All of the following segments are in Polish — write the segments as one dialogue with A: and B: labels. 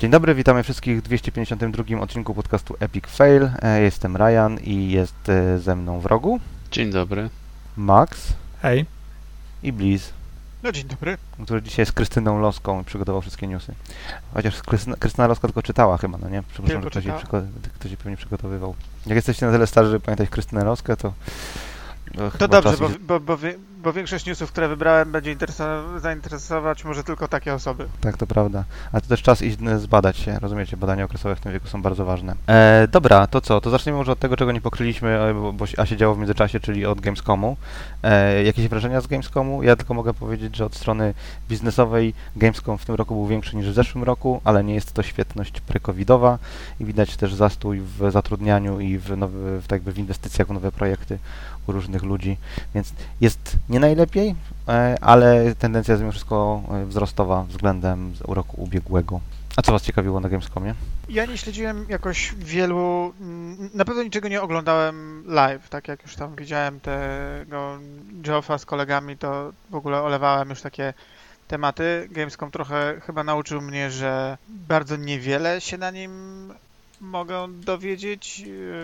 A: Dzień dobry, witamy wszystkich w 252 odcinku podcastu Epic Fail. Jestem Ryan i jest ze mną w rogu
B: Dzień dobry.
A: Max.
C: Hej.
A: I Bliz.
D: No dzień dobry.
A: Który dzisiaj jest Krystyną Loską i przygotował wszystkie newsy. Chociaż Krystyna Loska tylko czytała chyba, no nie? Przepraszam, że ktoś jej pewnie przygotowywał. Jak jesteście na tyle starzy, żeby pamiętać Krystynę Loskę, to...
D: To dobrze, bo większość newsów, które wybrałem, będzie zainteresować może tylko takie osoby.
A: Tak, to prawda. Ale to też czas iść zbadać się, rozumiecie? Badania okresowe w tym wieku są bardzo ważne. Dobra, to co? To zaczniemy może od tego, czego nie pokryliśmy, a się działo w międzyczasie, czyli od Gamescomu. Jakieś wrażenia z Gamescomu? Ja tylko mogę powiedzieć, że od strony biznesowej Gamescom w tym roku był większy niż w zeszłym roku, ale nie jest to świetność pre-covidowa i widać też zastój w zatrudnianiu i w inwestycjach w nowe projekty u różnych ludzi, więc jest nie najlepiej, ale tendencja jest mimo wszystko wzrostowa względem roku ubiegłego. A co Was ciekawiło na Gamescomie?
D: Ja nie śledziłem jakoś wielu, na pewno niczego nie oglądałem live, tak jak już tam widziałem tego Geoffa z kolegami, to w ogóle olewałem już takie tematy. Gamescom trochę chyba nauczył mnie, że bardzo niewiele się na nim mogę dowiedzieć.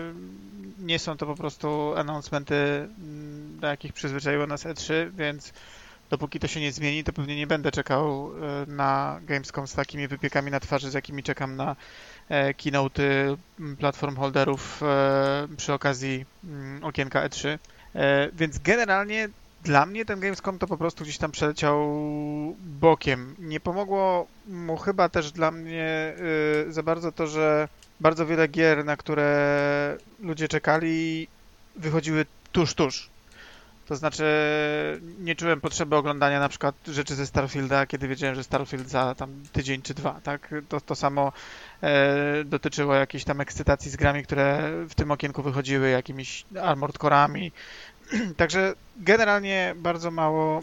D: Nie są to po prostu announcementy, do jakich przyzwyczaiło nas E3, więc dopóki to się nie zmieni, to pewnie nie będę czekał na Gamescom z takimi wypiekami na twarzy, z jakimi czekam na keynote'y platform holderów przy okazji okienka E3. Więc generalnie dla mnie ten Gamescom to po prostu gdzieś tam przeleciał bokiem. Nie pomogło mu chyba też dla mnie za bardzo to, że bardzo wiele gier, na które ludzie czekali, wychodziły tuż. To znaczy nie czułem potrzeby oglądania na przykład rzeczy ze Starfielda, kiedy wiedziałem, że Starfield za tam tydzień czy dwa, tak? To samo dotyczyło jakiejś tam ekscytacji z grami, które w tym okienku wychodziły, jakimiś Armored Core'ami. Także generalnie bardzo mało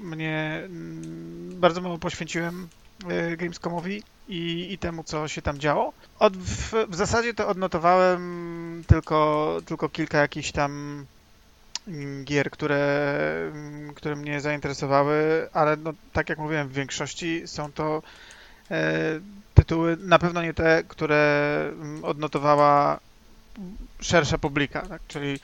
D: poświęciłem Gamescomowi i temu, co się tam działo. W zasadzie to odnotowałem tylko kilka jakichś tam gier, które mnie zainteresowały, ale no, tak jak mówiłem, w większości są to tytuły, na pewno nie te, które odnotowała szersza publika, tak? Czyli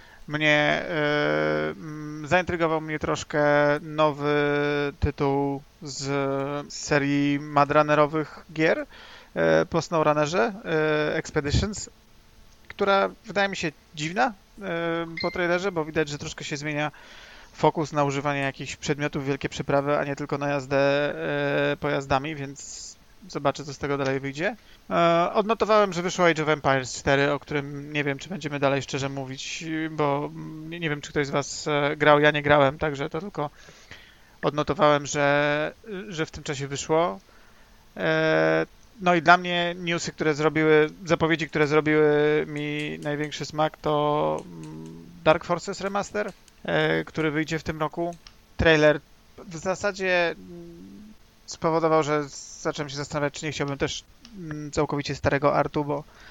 D: zaintrygował mnie troszkę nowy tytuł z serii Mad Runnerowych gier po SnowRunnerze, Expeditions, która wydaje mi się dziwna po trailerze, bo widać, że troszkę się zmienia fokus na używanie jakichś przedmiotów, wielkie przeprawy, a nie tylko na jazdę pojazdami, więc zobaczę, co z tego dalej wyjdzie. Odnotowałem, że wyszło Age of Empires 4, o którym nie wiem, czy będziemy dalej szczerze mówić, bo nie wiem, czy ktoś z Was grał, ja nie grałem, także to tylko odnotowałem, że w tym czasie wyszło. No i dla mnie zapowiedzi, które zrobiły mi największy smak, to Dark Forces Remaster, który wyjdzie w tym roku. Trailer w zasadzie spowodował, że zacząłem się zastanawiać, czy nie chciałbym też całkowicie starego artu,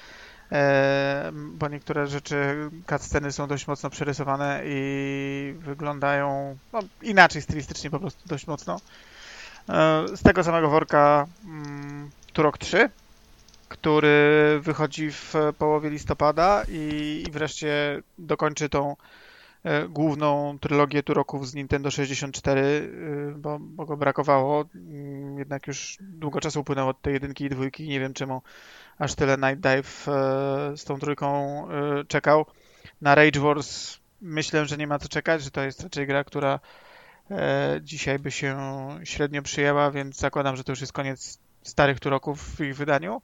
D: bo niektóre rzeczy, cutsceny są dość mocno przerysowane i wyglądają inaczej stylistycznie po prostu dość mocno. Z tego samego worka Turok 3, który wychodzi w połowie listopada i wreszcie dokończy tą główną trylogię Turoków z Nintendo 64, bo go brakowało. Jednak już długo czasu upłynęło od tej jedynki i dwójki. Nie wiem, czemu aż tyle Night Dive z tą trójką czekał. Na Rage Wars myślę, że nie ma co czekać, że to jest raczej gra, która dzisiaj by się średnio przyjęła, więc zakładam, że to już jest koniec starych Turoków w ich wydaniu.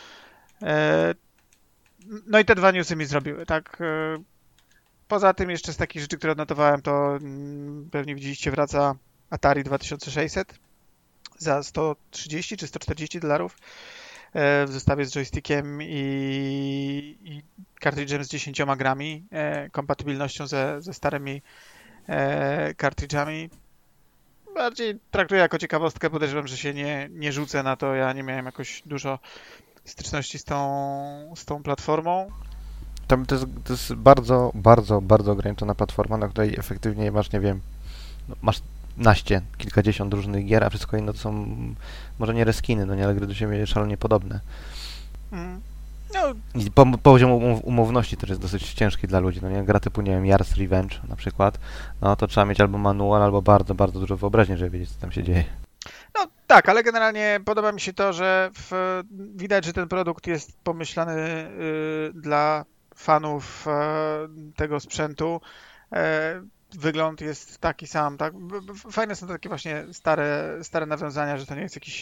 D: No i te dwa newsy mi zrobiły, tak? Poza tym jeszcze z takich rzeczy, które odnotowałem, to pewnie widzieliście, wraca Atari 2600 za 130 czy $140 w zestawie z joystickiem i kartridżem z 10 grami, kompatybilnością ze starymi kartridżami. Bardziej traktuję jako ciekawostkę, podejrzewam, że się nie rzucę na to. Ja nie miałem jakoś dużo styczności z tą platformą.
A: To jest bardzo, bardzo, bardzo ograniczona platforma, na której efektywnie masz, nie wiem, masz kilkadziesiąt różnych gier, a wszystko inne to są może nie reskiny, no nie, ale gry do siebie szalenie podobne.
D: Mm. No,
A: I poziom umowności też jest dosyć ciężki dla ludzi, no nie, gra typu, nie wiem, Yars Revenge na przykład, no to trzeba mieć albo manual, albo bardzo, bardzo dużo wyobraźni, żeby wiedzieć, co tam się dzieje.
D: no tak, ale generalnie podoba mi się to, że widać, że ten produkt jest pomyślany dla fanów tego sprzętu. Wygląd jest taki sam, tak? Fajne są takie właśnie stare nawiązania, że to nie jest jakiś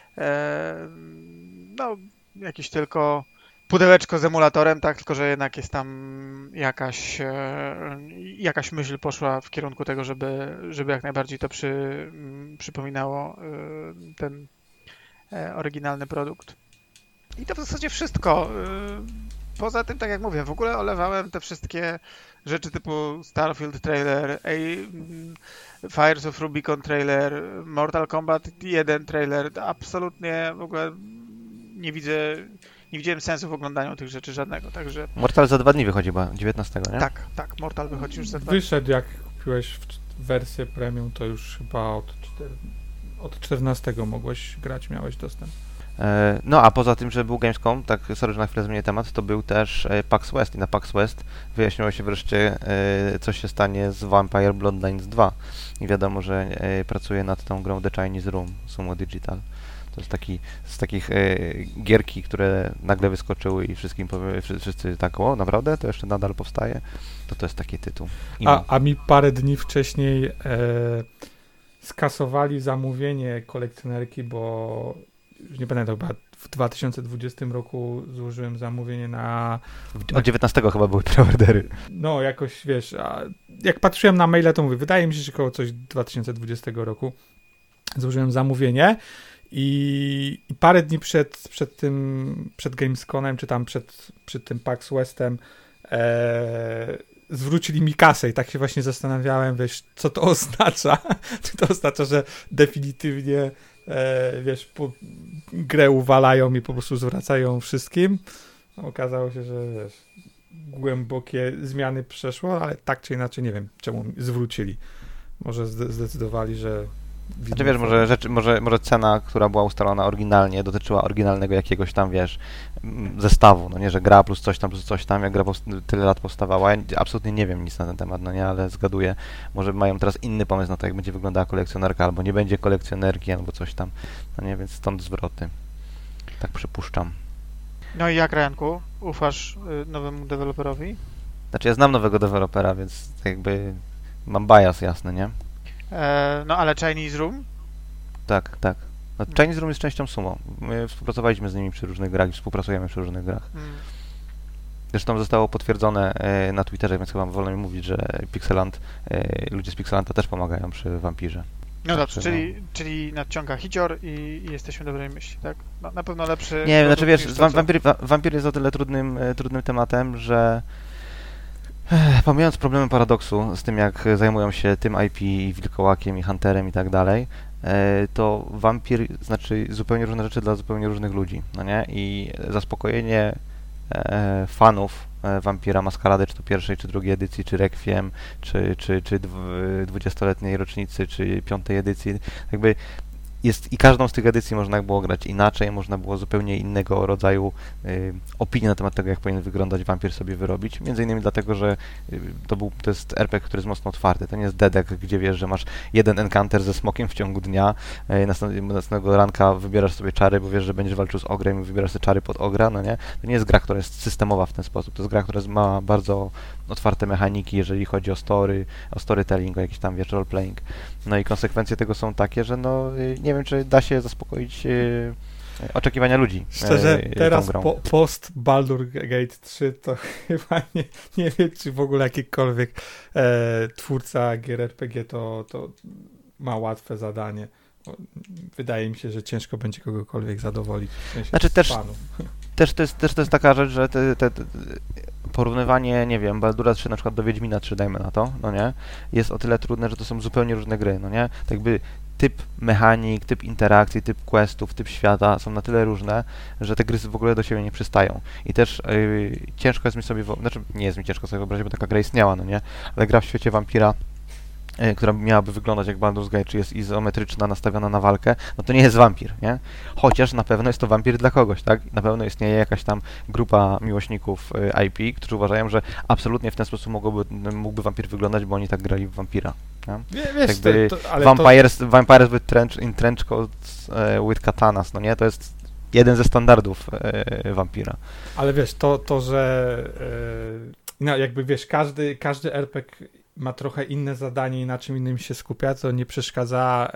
D: no, jakiś tylko pudełeczko z emulatorem, tak? Tylko że jednak jest tam jakaś myśl poszła w kierunku tego, żeby jak najbardziej to przypominało ten oryginalny produkt. I to w zasadzie wszystko. Poza tym, tak jak mówię, w ogóle olewałem te wszystkie rzeczy typu Starfield trailer, Fires of Rubicon trailer, Mortal Kombat 1 trailer. Absolutnie w ogóle nie widziałem sensu w oglądaniu tych rzeczy żadnego, także...
A: Mortal za 2 dni wychodzi chyba, 19, nie?
D: Tak, Mortal wychodzi już za 2 dni.
B: Wyszedł, jak kupiłeś wersję premium, to już chyba od 14 mogłeś grać, miałeś dostęp.
A: No a poza tym, że był Gamescom, tak sorry, że na chwilę zmienię temat, to był też PAX West i na PAX West wyjaśniło się wreszcie, co się stanie z Vampire Bloodlines 2 i wiadomo, że pracuje nad tą grą The Chinese Room, Sumo Digital. To jest z takich gierki, które nagle wyskoczyły i wszyscy tak, o naprawdę, to jeszcze nadal powstaje, to jest taki tytuł.
B: A mi parę dni wcześniej skasowali zamówienie kolekcjonerki, bo już nie pamiętam, chyba w 2020 roku złożyłem zamówienie na...
A: Od 19 chyba były preordery.
B: No, jakoś, wiesz, jak patrzyłem na maile, to mówię, wydaje mi się, że koło coś 2020 roku złożyłem zamówienie i parę dni przed Gamescomem, czy tam przed tym PAX Westem zwrócili mi kasę i tak się właśnie zastanawiałem, wiesz, co to oznacza. Czy to oznacza, że definitywnie wiesz, grę uwalają i po prostu zwracają wszystkim. No, okazało się, że wiesz, głębokie zmiany przeszło, ale tak czy inaczej nie wiem, czemu zwrócili. Może zdecydowali, że...
A: Znaczy wiesz, może cena, która była ustalona oryginalnie, dotyczyła oryginalnego jakiegoś tam, wiesz, zestawu, no nie, że gra plus coś tam, jak gra tyle lat powstawała. Ja absolutnie nie wiem nic na ten temat, no nie, ale zgaduję, może mają teraz inny pomysł na to, jak będzie wyglądała kolekcjonerka, albo nie będzie kolekcjonerki, albo coś tam, no nie, więc stąd zwroty. Tak przypuszczam.
D: No i jak, Ryanku, ufasz nowemu deweloperowi?
A: Znaczy ja znam nowego dewelopera, więc jakby mam bias jasny, nie?
D: No ale Chinese Room?
A: Tak. No, Chinese Room jest częścią Sumo. My współpracowaliśmy z nimi przy różnych grach i współpracujemy przy różnych grach. Zresztą zostało potwierdzone na Twitterze, więc chyba wolno mi mówić, że Pixeland, ludzie z Pixelanta też pomagają przy Vampirze.
D: No dobrze, czyli nadciąga hicior i jesteśmy dobrej myśli, tak? No, na pewno lepszy...
A: Nie, znaczy wiesz, Vampir jest o tyle trudnym tematem, że pomijając problemy Paradoksu z tym, jak zajmują się tym IP, i Wilkołakiem, i Hunterem i tak dalej, to Vampir znaczy zupełnie różne rzeczy dla zupełnie różnych ludzi, no nie? I zaspokojenie fanów Vampira Maskarady, czy to pierwszej, czy drugiej edycji, czy Requiem, czy 20-letniej rocznicy, czy 5. edycji, jakby i każdą z tych edycji można było grać inaczej, można było zupełnie innego rodzaju opinię na temat tego, jak powinien wyglądać wampir sobie wyrobić. Między innymi dlatego, że to jest RPG, który jest mocno otwarty. To nie jest Dedek, gdzie wiesz, że masz jeden encounter ze smokiem w ciągu dnia, następnego ranka wybierasz sobie czary, bo wiesz, że będziesz walczył z ogrem i wybierasz sobie czary pod ogra, no nie? To nie jest gra, która jest systemowa w ten sposób. To jest gra, która ma bardzo otwarte mechaniki, jeżeli chodzi o storytelling, o jakiś tam, wiesz, roleplaying. No i konsekwencje tego są takie, że no nie wiem, czy da się zaspokoić oczekiwania ludzi.
B: Szczerze, teraz
A: tą grą.
B: Post Baldur's Gate 3 to chyba nie wiem, czy w ogóle jakikolwiek twórca gier RPG to ma łatwe zadanie. Wydaje mi się, że ciężko będzie kogokolwiek zadowolić. W sensie
A: znaczy też to jest taka rzecz, że porównywanie, nie wiem, Baldura 3 na przykład do Wiedźmina 3, dajmy na to, no nie, jest o tyle trudne, że to są zupełnie różne gry, no nie, tak jakby typ mechanik, typ interakcji, typ questów, typ świata są na tyle różne, że te gry w ogóle do siebie nie przystają. I też ciężko jest mi sobie, znaczy nie jest mi ciężko sobie wyobrazić, bo taka gra istniała, no nie, ale gra w świecie Vampira która miałaby wyglądać jak Baldur's Gate, czy jest izometryczna, nastawiona na walkę, no to nie jest wampir, nie? Chociaż na pewno jest to wampir dla kogoś, tak? Na pewno istnieje jakaś tam grupa miłośników IP, którzy uważają, że absolutnie w ten sposób mógłby wampir wyglądać, bo oni tak grali w wampira. Nie?
B: Wiesz,
A: jakby
B: ale
A: vampires with trench coats with katanas, no nie? To jest jeden ze standardów wampira.
B: Ale wiesz, to że no jakby wiesz, każdy RPG ma trochę inne zadanie i na czym innym się skupia, co nie przeszkadza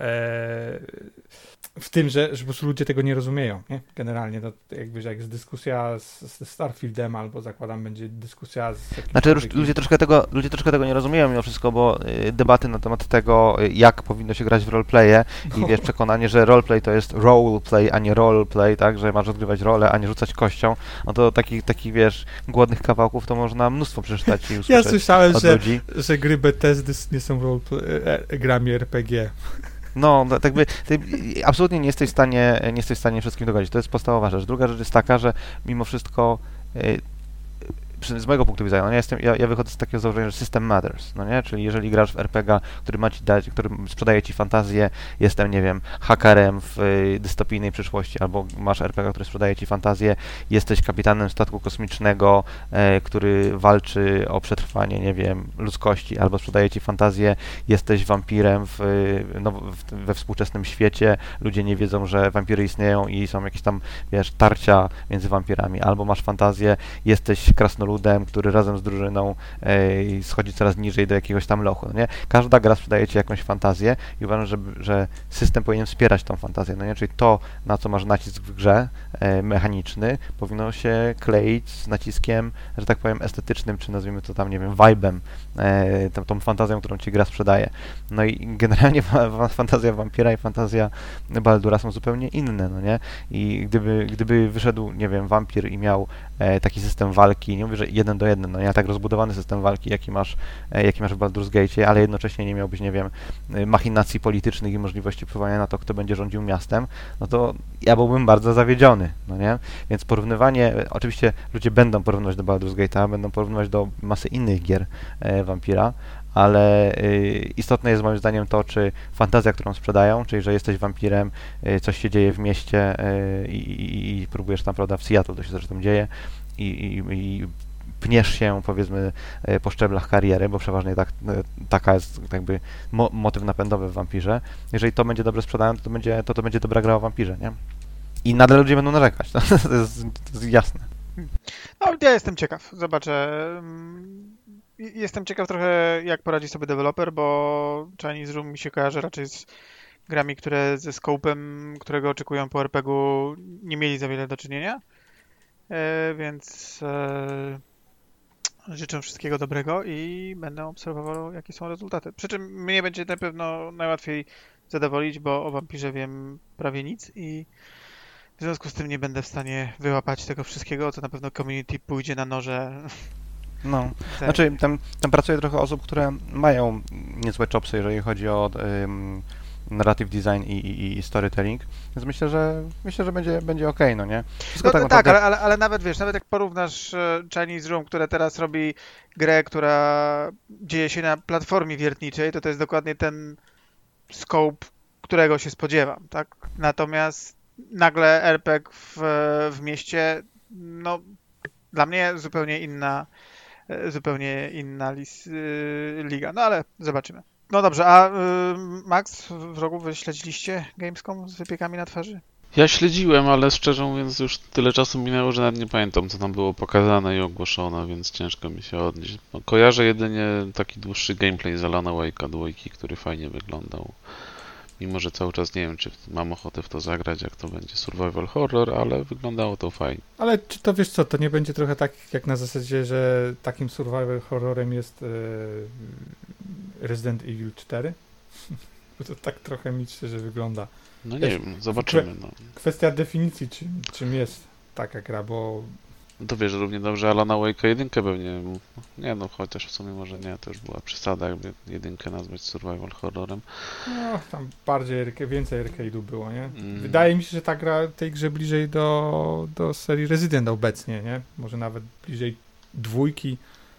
B: w tym, że po prostu ludzie tego nie rozumieją, nie? Generalnie, to jakby, że jak jest dyskusja z Starfieldem, albo zakładam, będzie dyskusja z jakimś...
A: Znaczy, ludzie troszkę tego nie rozumieją mimo wszystko, bo debaty na temat tego, jak powinno się grać w roleplaye i wiesz, przekonanie, że roleplay to jest roleplay, a nie roleplay, tak, że masz odgrywać rolę, a nie rzucać kością, no to takich wiesz, głodnych kawałków to można mnóstwo przeczytać i usłyszeć.
B: Ja słyszałem,
A: od ludzi.
B: że gry Bethesdy nie są grami RPG.
A: No, tak by, ty absolutnie nie jesteś w stanie wszystkim dogodzić. To jest podstawowa rzecz. Druga rzecz jest taka, że mimo wszystko z mojego punktu widzenia, no ja wychodzę z takiego założenia, że system matters, no nie? Czyli jeżeli grasz w RPG, który ma ci dać, który sprzedaje ci fantazję, jestem, nie wiem, hakerem w dystopijnej przyszłości, albo masz RPG, który sprzedaje ci fantazję, jesteś kapitanem statku kosmicznego, który walczy o przetrwanie, nie wiem, ludzkości, albo sprzedaje ci fantazję, jesteś wampirem we współczesnym świecie, ludzie nie wiedzą, że wampiry istnieją i są jakieś tam, wiesz, tarcia między wampirami, albo masz fantazję, jesteś krasnoludem, który razem z drużyną schodzi coraz niżej do jakiegoś tam lochu, no nie? Każda gra sprzedaje ci jakąś fantazję i uważam, że system powinien wspierać tą fantazję, no nie? Czyli to, na co masz nacisk w grze mechaniczny, powinno się kleić z naciskiem, że tak powiem, estetycznym, czy nazwijmy to tam, nie wiem, vibe'em, tą fantazją, którą ci gra sprzedaje. No i generalnie fantazja wampira i fantazja Baldura są zupełnie inne, no nie? I gdyby wyszedł, nie wiem, wampir i miał taki system walki, nie mówię, że 1 do 1, no nie, tak rozbudowany system walki, jaki masz w Baldur's Gate, ale jednocześnie nie miałbyś, nie wiem, machinacji politycznych i możliwości wpływania na to, kto będzie rządził miastem, no to ja byłbym bardzo zawiedziony, no nie? Więc porównywanie, oczywiście ludzie będą porównywać do Baldur's Gate'a, będą porównywać do masy innych gier wampira, ale istotne jest moim zdaniem to, czy fantazja, którą sprzedają, czyli że jesteś wampirem, coś się dzieje w mieście i próbujesz tam, prawda, w Seattle to się zresztą dzieje i pniesz się, powiedzmy, po szczeblach kariery, bo przeważnie taka jest jakby motyw napędowy w wampirze. Jeżeli to będzie dobrze sprzedane, to będzie dobra gra o wampirze, nie? I nadal ludzie będą narzekać, to jest jasne.
D: No, ja jestem ciekaw, zobaczę. Jestem ciekaw trochę, jak poradzi sobie deweloper, bo Chinese Room mi się kojarzy raczej z grami, które ze scope'em, którego oczekują po RPG-u, nie mieli za wiele do czynienia. Więc życzę wszystkiego dobrego i będę obserwował, jakie są rezultaty. Przy czym mnie będzie na pewno najłatwiej zadowolić, bo o wampirze wiem prawie nic i w związku z tym nie będę w stanie wyłapać tego wszystkiego, co na pewno community pójdzie na noże.
A: No, znaczy tam pracuje trochę osób, które mają niezłe chopsy, jeżeli chodzi o narrative design i storytelling, więc myślę, że będzie okej, no nie?
D: No tak, ale nawet wiesz, nawet jak porównasz Chinese Room, które teraz robi grę, która dzieje się na platformie wiertniczej, to jest dokładnie ten scope, którego się spodziewam, tak? Natomiast nagle RPG w mieście, no dla mnie zupełnie inna liga, no ale zobaczymy. No dobrze, a Max, w rogu wy śledziliście Gamescom z wypiekami na twarzy?
C: Ja śledziłem, ale szczerze mówiąc już tyle czasu minęło, że nawet nie pamiętam, co tam było pokazane i ogłoszone, więc ciężko mi się odnieść. No, kojarzę jedynie taki dłuższy gameplay z Alana Wake'a 2, który fajnie wyglądał. Mimo że cały czas nie wiem, czy mam ochotę w to zagrać, jak to będzie survival horror, ale wyglądało to fajnie.
B: Ale czy to wiesz co, to nie będzie trochę tak jak na zasadzie, że takim survival horrorem jest Resident Evil 4? Bo to tak trochę mi szczerze wygląda.
C: No nie wiem, zobaczymy. No.
B: Kwestia definicji, czym jest taka gra, bo...
C: No to wiesz, równie dobrze Alana Wake'a 1 pewnie, nie no, chociaż w sumie może nie, to już była przesada, jakby 1 nazwać survival horrorem.
B: No, tam więcej arcade'u było, nie? Wydaje mi się, że ta gra tej grze bliżej do serii Resident obecnie, nie? Może nawet bliżej 2,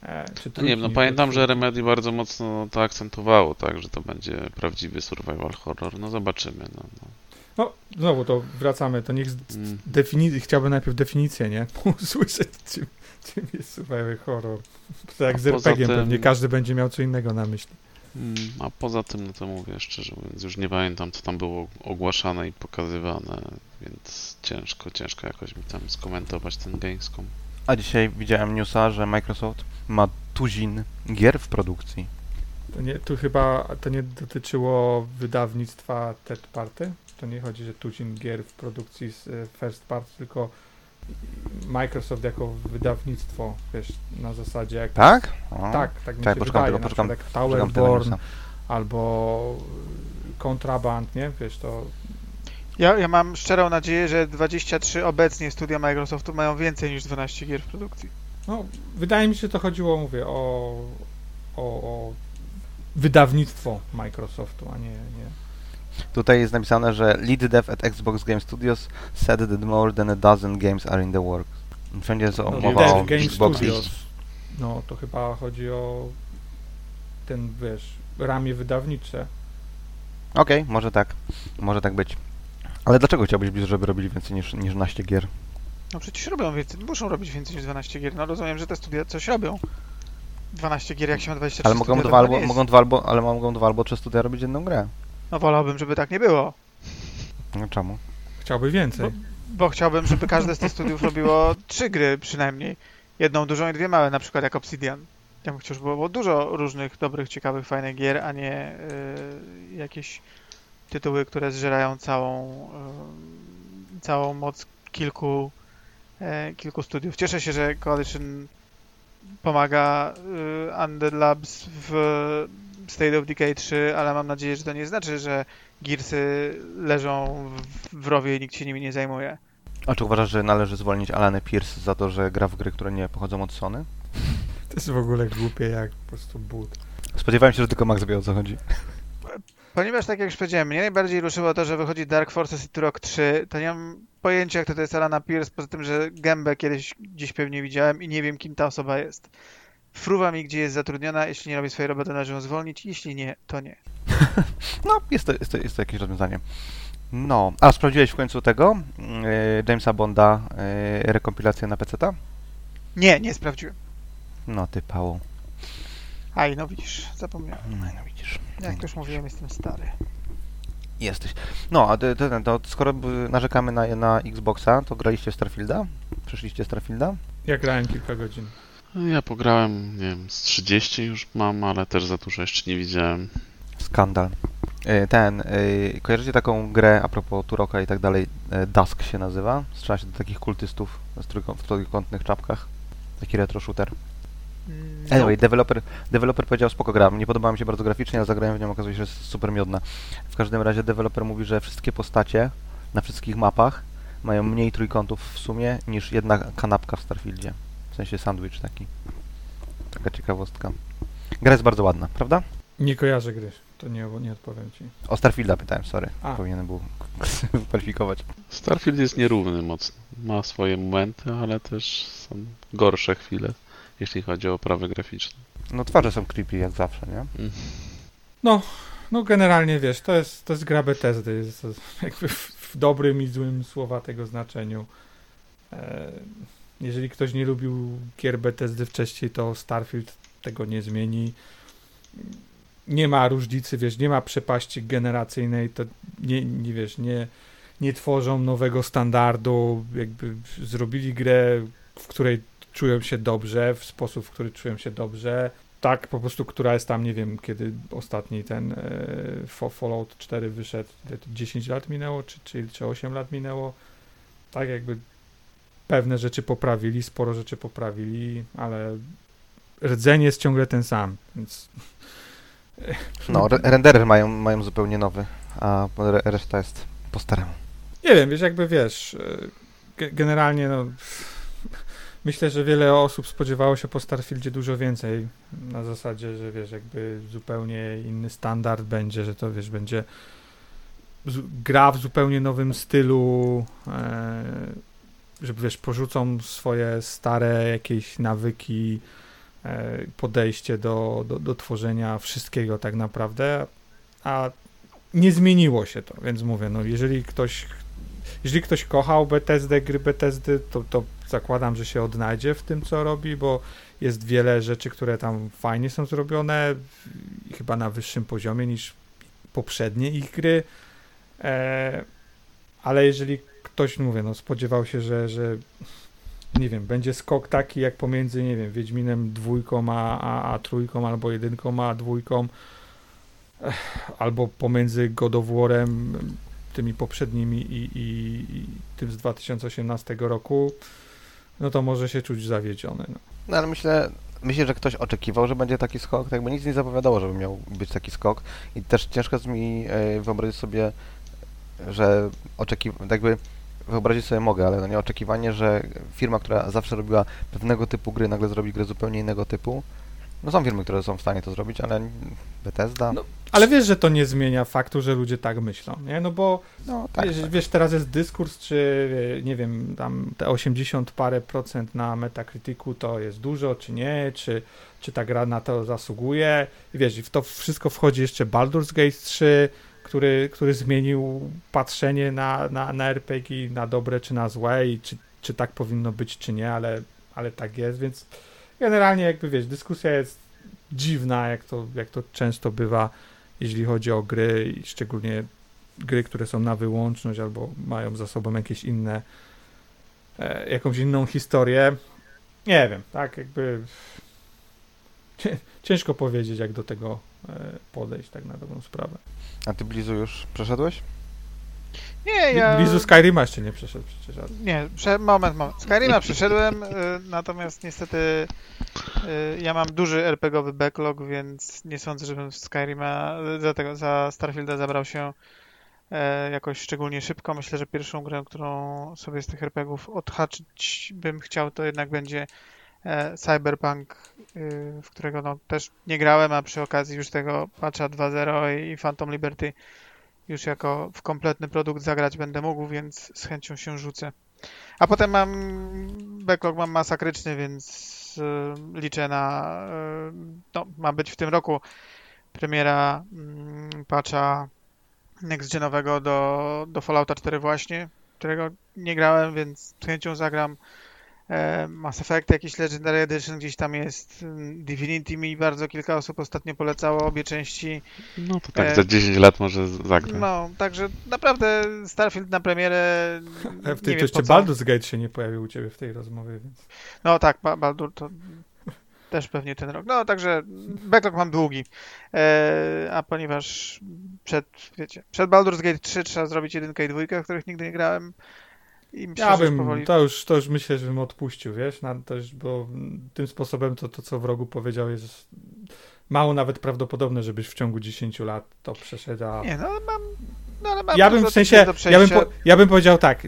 B: Czy
C: No nie wiem, no
B: trójki,
C: pamiętam, że
B: trójki.
C: Remedy bardzo mocno to akcentowało, tak, że to będzie prawdziwy survival horror. No zobaczymy.
B: No, znowu to wracamy, to niech
C: Mm.
B: chciałbym najpierw definicję, nie? Usłyszeć, czym jest survival horror. To jak
C: A
B: z
C: poza
B: RPG-iem
C: tym-
B: pewnie każdy będzie miał co innego na myśli.
C: A poza tym, no to mówię szczerze mówiąc, już nie pamiętam, co tam było ogłaszane i pokazywane, więc ciężko jakoś mi tam skomentować ten Gamescom.
A: A dzisiaj widziałem newsa, że Microsoft ma tuzin gier w produkcji.
B: Tu chyba to nie dotyczyło wydawnictwa third party? To nie chodzi, że tuzin gier w produkcji z first party, tylko Microsoft jako wydawnictwo, wiesz, na zasadzie jak...
A: Tak? O.
B: Tak mi
A: Czekaj,
B: się
A: poczekam
B: wydaje,
A: tego,
B: na
A: poczekam
B: przykład jak
A: tego
B: Towerborn
A: newsa.
B: albo Contraband, nie? Wiesz, to...
D: Ja mam szczerą nadzieję, że 23 obecnie studia Microsoftu mają więcej niż 12 gier w produkcji.
B: No, wydaje mi się, że to chodziło, mówię, o wydawnictwo Microsoftu, a nie...
A: Tutaj jest napisane, że lead dev at Xbox Game Studios said that more than a dozen games are in the works. Wszędzie jest
B: No,
A: mowa
B: Dev
A: o
B: Game
A: Xbox
B: Studios. No, to chyba chodzi o ten, wiesz, ramię wydawnicze.
A: Okej, może tak być. Ale dlaczego chciałbyś, żeby robili więcej niż 12 gier?
D: No przecież robią więcej, muszą robić więcej niż 12 gier. No rozumiem, że te studia coś robią. 12 gier, jak się ma 23
A: Ale mogą
D: studia,
A: dwa
D: to
A: albo,
D: nie jest.
A: mogą dwa albo 3 studia robić jedną grę.
D: No wolałbym, żeby tak nie było.
A: No czemu?
B: Chciałby więcej.
D: Bo chciałbym, żeby każde z tych studiów robiło 3 gry przynajmniej. Jedną dużą i 2 małe, na przykład jak Obsidian. Ja bym chciał, żeby było dużo różnych, dobrych, ciekawych, fajnych gier, a nie jakieś tytuły, które zżerają całą moc kilku studiów. Cieszę się, że Coalition pomaga Undead Labs w State of Decay 3, ale mam nadzieję, że to nie znaczy, że Gearsy leżą w rowie i nikt się nimi nie zajmuje.
A: A czy uważasz, że należy zwolnić Alanę Pierce za to, że gra w gry, które nie pochodzą od Sony?
B: To jest w ogóle głupie jak po prostu but.
A: Spodziewałem się, że tylko Max wie, o co chodzi.
D: Ponieważ, tak jak już powiedziałem, mnie najbardziej ruszyło to, że wychodzi Dark Forces i Turok 3, to nie mam pojęcia, jak to jest Alana Pierce, poza tym, że gębę kiedyś gdzieś pewnie widziałem i nie wiem, kim ta osoba jest. Fruwa mi, gdzie jest zatrudniona, jeśli nie robi swojej roboty, należy ją zwolnić, jeśli nie, to nie.
A: No, jest to jakieś rozwiązanie. No, a sprawdziłeś w końcu tego? Jamesa Bonda, rekompilację na PC-ta?
D: Nie sprawdziłem.
A: No ty, Paweł.
D: Aj, no widzisz, zapomniałem.
A: No widzisz.
D: Jak już mówiłem, jestem stary.
A: Jesteś. No, a to skoro narzekamy na Xboxa, to graliście w Starfielda? Przeszliście Starfielda?
B: Ja grałem kilka godzin.
C: Ja pograłem, nie wiem, z 30 już mam, ale też za dużo jeszcze nie widziałem.
A: Skandal. Kojarzycie taką grę, a propos Turoka i tak dalej, Dusk się nazywa? Strzela się do takich kultystów w trójkątnych czapkach. Taki retro shooter. Anyway, deweloper powiedział, spoko gra, nie podobała mi się bardzo graficznie, ale zagrałem w nią, okazuje się, że jest super miodna. W każdym razie deweloper mówi, że wszystkie postacie na wszystkich mapach mają mniej trójkątów w sumie niż jedna kanapka w Starfieldzie. W sensie sandwich taki. Taka ciekawostka. Gra jest bardzo ładna, prawda?
B: Nie kojarzę gry, to nie odpowiem ci.
A: O Starfielda pytałem, sorry.
B: A.
A: Powinienem był kwalifikować.
C: Starfield jest nierówny mocno. Ma swoje momenty, ale też są gorsze chwile, jeśli chodzi o oprawy graficzne.
A: No twarze są creepy jak zawsze, nie?
B: No generalnie wiesz, to jest gra Bethesdy, jest to jakby w dobrym i złym słowa tego znaczeniu. Jeżeli ktoś nie lubił gier Bethesdy wcześniej, to Starfield tego nie zmieni. Nie ma różnicy, wiesz, nie ma przepaści generacyjnej, to nie tworzą nowego standardu, jakby zrobili grę, w której czują się dobrze, w sposób, w który czują się dobrze. Tak, po prostu, która jest tam, nie wiem, kiedy ostatni ten Fallout 4 wyszedł, 10 lat minęło, czy 8 lat minęło. Tak, jakby pewne rzeczy poprawili, sporo rzeczy poprawili, ale rdzeń jest ciągle ten sam, więc...
A: No, renderer mają zupełnie nowy, a reszta jest po staremu.
B: Nie wiem, wiesz, generalnie no... Myślę, że wiele osób spodziewało się po Starfieldzie dużo więcej, na zasadzie, że wiesz, jakby zupełnie inny standard będzie, że to wiesz, będzie gra w zupełnie nowym stylu, że wiesz, porzucą swoje stare jakieś nawyki podejście do tworzenia wszystkiego tak naprawdę, a nie zmieniło się to, więc mówię, no jeżeli ktoś kochał Bethesdę, gry Bethesdy, to zakładam, że się odnajdzie w tym, co robi, bo jest wiele rzeczy, które tam fajnie są zrobione, chyba na wyższym poziomie niż poprzednie ich gry, ale jeżeli ktoś, mówię, no spodziewał się, że nie wiem, będzie skok taki jak pomiędzy, nie wiem, Wiedźminem 2 a 3, albo 1 a 2, albo pomiędzy God of War'em, tymi poprzednimi i tym z 2018 roku, no to może się czuć zawiedziony. No.
A: No ale myślę, że ktoś oczekiwał, że będzie taki skok, tak jakby nic nie zapowiadało, żeby miał być taki skok i też ciężko jest mi wyobrazić sobie, że jakby wyobrazić sobie mogę, ale no nie oczekiwanie, że firma, która zawsze robiła pewnego typu gry, nagle zrobi grę zupełnie innego typu. No są firmy, które są w stanie to zrobić, ale Bethesda...
B: No, ale wiesz, że to nie zmienia faktu, że ludzie tak myślą, nie? No bo
A: no, tak,
B: wiesz, teraz jest dyskurs, czy nie wiem, tam te 80 parę procent na Metacriticu to jest dużo, czy nie, czy ta gra na to zasługuje. I wiesz, w to wszystko wchodzi jeszcze Baldur's Gate 3, który zmienił patrzenie na RPG, na dobre czy na złe i czy tak powinno być, czy nie, ale tak jest, więc generalnie jakby wiesz, dyskusja jest dziwna, jak to często bywa, jeśli chodzi o gry i szczególnie gry, które są na wyłączność albo mają za sobą jakieś inne, jakąś inną historię. Nie wiem, tak jakby ciężko powiedzieć, jak do tego podejść tak na dobrą sprawę.
A: A ty Blizu już przeszedłeś?
D: Nie, ja...
B: Blizu Skyrima jeszcze nie przeszedł przecież.
D: Nie, moment. Skyrima przeszedłem, natomiast niestety ja mam duży RPGowy backlog, więc nie sądzę, żebym w Skyrima za Starfielda zabrał się jakoś szczególnie szybko. Myślę, że pierwszą grę, którą sobie z tych RPGów odhaczyć bym chciał, to jednak będzie Cyberpunk, w którego no, też nie grałem, a przy okazji już tego patcha 2.0 i Phantom Liberty już jako w kompletny produkt zagrać będę mógł, więc z chęcią się rzucę. A potem backlog mam masakryczny, więc liczę na, no ma być w tym roku premiera patcha next-genowego do Fallouta 4 właśnie, którego nie grałem, więc z chęcią zagram. Mass Effect, jakiś Legendary Edition gdzieś tam jest. Divinity mi bardzo kilka osób ostatnio polecało, obie części.
C: No to tak za 10 lat może zagra.
D: No, także naprawdę Starfield na premierę.
B: W tej jeszcze Baldur's Gate się nie pojawił u ciebie w tej rozmowie, więc...
D: No tak, Baldur to też pewnie ten rok. No, także backlog mam długi. A ponieważ przed Baldur's Gate 3 trzeba zrobić 1 i 2, w których nigdy nie grałem. I myślę,
B: ja
D: że
B: bym,
D: powoli...
B: to już myślę, że bym odpuścił, wiesz, bo tym sposobem to co wrogu powiedział jest mało nawet prawdopodobne, żebyś w ciągu 10 lat to przeszedł, a...
D: Nie, ale mam
B: ja bym w sensie, ja bym powiedział tak,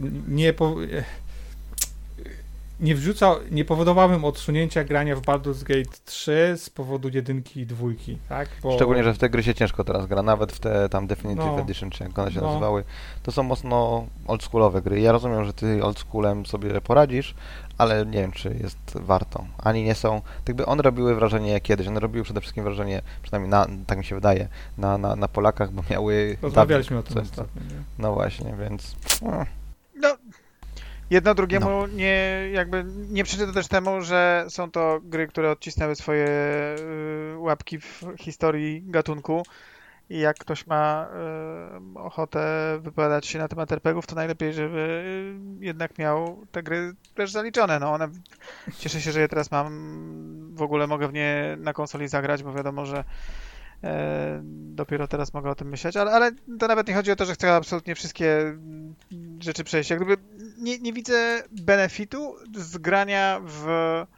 B: nie powodowałbym odsunięcia grania w Baldur's Gate 3 z powodu 1 i 2, tak?
A: Szczególnie, że w te gry się ciężko teraz gra, nawet w te tam Definitive Edition, czy jak one się nazywały, to są mocno oldschoolowe gry. Ja rozumiem, że ty oldschoolem sobie poradzisz, ale nie wiem, czy jest warto. Ani nie są, tak by one robiły wrażenie jak kiedyś, one robiły przede wszystkim wrażenie, przynajmniej tak mi się wydaje, na Polakach, bo miały...
B: Rozmawialiśmy o tym ostatnio, nie?
A: No właśnie, więc...
D: No, jedno drugiemu nie przeczy to też temu, że są to gry, które odcisnęły swoje łapki w historii gatunku i jak ktoś ma ochotę wypowiadać się na temat RPGów, to najlepiej, żeby jednak miał te gry też zaliczone. No one, cieszę się, że je teraz mam, w ogóle mogę w nie na konsoli zagrać, bo wiadomo, że dopiero teraz mogę o tym myśleć, ale to nawet nie chodzi o to, że chcę absolutnie wszystkie rzeczy przejść. Jak gdyby nie widzę benefitu z grania w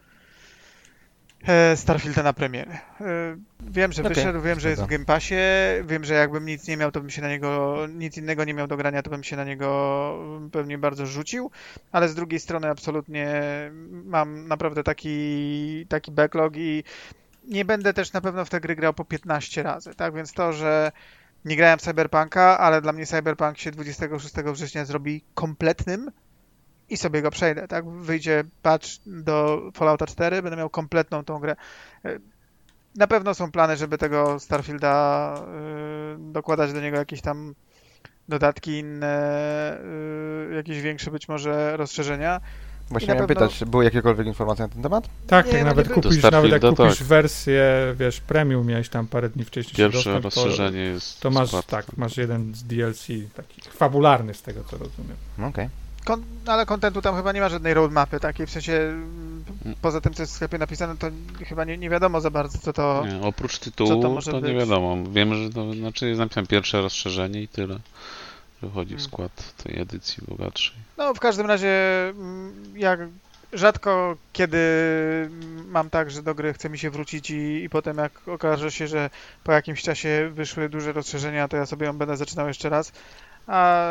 D: Starfielda na premierę. Wiem, że wyszedł, wiem, że jest w Game Passie, wiem, że jakbym nic nie miał, to bym się na niego, nic innego nie miał do grania, to bym się na niego pewnie bardzo rzucił, ale z drugiej strony absolutnie mam naprawdę taki backlog i nie będę też na pewno w te gry grał po 15 razy, tak? Więc to, że nie grałem w Cyberpunka, ale dla mnie Cyberpunk się 26 września zrobi kompletnym, i sobie go przejdę, tak? Wyjdzie patch do Fallouta 4, będę miał kompletną tą grę. Na pewno są plany, żeby tego Starfielda dokładać do niego jakieś tam dodatki inne, jakieś większe być może rozszerzenia.
A: Właśnie
D: na
A: miałem
D: pewno-
A: pytać, były jakiekolwiek informacje na ten temat?
B: Tak,
D: Nie,
B: tak
D: no
B: nawet
D: nie
B: kupisz,
C: do
B: nawet jak
C: Starfielda,
B: kupisz
C: tak.
B: wersję, wiesz, premium miałeś tam parę dni wcześniej się
C: Pierwsze
B: dostęp,
C: rozszerzenie jest
B: to masz,
C: skład.
B: tak, masz jeden z DLC, taki fabularny z tego, co rozumiem.
A: No okej.
D: Ale kontentu tam chyba nie ma żadnej roadmapy takiej, w sensie poza tym, co jest w sklepie napisane, to chyba nie wiadomo za bardzo, co to...
C: Nie, oprócz
D: Co
C: tytułu
D: to
C: to,
D: może
C: nie
D: być?
C: wiadomo. Wiem, że to znaczy jest napisane pierwsze rozszerzenie i tyle. Że wchodzi w
D: Hmm.
C: skład tej edycji bogatszej.
D: No, w każdym razie, jak rzadko kiedy mam tak, że do gry chce mi się wrócić i potem jak okaże się, że po jakimś czasie wyszły duże rozszerzenia, to ja sobie ją będę zaczynał jeszcze raz. A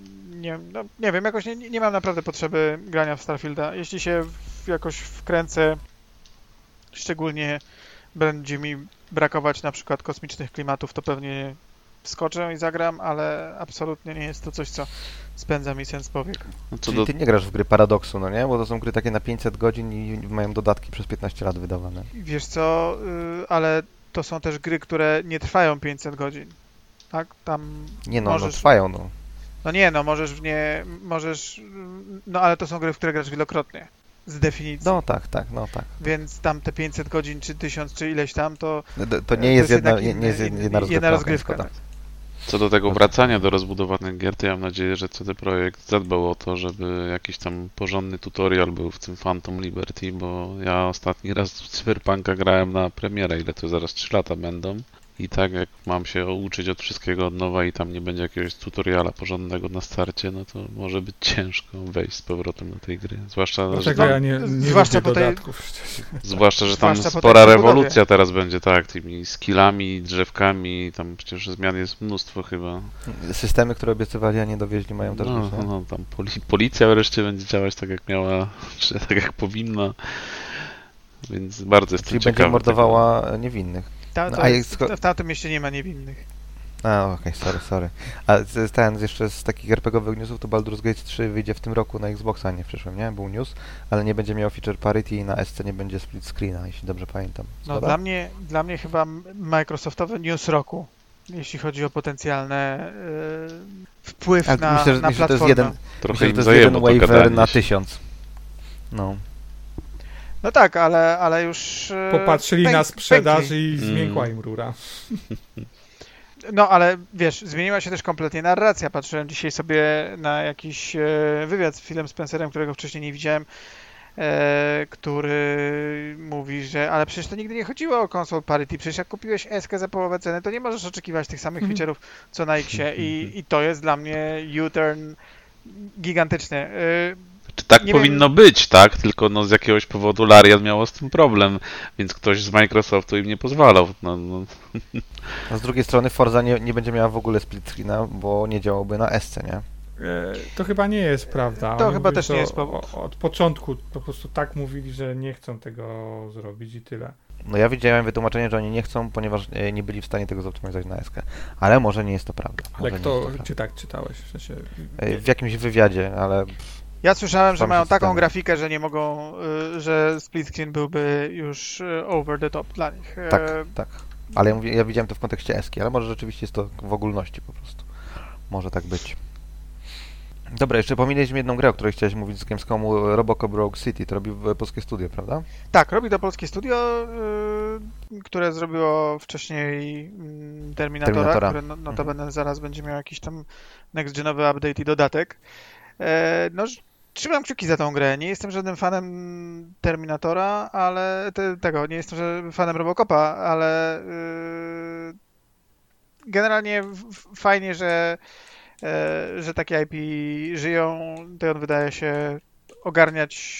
D: nie wiem, jakoś nie mam naprawdę potrzeby grania w Starfielda. Jeśli się jakoś wkręcę, szczególnie będzie mi brakować na przykład kosmicznych klimatów, to pewnie wskoczę i zagram, ale absolutnie nie jest to coś, co spędza mi sens powiek.
C: No co
A: Czyli
C: do
A: ty nie grasz w gry Paradoksu, no nie? Bo to są gry takie na 500 godzin i mają dodatki przez 15 lat wydawane.
D: Wiesz co, ale to są też gry, które nie trwają 500 godzin. Tak? Tam
A: Nie no,
D: możesz...
A: no trwają, no.
D: No nie, no możesz, no ale to są gry, w które grasz wielokrotnie. Z definicji.
A: No tak, no tak.
D: Więc tam te 500 godzin, czy 1000, czy ileś tam, to
A: To nie jest jedna,
D: jednak
A: nie jest jedna rozgrywka.
D: tak.
C: Co do tego wracania do rozbudowanych gier, to ja mam nadzieję, że CD Projekt zadbał o to, żeby jakiś tam porządny tutorial był w tym Phantom Liberty, bo ja ostatni raz w Cyberpunka grałem na premierę, ile to zaraz 3 lata będą. I tak jak mam się uczyć od wszystkiego od nowa i tam nie będzie jakiegoś tutoriala porządnego na starcie, no to może być ciężko wejść z powrotem do tej gry. Zwłaszcza, że
B: Dlatego
C: tam,
B: ja nie
D: zwłaszcza
B: lubię
D: po tej-
B: dodatków. szczerze.
C: zwłaszcza, że tam
D: zwłaszcza po tej
C: spora
D: przebudowie.
C: rewolucja teraz będzie, tak, tymi skillami, drzewkami, tam przecież zmian jest mnóstwo chyba.
A: Systemy, które obiecywali, a nie dowieźli, mają też
C: No,
A: być, nie?
C: no tam policja wreszcie będzie działać tak jak miała, czy tak jak powinna, więc bardzo jestem
A: Czyli
C: ciekawy
A: będzie mordowała niewinnych. No, a jak
D: W tamtym mieście nie ma niewinnych.
A: A, okej, sorry. A jeszcze z takich RPGowych newsów, to Baldur's Gate 3 wyjdzie w tym roku na Xboxa, nie w przyszłym, nie? Był news, ale nie będzie miał feature parity i na SC nie będzie split screena, jeśli dobrze pamiętam.
D: No,
A: Zgoda?
D: dla mnie chyba Microsoftowy news roku, jeśli chodzi o potencjalny wpływ
A: Ale
D: na,
A: myślę, że
D: na
A: to jest
D: platformę.
A: jeden,
C: Trochę
A: myślę, że
C: im
A: to jest
C: zajęło
A: jeden
C: to
A: waiver
C: gadanie
A: na
C: się.
A: 1000. No.
D: No tak, ale już...
B: Popatrzyli na sprzedaż
D: pękli.
B: i zmiękła im rura.
D: No ale wiesz, zmieniła się też kompletnie narracja. Patrzyłem dzisiaj sobie na jakiś wywiad z Philem Spencerem, którego wcześniej nie widziałem, który mówi, że ale przecież to nigdy nie chodziło o console parity, przecież jak kupiłeś SK za połowę ceny, to nie możesz oczekiwać tych samych feature'ów co na Xie i to jest dla mnie U-turn gigantyczny.
C: Czy tak
D: Nie
C: powinno być, tak? Tylko no z jakiegoś powodu Lariat miało z tym problem, więc ktoś z Microsoftu im nie pozwalał. No.
A: A z drugiej strony Forza nie będzie miała w ogóle split screena, bo nie działałby na SC, nie?
B: To chyba nie jest prawda.
D: To
B: Oni
D: chyba
B: mówili,
D: też nie
B: że
D: jest powód.
B: Od początku po prostu tak mówili, że nie chcą tego zrobić i tyle.
A: No ja widziałem wytłumaczenie, że oni nie chcą, ponieważ nie byli w stanie tego zoptymalizować na SK. Ale może nie jest to prawda.
B: Ale
A: Może
B: kto,
A: nie jest to
B: czy tak czytałeś? W sensie,
A: prawda. W jakimś wywiadzie, ale
D: Ja słyszałem, że
A: Tam
D: mają
A: się
D: taką
A: stanie.
D: grafikę, że nie mogą, że split screen byłby już over the top dla nich.
A: tak. Ale ja widziałem to w kontekście SK, ale może rzeczywiście jest to w ogólności po prostu. Może tak być. Dobra, jeszcze pominęliśmy jedną grę, o której chciałeś mówić z Gamescomu, Robocop Rogue City, to robi polskie studio, prawda?
D: Tak, robi to polskie studio, które zrobiło wcześniej Terminatora, które notabene zaraz będzie miał jakiś tam next-genowy update i dodatek. No, trzymam kciuki za tą grę. Nie jestem żadnym fanem Terminatora, ale nie jestem fanem Robocopa, ale generalnie fajnie, że takie IP żyją. To on wydaje się ogarniać,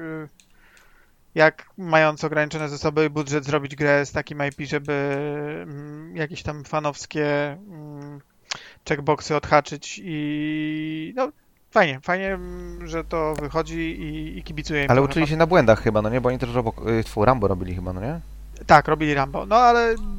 D: jak mając ograniczone zasoby i budżet, zrobić grę z takim IP, żeby jakieś tam fanowskie checkboxy odhaczyć i no fajnie, że to wychodzi i kibicuję im.
A: Ale
D: trochę.
A: uczyli się na błędach chyba, no nie? Bo oni też Rambo robili chyba, no nie?
D: Tak, robili Rambo. No ale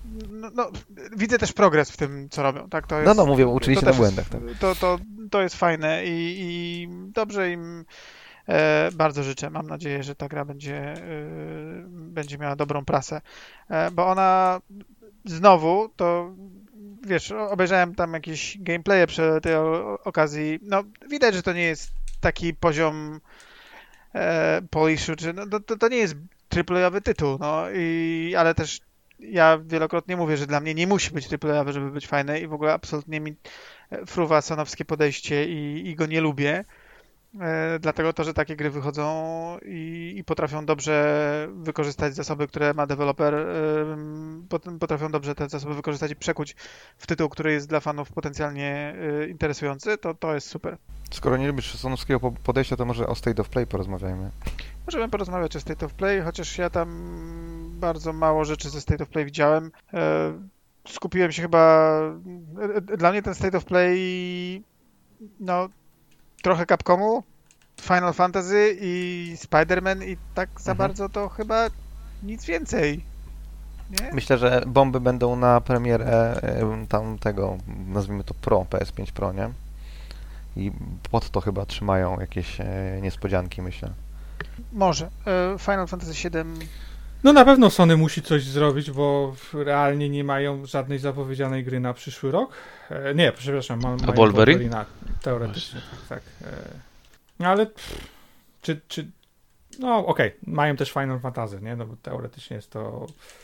D: widzę też progres w tym, co robią, tak? To jest,
A: No, mówię, uczyli
D: to
A: się na
D: też
A: błędach. Tak.
D: To jest fajne i dobrze im bardzo życzę. Mam nadzieję, że ta gra będzie miała dobrą prasę, bo ona znowu, to wiesz, obejrzałem tam jakieś gameplaye przy tej okazji, no widać, że to nie jest taki poziom polishu, czy to nie jest AAA-owy tytuł, no ale też ja wielokrotnie mówię, że dla mnie nie musi być AAA-owy, żeby być fajny i w ogóle absolutnie mi fruwa sonowskie podejście i go nie lubię. Dlatego to, że takie gry wychodzą i potrafią dobrze wykorzystać zasoby, które ma deweloper, potrafią dobrze te zasoby wykorzystać i przekuć w tytuł, który jest dla fanów potencjalnie interesujący, to jest super.
A: Skoro nie lubisz sonowskiego podejścia, to może o State of Play porozmawiajmy.
D: Możemy porozmawiać o State of Play, chociaż ja tam bardzo mało rzeczy ze State of Play widziałem. Skupiłem się chyba... Dla mnie ten State of Play, no, trochę Capcomu, Final Fantasy i Spider-Man i tak za bardzo to chyba nic więcej. Nie?
A: Myślę, że bomby będą na premierę tamtego, nazwijmy to Pro, PS5 Pro, nie? I pod to chyba trzymają jakieś niespodzianki, myślę.
D: Może. Final Fantasy 7...
B: No na pewno Sony musi coś zrobić, bo realnie nie mają żadnej zapowiedzianej gry na przyszły rok. Nie, przepraszam, mają
C: Wolverine?
B: Teoretycznie, tak. No ale czy no okej, mają też Final Fantasy, nie? No bo teoretycznie jest to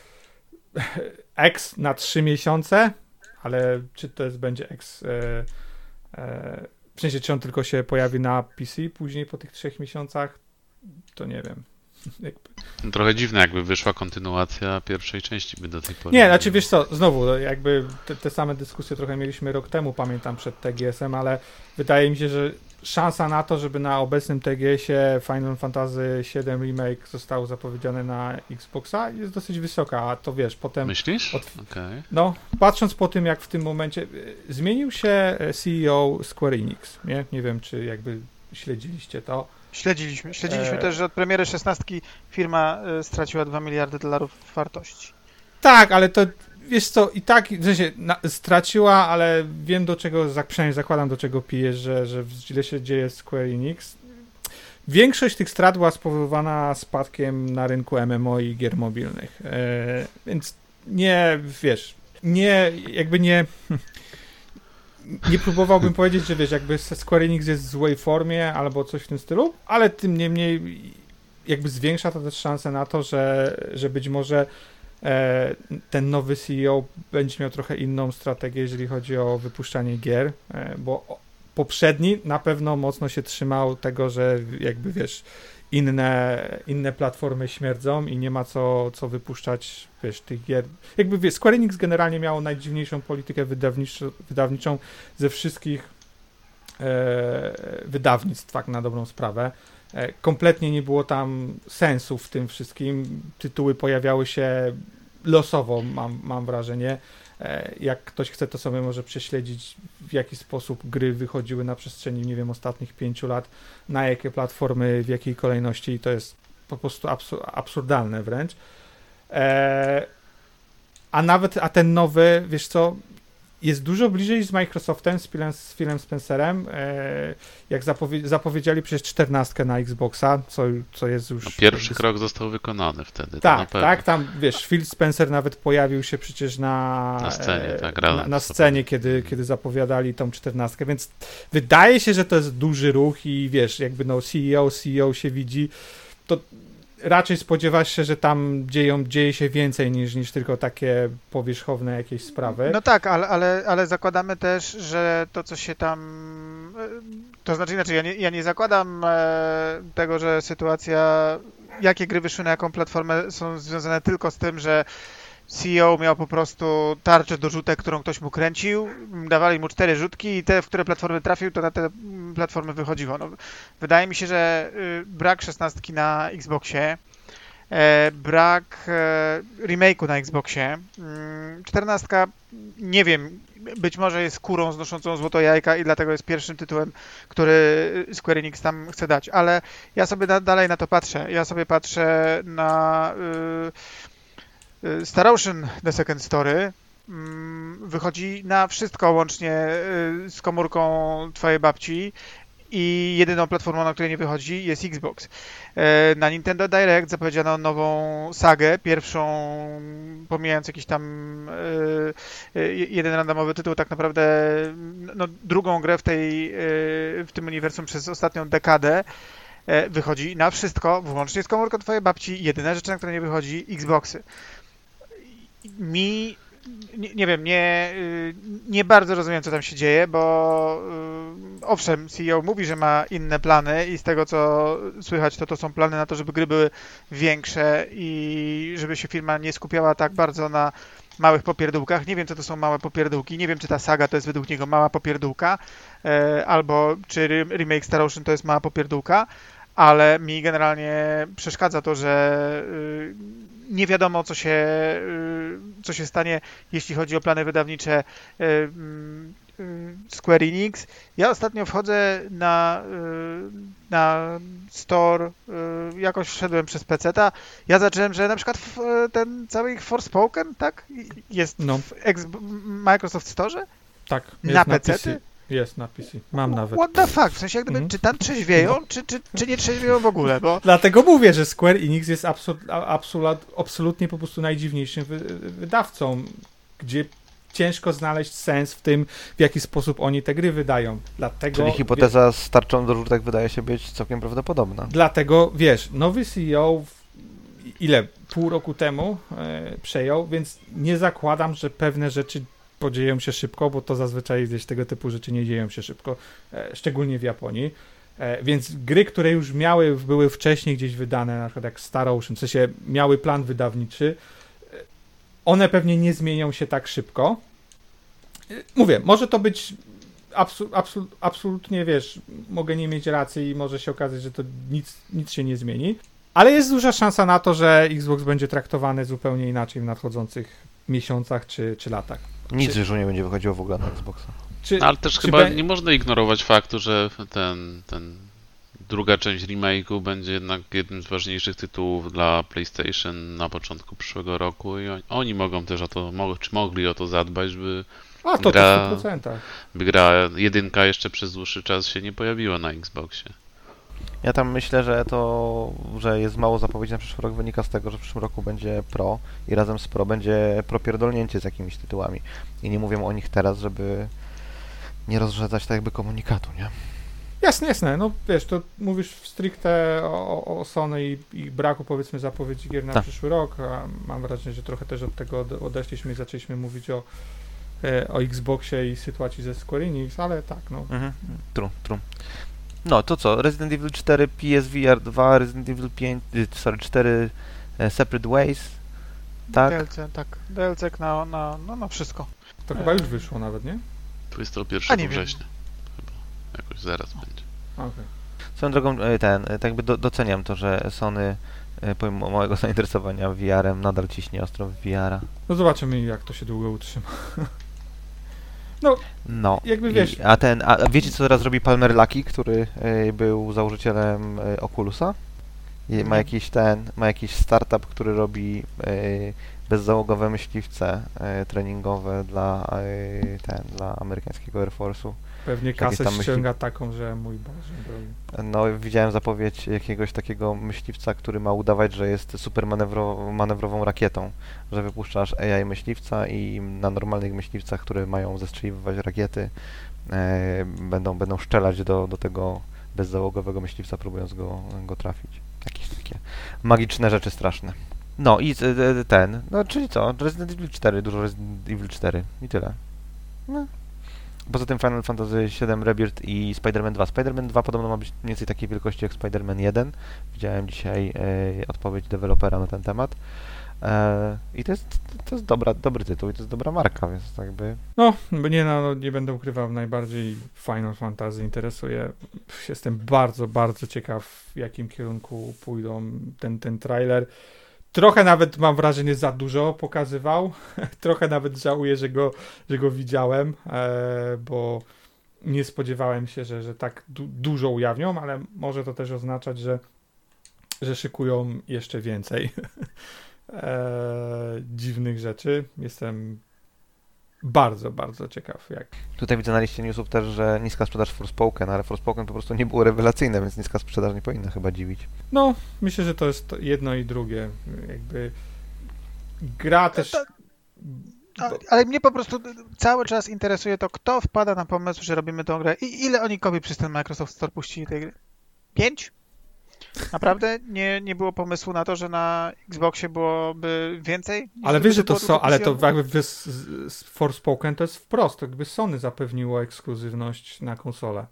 B: X na 3 miesiące, ale czy to będzie X w sensie, czy on tylko się pojawi na PC później po tych 3 miesiącach, to nie wiem.
C: Trochę dziwne, jakby wyszła kontynuacja pierwszej części by do tej pory.
B: Nie, znaczy wiesz co, znowu jakby te same dyskusje trochę mieliśmy rok temu, pamiętam, przed TGS-em, ale wydaje mi się, że szansa na to, żeby na obecnym TGS-ie Final Fantasy VII Remake zostało zapowiedziane na Xboxa jest dosyć wysoka, a to wiesz, potem...
C: Myślisz? Okej.
B: No, patrząc po tym, jak w tym momencie zmienił się CEO Square Enix, nie wiem, czy jakby śledziliście to.
D: Śledziliśmy też, że od premiery 16 firma straciła $2 miliardy wartości.
B: Tak, ale to wiesz co, i tak w sensie straciła, ale wiem do czego, przynajmniej zakładam do czego pijesz, że źle się dzieje z Square Enix. Większość tych strat była spowodowana spadkiem na rynku MMO i gier mobilnych. Więc nie, wiesz, nie próbowałbym powiedzieć, że wiesz, jakby Square Enix jest w złej formie albo coś w tym stylu, ale tym niemniej jakby zwiększa to też szansę na to, że być może ten nowy CEO będzie miał trochę inną strategię, jeżeli chodzi o wypuszczanie gier, bo poprzedni na pewno mocno się trzymał tego, że jakby wiesz, inne platformy śmierdzą i nie ma co wypuszczać, wiesz, tych gier. Jakby wiesz, Square Enix generalnie miało najdziwniejszą politykę wydawniczą ze wszystkich wydawnictw, tak na dobrą sprawę. Kompletnie nie było tam sensu w tym wszystkim. Tytuły pojawiały się losowo, mam wrażenie. Jak ktoś chce, to sobie może prześledzić, w jaki sposób gry wychodziły na przestrzeni, nie wiem, ostatnich 5 lat, na jakie platformy, w jakiej kolejności i to jest po prostu absurdalne wręcz. A ten nowy, wiesz co, jest dużo bliżej z Microsoftem, z Philem Spencerem, jak zapowiedzieli przecież 14 na Xboxa, co jest już...
C: No, pierwszy krok został wykonany wtedy.
B: Tak, tam wiesz, Phil Spencer nawet pojawił się przecież na
C: scenie, tak,
B: na scenie, kiedy zapowiadali tą 14, więc wydaje się, że to jest duży ruch i wiesz, jakby no CEO się widzi, to raczej spodziewasz się, że tam dzieje się więcej niż tylko takie powierzchowne jakieś sprawy.
D: No tak, ale zakładamy też, że to, co się tam... To znaczy inaczej, ja nie zakładam tego, że sytuacja, jakie gry wyszły na jaką platformę są związane tylko z tym, że CEO miał po prostu tarczę do rzutek, którą ktoś mu kręcił, dawali mu 4 rzutki i te, w które platformy trafił, to na te platformy wychodziło. No, wydaje mi się, że brak 16 na Xboxie, brak remake'u na Xboxie, 14 nie wiem, być może jest kurą znoszącą złoto jajka i dlatego jest pierwszym tytułem, który Square Enix tam chce dać, ale ja sobie dalej na to patrzę. Ja sobie patrzę na Star Ocean The Second Story wychodzi na wszystko, łącznie z komórką twojej babci i jedyną platformą, na której nie wychodzi, jest Xbox. Na Nintendo Direct zapowiedziano nową sagę, pierwszą, pomijając jakiś tam jeden randomowy tytuł, tak naprawdę drugą grę w tym uniwersum przez ostatnią dekadę. Wychodzi na wszystko, włącznie z komórką twojej babci. Jedyna rzecz, na której nie wychodzi, Xboxy. Nie wiem, nie bardzo rozumiem, co tam się dzieje, bo owszem, CEO mówi, że ma inne plany i z tego, co słychać, to są plany na to, żeby gry były większe i żeby się firma nie skupiała tak bardzo na małych popierdółkach. Nie wiem, co to są małe popierdółki, nie wiem, czy ta saga to jest według niego mała popierdółka, albo czy remake Star Ocean to jest mała popierdółka, ale mi generalnie przeszkadza to, że nie wiadomo, co się stanie, jeśli chodzi o plany wydawnicze Square Enix. Ja ostatnio wchodzę na store, jakoś wszedłem przez PC-ta. Ja zacząłem, że na przykład ten cały ich Forspoken, tak? Jest w Microsoft Store?
B: Tak,
D: jest na PC-ty?
B: Jest na PC. Mam nawet.
D: What the fuck? W sensie, jak gdyby, czy tam trzeźwieją, czy nie trzeźwieją w ogóle? Bo...
B: Dlatego mówię, że Square Enix jest absolutnie po prostu najdziwniejszym wydawcą, gdzie ciężko znaleźć sens w tym, w jaki sposób oni te gry wydają. Dlatego,
A: czyli hipoteza z tarczą do rzutek wydaje się być całkiem prawdopodobna.
B: Dlatego, wiesz, nowy CEO pół roku temu przejął, więc nie zakładam, że pewne rzeczy podzieją się szybko, bo to zazwyczaj gdzieś tego typu rzeczy nie dzieją się szybko, szczególnie w Japonii. Więc gry, które już były wcześniej gdzieś wydane, na przykład jak Star Ocean, w sensie miały plan wydawniczy, one pewnie nie zmienią się tak szybko. Mówię, może to być absolutnie, wiesz, mogę nie mieć racji i może się okazać, że to nic się nie zmieni, ale jest duża szansa na to, że Xbox będzie traktowany zupełnie inaczej w nadchodzących miesiącach czy latach.
A: Nic już nie będzie wychodziło w ogóle na Xboxa.
C: Ale też chyba nie można ignorować faktu, że ten druga część remake'u będzie jednak jednym z ważniejszych tytułów dla PlayStation na początku przyszłego roku i oni mogą też mogli o to zadbać, by
B: to
C: gra,
B: w 100%.
C: by gra jedynka jeszcze przez dłuższy czas się nie pojawiła na Xboxie.
A: Ja tam myślę, że jest mało zapowiedzi na przyszły rok, wynika z tego, że w przyszłym roku będzie Pro i razem z Pro będzie Pro pierdolnięcie z jakimiś tytułami. I nie mówię o nich teraz, żeby nie rozrzedzać tak jakby komunikatu, nie?
B: Jasne. No wiesz, to mówisz stricte o Sony i braku, powiedzmy, zapowiedzi gier na przyszły rok, a mam wrażenie, że trochę też od tego odeszliśmy i zaczęliśmy mówić o Xboxie i sytuacji ze Square Enix, ale tak, no.
A: True. No, to co? Resident Evil 4, PSVR 2, Resident Evil 4 Separate Ways, tak?
D: DLC na wszystko.
B: To chyba już wyszło nawet, nie?
C: 21 września. Chyba. Jakoś zaraz będzie.
B: Okay.
A: Swoją drogą, tak jakby doceniam to, że Sony pomimo małego zainteresowania VR-em nadal ciśnie ostro w VR-a.
B: No zobaczymy, jak to się długo utrzyma.
A: No,
B: jakby wiesz...
A: A wiecie, co teraz robi Palmer Luckey, który był założycielem Oculusa? Ma jakiś startup, który robi bezzałogowe myśliwce treningowe dla amerykańskiego Air Force'u.
B: Pewnie kasę ściąga taką, że mój Boże.
A: No, widziałem zapowiedź jakiegoś takiego myśliwca, który ma udawać, że jest super manewrową rakietą, że wypuszczasz AI myśliwca i na normalnych myśliwcach, które mają zestrzeliwać rakiety, będą szczelać do tego bezzałogowego myśliwca, próbując go trafić. Jakieś takie magiczne rzeczy straszne. No i czyli co? Resident Evil 4, dużo Resident Evil 4 i tyle. No. Poza tym Final Fantasy VII Rebirth i Spider-Man 2. Spider-Man 2 podobno ma być mniej więcej takiej wielkości jak Spider-Man 1. Widziałem dzisiaj odpowiedź dewelopera na ten temat. I to jest dobry tytuł i to jest dobra marka, więc tak jakby...
B: Nie będę ukrywał, najbardziej Final Fantasy interesuje. Jestem bardzo, bardzo ciekaw, w jakim kierunku pójdą ten trailer. Trochę nawet mam wrażenie za dużo pokazywał. Trochę nawet żałuję, że go widziałem, bo nie spodziewałem się, że tak dużo ujawnią, ale może to też oznaczać, że szykują jeszcze więcej. różnych rzeczy. Jestem bardzo, bardzo ciekaw, jak...
A: Tutaj widzę na liście newsów też, że niska sprzedaż Forspoken, ale Forspoken po prostu nie było rewelacyjne, więc niska sprzedaż nie powinna chyba dziwić.
B: No, myślę, że to jest jedno i drugie. Jakby gra też...
D: Ale mnie po prostu cały czas interesuje to, kto wpada na pomysł, że robimy tą grę i ile oni kopii przez ten Microsoft Store puścili tej gry? 5? Naprawdę nie było pomysłu na to, że na Xboxie byłoby więcej?
B: Ale wiesz, że to są, ale to
D: PC-owych?
B: jakby z Forspoken to jest wprost, jakby Sony zapewniło ekskluzywność na konsolę.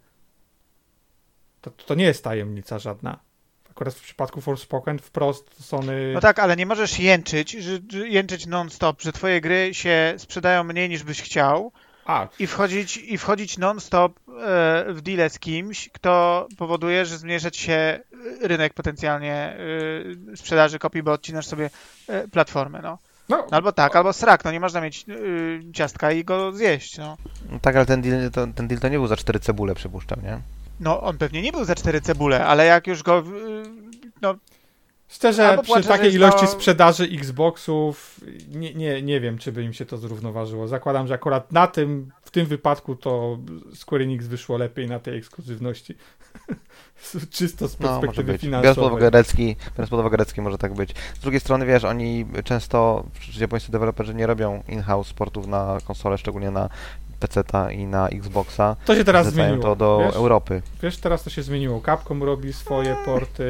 B: To nie jest tajemnica żadna. Akurat w przypadku Forspoken wprost Sony...
D: No tak, ale nie możesz jęczyć, jęczyć non-stop, że twoje gry się sprzedają mniej niż byś chciał i wchodzić non-stop w deale z kimś, kto powoduje, że zmniejsza ci się rynek potencjalnie sprzedaży kopii, bo odcinasz sobie platformę, no.
B: No,
D: Albo tak, albo srak, no nie można mieć ciastka i go zjeść, no.
A: No tak, ale ten deal to nie był za 4 cebule, przypuszczam, nie?
D: No, on pewnie nie był za 4 cebule, ale jak już go... No,
B: szczerze,
D: albo
B: przy
D: płaczę, że
B: takiej
D: jest
B: ilości
D: mało-
B: sprzedaży Xboxów nie wiem, czy by im się to zrównoważyło. Zakładam, że akurat w tym wypadku to Square Enix wyszło lepiej na tej ekskluzywności. Czysto z
A: No, może
B: perspektywy
A: być. Biorąc pod
B: finansowej.
A: uwagę Recki, może tak być. Z drugiej strony, wiesz, oni często, japońscy deweloperzy nie robią in-house portów na konsole, szczególnie na PC-ta i na Xboxa.
B: To się teraz
A: Zlecają
B: zmieniło.
A: to do
B: wiesz?
A: Europy.
B: Wiesz, teraz to się zmieniło. Capcom robi swoje porty.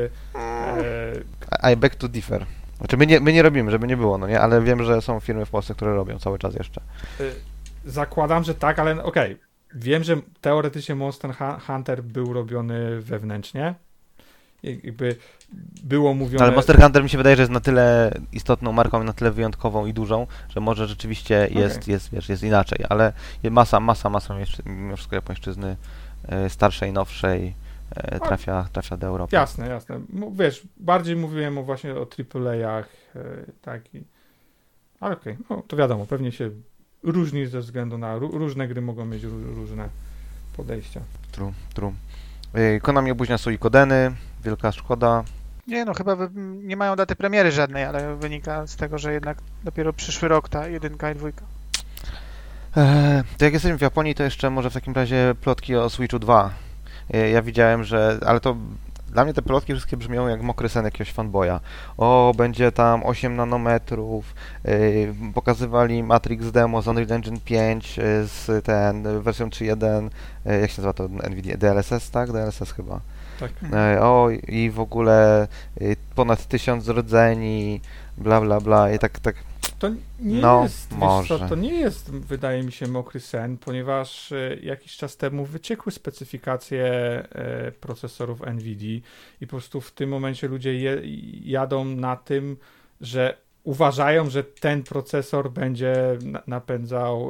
A: I beg to differ. Znaczy, my nie robimy, żeby nie było, no nie? Ale wiem, że są firmy w Polsce, które robią cały czas jeszcze.
B: Zakładam, że tak, ale okej. Wiem, że teoretycznie Monster Hunter był robiony wewnętrznie. Jakby było mówione...
A: Ale Monster Hunter mi się wydaje, że jest na tyle istotną marką i na tyle wyjątkową i dużą, że może rzeczywiście jest inaczej, ale masa mimo wszystko japońszczyzny starszej, nowszej trafia do Europy.
B: Jasne. Wiesz, bardziej mówiłem właśnie o AAA-ach, tak. Ale okej, no, to wiadomo, pewnie się różni ze względu na... Różne gry mogą mieć różne podejścia.
A: True. Konami opóźnia Suikodeny, wielka szkoda.
D: Nie no, chyba nie mają daty premiery żadnej, ale wynika z tego, że jednak dopiero przyszły rok ta 1 i 2.
A: To jak jesteśmy w Japonii, to jeszcze może w takim razie plotki o Switchu 2. Ja widziałem, ale to dla mnie te plotki wszystkie brzmią jak mokry sen jakiegoś fanboya. O, będzie tam 8 nanometrów, pokazywali Matrix demo z Unreal Engine 5 z wersją 3.1, jak się nazywa to, NVIDIA, DLSS, tak? DLSS chyba.
B: Tak.
A: O, i w ogóle ponad 1000 rdzeni, bla bla bla i tak.
B: To nie jest,
A: może.
B: Wiesz co, to nie jest, wydaje mi się, mokry sen, ponieważ jakiś czas temu wyciekły specyfikacje procesorów NVIDII i po prostu w tym momencie ludzie jadą na tym, że uważają, że ten procesor będzie napędzał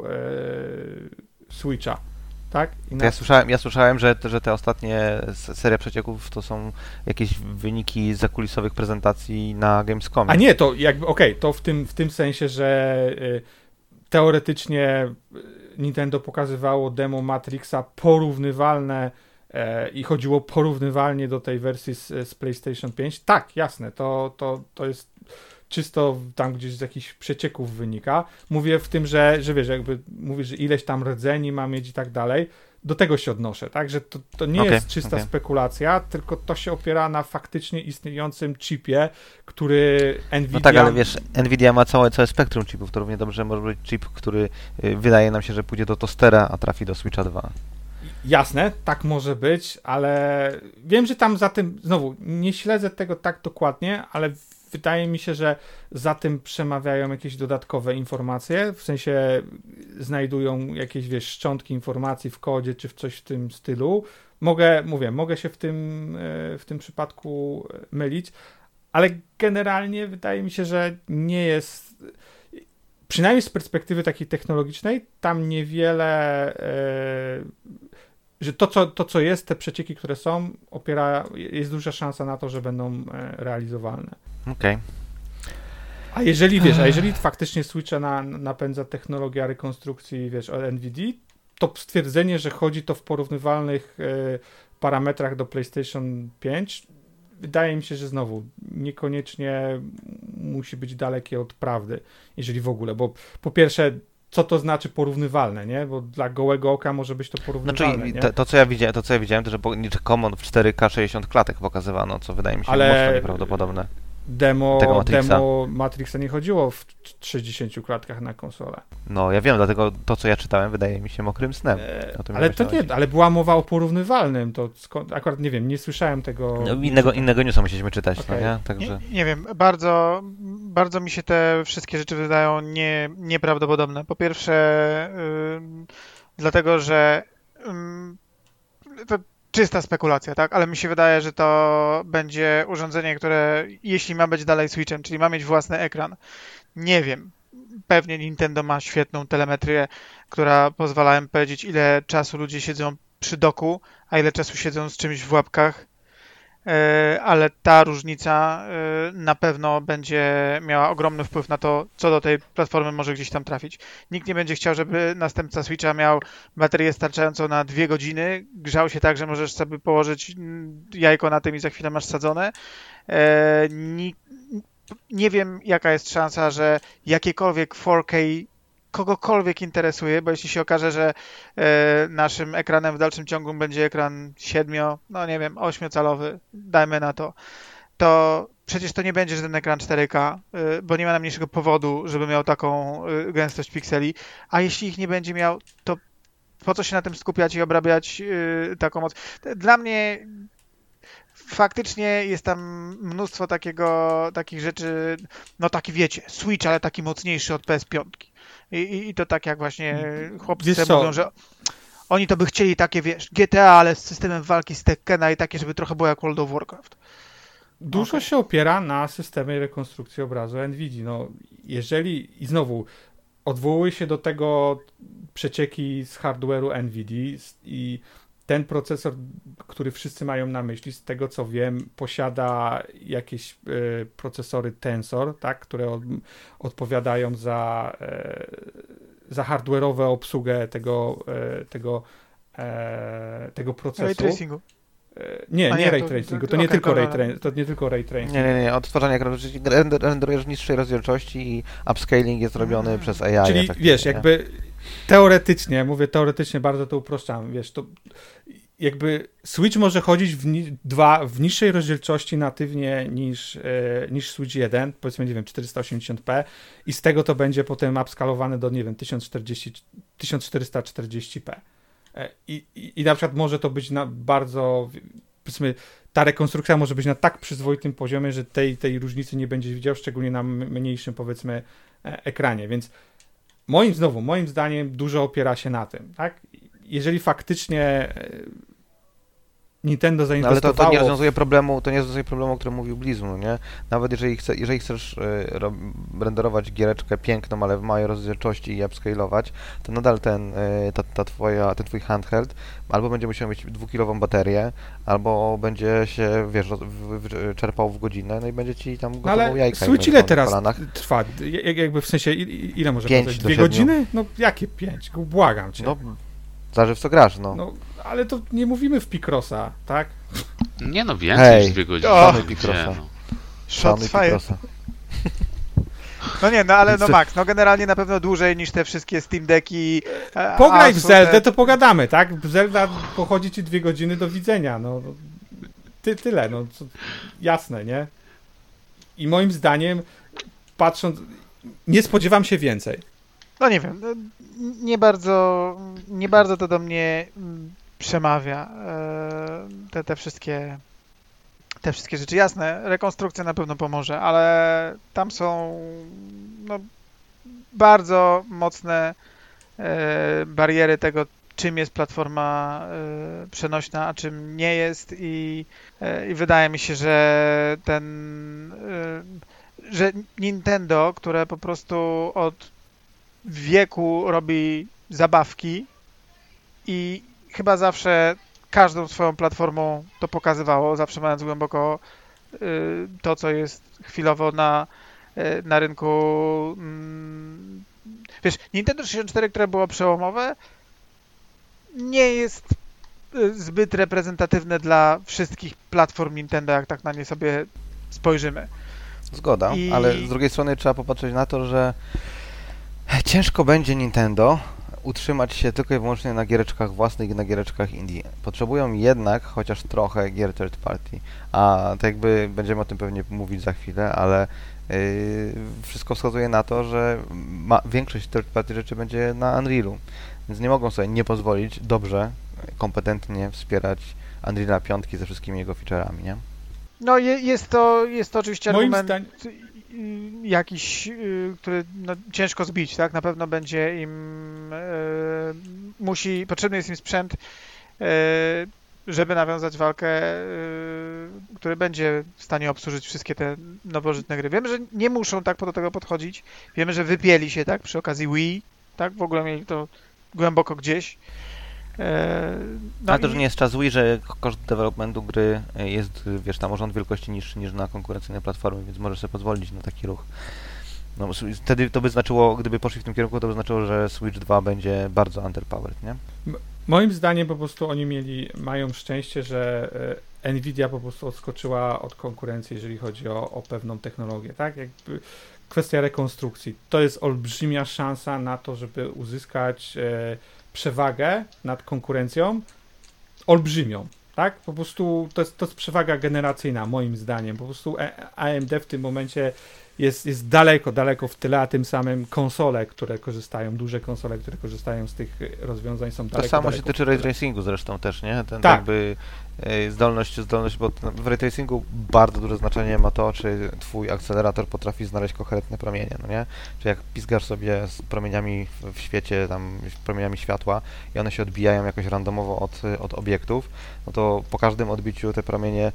B: Switcha. Tak?
A: Ja słyszałem, że te ostatnie seria przecieków to są jakieś wyniki zakulisowych prezentacji na Gamescomie.
B: A nie, to jakby to w tym sensie, że teoretycznie Nintendo pokazywało demo Matrixa porównywalne i chodziło porównywalnie do tej wersji z PlayStation 5. Tak, jasne, to jest czysto tam gdzieś z jakichś przecieków wynika. Mówię w tym, że wiesz, jakby mówisz, że ileś tam rdzeni ma mieć i tak dalej. Do tego się odnoszę, tak? Że to nie jest czysta spekulacja, tylko to się opiera na faktycznie istniejącym chipie, który Nvidia...
A: No tak, ale wiesz, Nvidia ma całe spektrum chipów, to równie dobrze może być chip, który wydaje nam się, że pójdzie do tostera, a trafi do Switcha 2.
B: Jasne, tak może być, ale wiem, że tam za tym, znowu, nie śledzę tego tak dokładnie, ale wydaje mi się, że za tym przemawiają jakieś dodatkowe informacje, w sensie znajdują jakieś, wiesz, szczątki informacji w kodzie, czy w coś w tym stylu. Mogę się w tym przypadku mylić, ale generalnie wydaje mi się, że nie jest, przynajmniej z perspektywy takiej technologicznej, tam niewiele, że to co jest, te przecieki, które są, jest duża szansa na to, że będą realizowalne.
A: Okej.
B: A jeżeli faktycznie Switcha napędza technologia rekonstrukcji, wiesz, od NVIDIA, to stwierdzenie, że chodzi to w porównywalnych parametrach do PlayStation 5, wydaje mi się, że znowu niekoniecznie musi być dalekie od prawdy, jeżeli w ogóle, bo po pierwsze, co to znaczy porównywalne, nie? Bo dla gołego oka może być to porównywalne,
A: Znaczy,
B: nie?
A: to co ja widziałem, to że Common w 4K 60 klatek pokazywano, co wydaje mi się
B: Ale
A: mocno nieprawdopodobne.
B: Demo
A: Matrixa.
B: Matrixa nie chodziło w 60 klatkach na konsolę.
A: No, ja wiem, dlatego to, co ja czytałem, wydaje mi się mokrym snem. O tym
B: Ale
A: miałeś
B: to
A: na uwadze.
B: nie, ale była mowa o porównywalnym, to akurat nie wiem, nie słyszałem tego.
A: No, innego newsa musieliśmy czytać, no
B: Okej.
A: nie? Także...
D: Nie wiem, bardzo mi się te wszystkie rzeczy wydają nieprawdopodobne. Po pierwsze, dlatego, że to czysta spekulacja, tak? Ale mi się wydaje, że to będzie urządzenie, które jeśli ma być dalej Switchem, czyli ma mieć własny ekran, nie wiem. Pewnie Nintendo ma świetną telemetrię, która pozwala im powiedzieć, ile czasu ludzie siedzą przy doku, a ile czasu siedzą z czymś w łapkach. Ale ta różnica na pewno będzie miała ogromny wpływ na to, co do tej platformy może gdzieś tam trafić. Nikt nie będzie chciał, żeby następca Switcha miał baterię starczającą na 2 godziny, grzał się tak, że możesz sobie położyć jajko na tym i za chwilę masz sadzone. Nie wiem, jaka jest szansa, że jakiekolwiek 4K kogokolwiek interesuje, bo jeśli się okaże, że naszym ekranem w dalszym ciągu będzie ekran 7, no nie wiem, 8-calowy, dajmy na to przecież to nie będzie żaden ekran 4K, bo nie ma najmniejszego powodu, żeby miał taką gęstość pikseli, a jeśli ich nie będzie miał, to po co się na tym skupiać i obrabiać taką moc? Dla mnie faktycznie jest tam mnóstwo takich rzeczy, no taki wiecie, Switch, ale taki mocniejszy od PS5. I to tak jak właśnie chłopcy mówią, że oni to by chcieli takie, wiesz, GTA, ale z systemem walki z Tekkena i takie, żeby trochę było jak World of Warcraft.
B: Dużo się opiera na systemie rekonstrukcji obrazu NVIDIA. No, jeżeli, i znowu, odwołuję się do tego przecieki z hardware'u NVIDIA i ten procesor, który wszyscy mają na myśli, z tego co wiem, posiada jakieś procesory Tensor, tak, które odpowiadają za hardware'ową obsługę tego procesu.
D: Ray tracingu.
B: Nie
D: A nie,
B: ray
D: to-
B: tracingu,
D: to-
B: to nie
D: okej,
B: tylko
D: dobra,
B: ray tracingu, to nie tylko ray tracing.
A: Nie, odtwarzanie ekranu, czyli renderujesz w niższej rozdzielczości i upscaling jest robiony przez AI.
B: Czyli wiesz, jakby teoretycznie, mówię teoretycznie, bardzo to uproszczam, wiesz, to jakby Switch może chodzić w niższej rozdzielczości natywnie niż Switch 1, powiedzmy, nie wiem, 480p i z tego to będzie potem upskalowane do, nie wiem, 1440p. I na przykład może to być na bardzo, powiedzmy, ta rekonstrukcja może być na tak przyzwoitym poziomie, że tej różnicy nie będzie widział, szczególnie na mniejszym, powiedzmy, ekranie, więc moim zdaniem dużo opiera się na tym, tak? Jeżeli faktycznie Nintendo
A: No, ale
B: zainwestowało...
A: to nie rozwiązuje problemu, o którym mówił Blizu, no nie? Nawet jeżeli chcesz renderować giereczkę piękną, ale w małej rozdzielczości i upscalować, to nadal ten twój handheld albo będzie musiał mieć 2-kilową baterię, albo będzie się, wiesz, czerpał w godzinę, no i będzie ci tam gotował
B: ale
A: jajka.
B: Switch ile teraz
A: kolanach.
B: trwa? Jakby w sensie, ile może
A: 5
B: trwać?
A: do
B: 2
A: 7.
B: godziny? No jakie 5? Błagam cię.
A: No, zależy w co grasz, no.
B: No, ale to nie mówimy w Picrossa, tak?
C: Nie no, więcej
A: Hej,
C: niż 2 godziny.
D: szanuj
C: Gdzie,
A: Picrossa.
C: no.
D: Shots fired.
A: Picrossa.
D: No nie, no ale no Max, no generalnie na pewno dłużej niż te wszystkie Steam Decki.
B: Pograj w
D: Asus,
B: Zeldę, to pogadamy, tak? Zelda pochodzi ci 2 godziny, do widzenia, no. Tyle, no. Jasne, nie? I moim zdaniem, patrząc, nie spodziewam się więcej.
D: No nie wiem, no, nie bardzo to do mnie przemawia. Te wszystkie rzeczy. Jasne, rekonstrukcja na pewno pomoże, ale tam są no, bardzo mocne bariery tego, czym jest platforma przenośna, a czym nie jest i wydaje mi się, że że Nintendo, które po prostu od wieku robi zabawki i chyba zawsze każdą swoją platformą to pokazywało, zawsze mając głęboko to, co jest chwilowo na rynku. Wiesz, Nintendo 64, które było przełomowe, nie jest zbyt reprezentatywne dla wszystkich platform Nintendo, jak tak na nie sobie spojrzymy.
A: Zgoda, ale z drugiej strony trzeba popatrzeć na to, że ciężko będzie Nintendo utrzymać się tylko i wyłącznie na giereczkach własnych i na giereczkach indie. Potrzebują jednak chociaż trochę gier third party, a tak jakby będziemy o tym pewnie mówić za chwilę, ale wszystko wskazuje na to, że większość third party rzeczy będzie na Unrealu, więc nie mogą sobie nie pozwolić dobrze, kompetentnie wspierać Unreala 5 ze wszystkimi jego feature'ami, nie?
D: No jest to oczywiście
B: Moim
D: argument jakiś, który ciężko zbić, tak? Na pewno będzie im potrzebny jest im sprzęt, żeby nawiązać walkę, który będzie w stanie obsłużyć wszystkie te nowożytne gry. Wiemy, że nie muszą tak do tego podchodzić. Wiemy, że wypięli się, tak? Przy okazji Wii, tak? W ogóle mieli to głęboko gdzieś.
A: Ale to, że nie jest czas Wii, że koszt developmentu gry jest, wiesz, tam o rząd wielkości niższy niż na konkurencyjnej platformie, więc możesz sobie pozwolić na taki ruch. No, wtedy to by znaczyło, gdyby poszli w tym kierunku, to by znaczyło, że Switch 2 będzie bardzo underpowered, nie?
B: Moim zdaniem po prostu oni mają szczęście, że Nvidia po prostu odskoczyła od konkurencji, jeżeli chodzi o pewną technologię, tak? Jakby kwestia rekonstrukcji. To jest olbrzymia szansa na to, żeby uzyskać przewagę nad konkurencją. Olbrzymią, tak? Po prostu to jest przewaga generacyjna, moim zdaniem. Po prostu AMD w tym momencie jest daleko w tyle, a tym samym konsole, które korzystają, duże konsole, które korzystają z tych rozwiązań są daleko.
A: To samo się tyczy ray tracingu zresztą też, nie? Ten
B: tak.
A: Jakby zdolność, bo w ray tracingu bardzo duże znaczenie ma to, czy twój akcelerator potrafi znaleźć koherentne promienie, no nie? Czy jak pizgasz sobie z promieniami w świecie, tam promieniami światła i one się odbijają jakoś randomowo od obiektów, no to po każdym odbiciu te promienie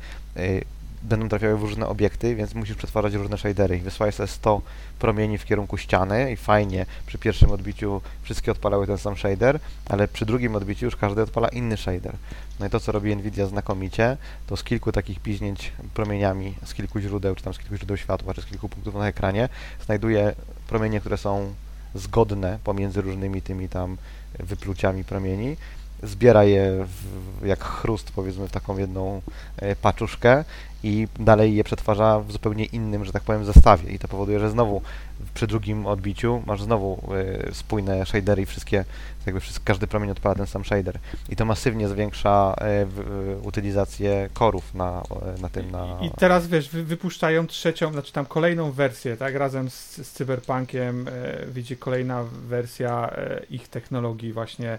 A: będą trafiały w różne obiekty, więc musisz przetwarzać różne shadery i wysłałeś sobie 100 promieni w kierunku ściany i fajnie, przy pierwszym odbiciu wszystkie odpalały ten sam shader, ale przy drugim odbiciu już każdy odpala inny shader. No i to, co robi Nvidia znakomicie, to z kilku takich piźnięć promieniami, z kilku źródeł, czy tam z kilku źródeł światła, czy z kilku punktów na ekranie, znajduje promienie, które są zgodne pomiędzy różnymi tymi tam wypluciami promieni, zbiera je jak chrust, powiedzmy, w taką jedną paczuszkę i dalej je przetwarza w zupełnie innym, że tak powiem, zestawie. I to powoduje, że znowu przy drugim odbiciu masz znowu spójne shadery i każdy promień odpala ten sam shader. I to masywnie zwiększa utylizację core'ów na tym.
B: I teraz, wiesz, wypuszczają trzecią, znaczy tam kolejną wersję, tak? Razem z Cyberpunkiem wyjdzie kolejna wersja ich technologii właśnie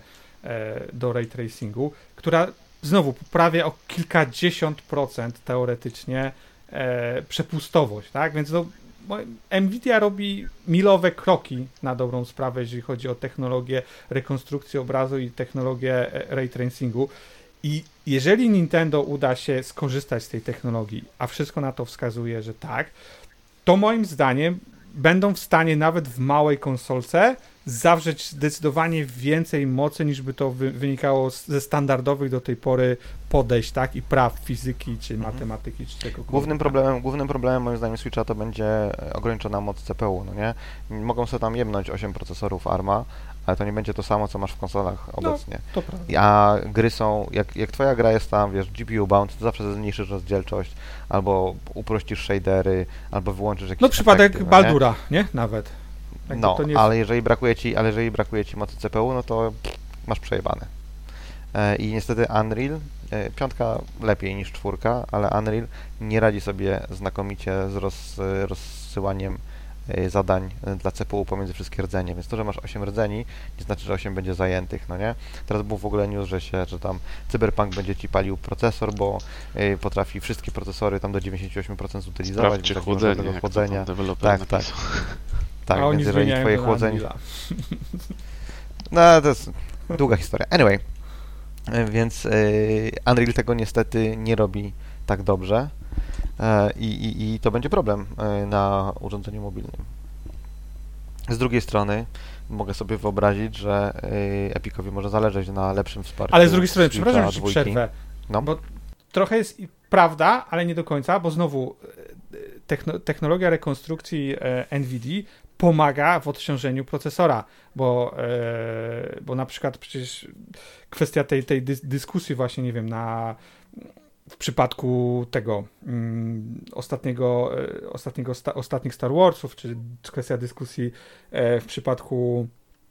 B: do ray tracingu, która znowu poprawia o kilkadziesiąt procent teoretycznie przepustowość, tak? Więc no, Nvidia robi milowe kroki na dobrą sprawę, jeżeli chodzi o technologię rekonstrukcji obrazu i technologię ray tracingu. I jeżeli Nintendo uda się skorzystać z tej technologii, a wszystko na to wskazuje, że tak, to moim zdaniem będą w stanie nawet w małej konsolce zawrzeć zdecydowanie więcej mocy, niż by to wynikało ze standardowych do tej pory podejść, tak? I praw fizyki, czy matematyki, czy czegokolwiek.
A: Głównym problemem moim zdaniem Switcha to będzie ograniczona moc CPU, no nie? Mogą sobie tam jebnąć 8 procesorów ARMA, ale to nie będzie to samo, co masz w konsolach obecnie.
B: No, to prawda.
A: A gry są, jak twoja gra jest tam, wiesz, GPU bound, to zawsze zmniejszysz rozdzielczość, albo uprościsz shadery, albo wyłączysz jakieś
B: przypadek
A: efekty,
B: Baldura, nie? Nawet.
A: Tak, no, ale jeżeli brakuje ci mocy CPU, no to masz przejebane. I niestety Unreal, 5 lepiej niż 4, ale Unreal nie radzi sobie znakomicie z rozsyłaniem zadań dla CPU pomiędzy wszystkie rdzenie, więc to, że masz 8 rdzeni, nie znaczy, że 8 będzie zajętych, no nie? Teraz był w ogóle news, że tam Cyberpunk będzie ci palił procesor, bo potrafi wszystkie procesory tam do 98% zutylizować.
C: Sprawdźcie chłodzenie,
A: Tak,
B: a oni
A: więc jeżeli twoje chłodzenie... No, to jest długa historia. Anyway, więc Unreal tego niestety nie robi tak dobrze i to będzie problem na urządzeniu mobilnym. Z drugiej strony mogę sobie wyobrazić, że Epicowi może zależeć na lepszym wsparciu.
B: Ale z drugiej strony, przepraszam, że ci przerwę,
A: no.
B: Bo trochę jest prawda, ale nie do końca, bo znowu technologia rekonstrukcji NVIDIA pomaga w odciążeniu procesora, bo na przykład przecież kwestia tej dyskusji właśnie, nie wiem, w przypadku tego ostatnich Star Warsów, czy kwestia dyskusji w przypadku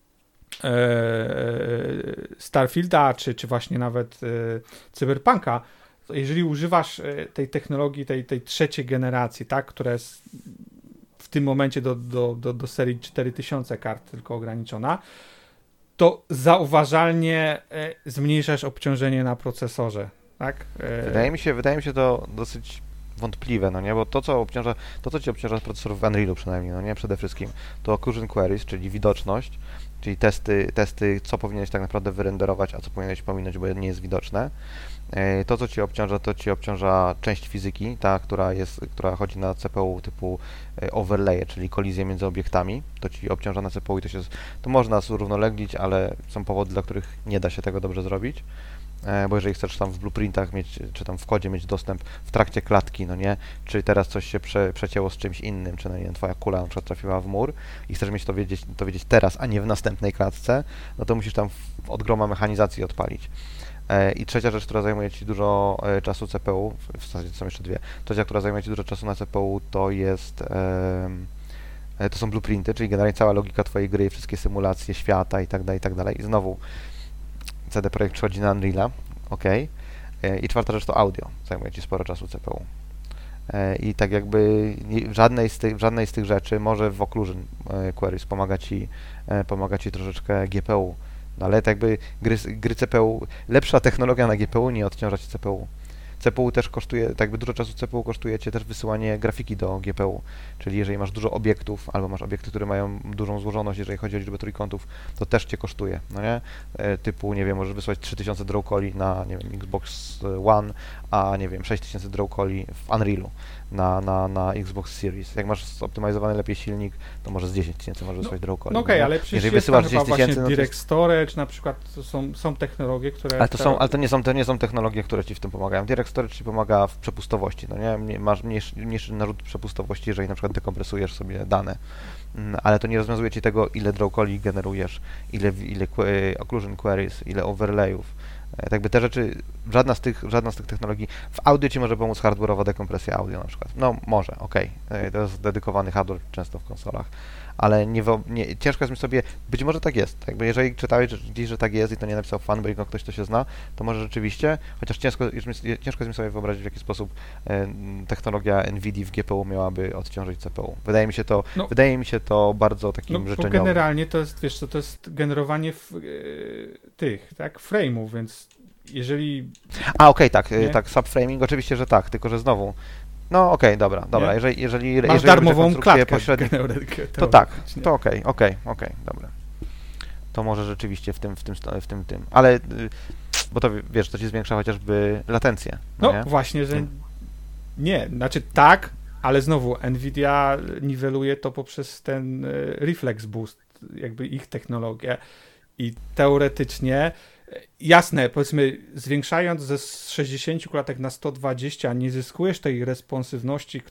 B: Starfielda, czy właśnie nawet Cyberpunka, to jeżeli używasz tej technologii, tej trzeciej generacji, tak, która jest w tym momencie do serii 4000 kart tylko ograniczona, to zauważalnie zmniejszasz obciążenie na procesorze, tak?
A: Wydaje mi się to dosyć wątpliwe, no nie, bo to co ci obciąża procesor w Unrealu przynajmniej, no nie, przede wszystkim, to occlusion queries, czyli widoczność, czyli testy, co powinieneś tak naprawdę wyrenderować, a co powinieneś pominąć, bo nie jest widoczne. To, co ci obciąża część fizyki, ta, która chodzi na CPU typu overlay, czyli kolizje między obiektami, to ci obciąża na CPU i to można zrównoleglić, ale są powody, dla których nie da się tego dobrze zrobić. Bo jeżeli chcesz tam w blueprintach mieć, czy tam w kodzie mieć dostęp w trakcie klatki, no nie, czy teraz coś się przecięło z czymś innym, czy no nie, twoja kula na przykład trafiła w mur i chcesz mieć to wiedzieć teraz, a nie w następnej klatce, no to musisz tam od groma mechanizacji odpalić. I trzecia rzecz, która zajmuje ci dużo czasu CPU, w zasadzie są jeszcze dwie, trzecia, która zajmuje ci dużo czasu na CPU, to są blueprinty, czyli generalnie cała logika twojej gry, wszystkie symulacje świata i tak dalej. I znowu CD Projekt przychodzi na Unreala, ok. I czwarta rzecz to audio, zajmuje ci sporo czasu CPU. I tak jakby w żadnej z tych rzeczy może w Occlusion Queries pomaga ci troszeczkę GPU. No ale tak jakby gry CPU, lepsza technologia na GPU nie odciąża ci CPU. CPU też kosztuje, tak jakby dużo czasu CPU kosztuje cię też wysyłanie grafiki do GPU, czyli jeżeli masz dużo obiektów, albo masz obiekty, które mają dużą złożoność, jeżeli chodzi o liczbę trójkątów, to też cię kosztuje, no nie? Typu, nie wiem, możesz wysłać 3000 draw calli na, nie wiem, Xbox One, a nie wiem, 6000 draw calli w Unrealu na Xbox Series. Jak masz zoptymalizowany lepiej silnik, to może z 10 000 możesz wysłać draw calli.
B: No okej, ale przecież
A: jeżeli
B: jest
A: wysyłasz
B: tam chyba
A: 10 000,
B: właśnie Direct Storage, na przykład są technologie, które...
A: Ale to nie są technologie, które ci w tym pomagają. Direct Storage ci pomaga w przepustowości, no nie? Masz mniejszy narzut przepustowości, jeżeli na przykład dekompresujesz sobie dane, ale to nie rozwiązuje ci tego, ile draw calli generujesz, ile occlusion queries, ile overlayów. Tak jakby te rzeczy, żadna z tych technologii, w audio ci może pomóc hardware'owa dekompresja audio na przykład. No może, okej. To jest dedykowany hardware często w konsolach, ale ciężko jest mi sobie, być może tak jest, jakby jeżeli czytałeś gdzieś, że tak jest i to nie napisał fanboy, no ktoś to się zna, to może rzeczywiście, chociaż ciężko jest mi sobie wyobrazić, w jaki sposób technologia NVIDIA w GPU miałaby odciążyć CPU. Wydaje mi się to bardzo takim życzeniowym.
B: Generalnie to jest, wiesz co, to jest generowanie tak, frame'ów, więc jeżeli...
A: tak, subframing oczywiście, że tak, tylko że znowu, no okej, dobra, jeżeli
B: masz darmową klatkę
A: to tak, to okej, dobra. To może rzeczywiście w tym, ale, bo to wiesz, to ci zwiększa chociażby latencję.
B: No
A: nie?
B: właśnie, że nie, znaczy tak, ale znowu Nvidia niweluje to poprzez ten reflex boost, jakby ich technologię i teoretycznie jasne, powiedzmy, zwiększając ze 60 klatek na 120 nie zyskujesz tej responsywności,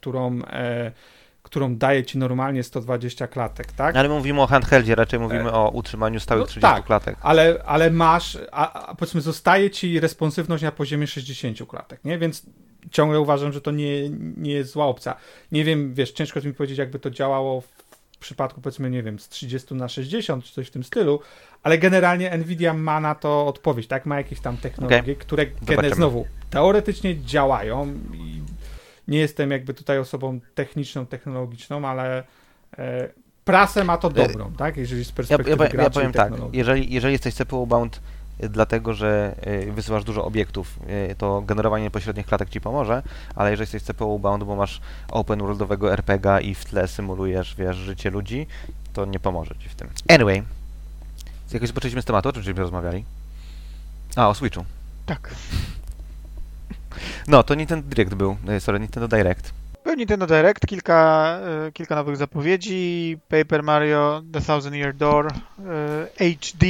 B: którą daje ci normalnie 120 klatek, tak?
A: Ale mówimy o handheldzie, raczej mówimy o utrzymaniu stałych 30
B: tak,
A: klatek.
B: Ale masz, powiedzmy, zostaje ci responsywność na poziomie 60 klatek, nie? Więc ciągle uważam, że to nie jest zła opcja. Nie wiem, wiesz, ciężko mi powiedzieć, jakby to działało w przypadku, powiedzmy, nie wiem, z 30 na 60, czy coś w tym stylu, ale generalnie Nvidia ma na to odpowiedź, tak? Ma jakieś tam technologie, które znowu teoretycznie działają i nie jestem jakby tutaj osobą techniczną, technologiczną, ale prasę ma to dobrą, tak? Jeżeli z perspektywy graczy
A: ja powiem tak,
B: technologii.
A: jeżeli jesteś CPU-bound dlatego, że wysyłasz dużo obiektów, to generowanie pośrednich klatek ci pomoże, ale jeżeli jesteś CPU-bound, bo masz open worldowego RPG i w tle symulujesz, wiesz, życie ludzi, to nie pomoże ci w tym. Anyway, jakoś zaczęliśmy z tematu, o czym żeśmy rozmawiali? O Switchu.
D: Tak.
A: No, to Nintendo Direct był, Nintendo Direct.
D: Był Nintendo Direct, kilka nowych zapowiedzi, Paper Mario, The Thousand Year Door, HD.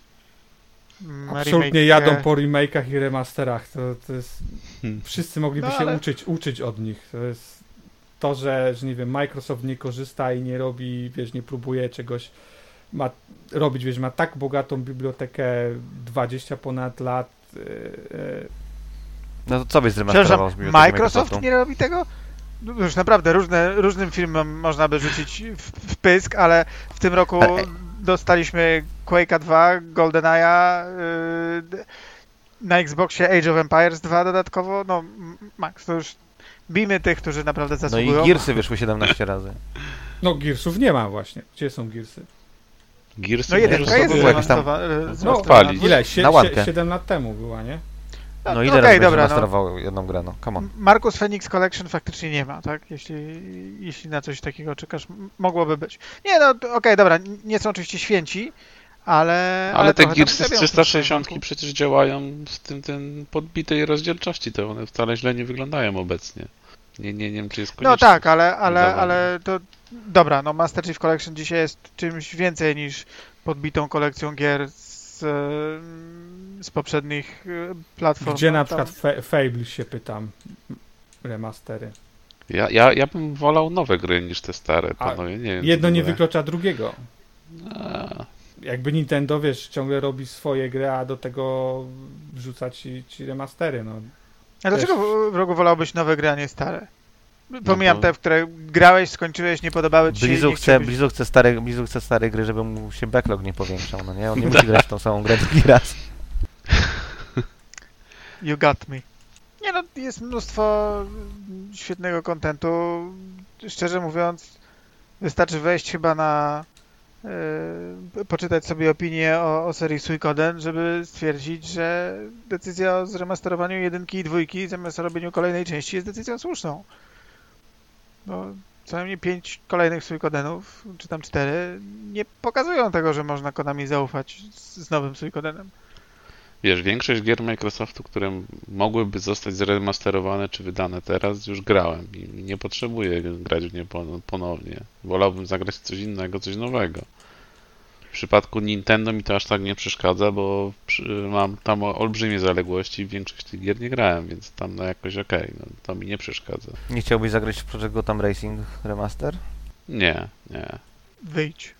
B: Absolutnie jadą po remake'ach i remasterach, to jest... Wszyscy mogliby się uczyć od nich, to jest... to, że nie wiem, Microsoft nie korzysta i nie robi, wiesz, nie próbuje czegoś robić, wiesz, ma tak bogatą bibliotekę 20 ponad lat.
A: No to co byś zremasterował z biblioteki
D: Microsoft nie robi tego? No już naprawdę różnym firmom można by rzucić w pysk, ale w tym roku dostaliśmy Quake'a 2, GoldenEye'a, na Xboxie Age of Empires 2 dodatkowo. No Max, to już bijmy tych, którzy naprawdę zasługują.
A: No i Gearsy wyszły 17 razy.
B: No Gearsów nie ma właśnie. Gdzie są Gearsy?
C: Gearsy
D: No jedynka jest
A: były jakieś tam-
C: odpalić.
B: Ile?
A: Na łatkę.
B: 7 lat temu była, nie?
A: No ile
D: okej,
A: razy
D: dobra,
A: zremasterował jedną grę, no come on.
D: Marcus Phoenix Collection faktycznie nie ma, tak? Jeśli na coś takiego czekasz, mogłoby być. Nie, no okej, dobra, nie są oczywiście święci, ale
C: Ale te
D: trochę tam
C: Gearsy z
D: zrobią
C: 360
D: w tym
C: przecież działają z tym podbitej rozdzielczości, to one wcale źle nie wyglądają obecnie. Nie wiem, czy jest konieczne.
D: No tak, ale
C: dodawanie.
D: to dobra, no Master Chief Collection dzisiaj jest czymś więcej niż podbitą kolekcją gier z poprzednich platform.
B: Gdzie
D: no,
B: na
D: tam-
B: przykład Fable się pytam, remastery.
C: Ja bym wolał nowe gry niż te stare,
B: A
C: panowie, nie wiem.
B: Jedno
C: co
B: nie
C: w ogóle.
B: wyklucza drugiego.
C: A,
B: Jakby Nintendo, wiesz, ciągle robi swoje gry, a do tego wrzuca ci remastery, no.
D: A dlaczego w rogu wolałbyś nowe gry, a nie stare? Pomijam
C: bo-
D: te, w które grałeś, skończyłeś, nie podobały ci się.
A: Blizu chce stare gry, żeby mu się backlog nie powiększał, no nie? On nie musi grać w tą samą grę drugi raz.
D: You got me. Nie no, jest mnóstwo świetnego kontentu. Szczerze mówiąc, wystarczy wejść chyba na poczytać sobie opinię o serii Suikoden, żeby stwierdzić, że decyzja o zremasterowaniu jedynki i dwójki zamiast o robieniu kolejnej części jest decyzją słuszną. No, co najmniej 5 kolejnych Suikodenów, czy tam 4, nie pokazują tego, że można Konami zaufać z nowym Suikodenem.
C: Wiesz, większość gier Microsoftu, które mogłyby zostać zremasterowane czy wydane teraz, już grałem i nie potrzebuję grać w nie ponownie. Wolałbym zagrać w coś innego, coś nowego. W przypadku Nintendo mi to aż tak nie przeszkadza, bo mam tam olbrzymie zaległości i w większość tych gier nie grałem, więc tam no jakoś okej, no, to mi nie przeszkadza.
A: Nie chciałbyś zagrać w Project Gotham Racing Remaster?
C: Nie.
D: Wyjdź.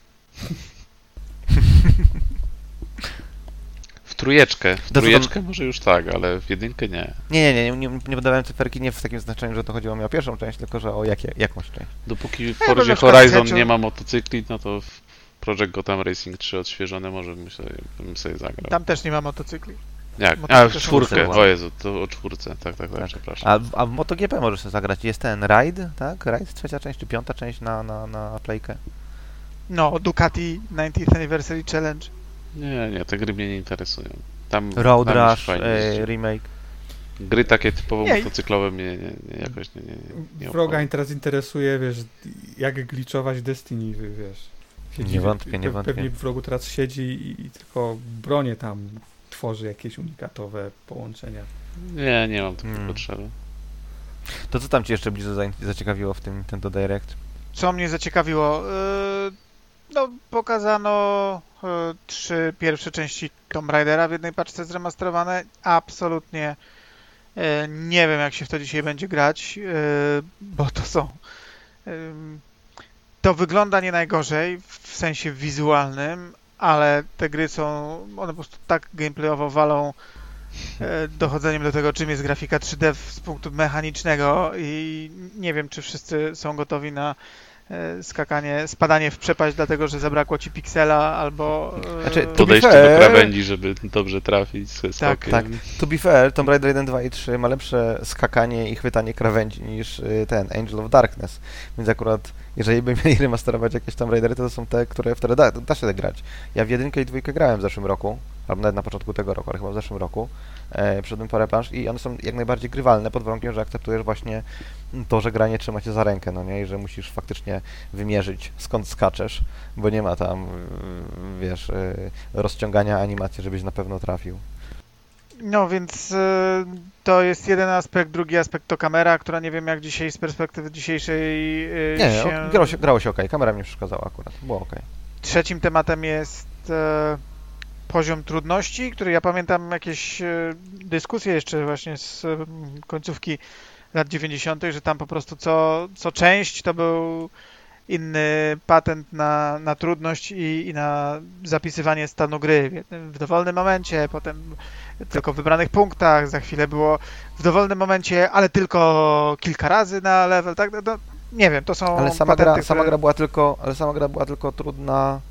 C: W trójeczkę
A: To
C: może już tak, ale w jedynkę nie.
A: Nie podawałem cyferki nie w takim znaczeniu, że to chodziło mi o pierwszą część, tylko że o jakąś część.
C: Dopóki w
D: bo
C: Forzie
D: na przykład
C: Horizon
D: Hedgehog-
C: nie ma motocykli, no to w Project Gotham Racing 3 odświeżone może bym sobie zagrał.
D: Tam też nie ma motocykli.
C: Jak?
D: motocykle
C: W
D: są
C: czwórkę,
A: usuwane.
C: o Jezu, to o czwórce, tak, przepraszam.
A: A w MotoGP możesz sobie zagrać. Jest ten Ride, tak? Ride, trzecia część czy piąta część na Playkę.
D: No, Ducati 90th Anniversary Challenge.
C: Nie, te gry mnie nie interesują. Tam
A: Road
C: tam już
A: Rush,
C: fajnie jeździ.
A: remake.
C: Gry takie typowo
D: Nie.
C: motocyklowe mnie jakoś nie
B: Wroga
C: obchodzą.
B: teraz interesuje, wiesz, jak glitchować Destiny, wiesz.
A: Nie wątpię.
B: Pewnie w Wrogu teraz siedzi i tylko bronię tam tworzy jakieś unikatowe połączenia.
C: Nie mam takiej potrzeby.
A: To co tam cię jeszcze bliżej zaciekawiło w tym Nintendo Direct?
D: Co mnie zaciekawiło? No, pokazano 3 pierwsze części Tomb Raidera w jednej paczce zremasterowane. Absolutnie nie wiem, jak się w to dzisiaj będzie grać, bo to są... To wygląda nie najgorzej w sensie wizualnym, ale te gry są... One po prostu tak gameplayowo walą dochodzeniem do tego, czym jest grafika 3D z punktu mechanicznego i nie wiem, czy wszyscy są gotowi na spadanie w przepaść, dlatego że zabrakło ci piksela, albo...
A: Znaczy, to
C: Podejście
A: fair-
C: do krawędzi, żeby dobrze trafić ze skokiem.
A: Tak. To be fair, Tomb Raider 1, 2 i 3 ma lepsze skakanie i chwytanie krawędzi niż ten Angel of Darkness. Więc akurat, jeżeli by mieli remasterować jakieś Tomb Raidery, to są te, w które da się grać. Ja w jedynkę i dwójkę grałem w zeszłym roku, albo nawet na początku tego roku, ale chyba w zeszłym roku. Przeszedłem parę plansz i one są jak najbardziej grywalne pod warunkiem, że akceptujesz właśnie to, że gra nie trzyma cię za rękę, no nie? I że musisz faktycznie wymierzyć, skąd skaczesz, bo nie ma tam, wiesz, rozciągania animacji, żebyś na pewno trafił.
D: No więc to jest jeden aspekt, drugi aspekt to kamera, która nie wiem jak dzisiaj z perspektywy dzisiejszej
A: Nie,
D: się...
A: grało się okej, kamera mi nie przeszkadzała akurat, było okej.
D: Trzecim tematem jest poziom trudności, który ja pamiętam jakieś dyskusje jeszcze właśnie z końcówki lat 90., że tam po prostu co część to był inny patent na trudność i na zapisywanie stanu gry. W dowolnym momencie, potem tylko w wybranych punktach, za chwilę było w dowolnym momencie, ale tylko kilka razy na level, tak? No, nie wiem, to są
A: Ale sama
D: patenty,
A: gra była tylko trudna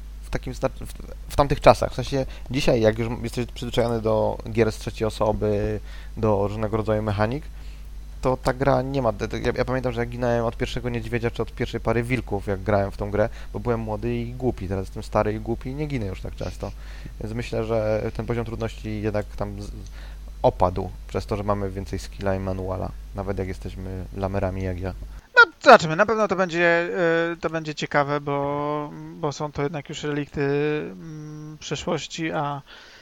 A: w tamtych czasach. W sensie dzisiaj, jak już jesteś przyzwyczajony do gier z trzeciej osoby, do różnego rodzaju mechanik, to ta gra nie ma... Ja pamiętam, że jak ginąłem od pierwszego niedźwiedzia, czy od pierwszej pary wilków, jak grałem w tą grę, bo byłem młody i głupi. Teraz jestem stary i głupi i nie ginę już tak często. Więc myślę, że ten poziom trudności jednak tam opadł przez to, że mamy więcej skilla i manuala. Nawet jak jesteśmy lamerami jak ja.
D: No, zobaczymy. Na pewno to będzie ciekawe, bo są to jednak już relikty przeszłości, a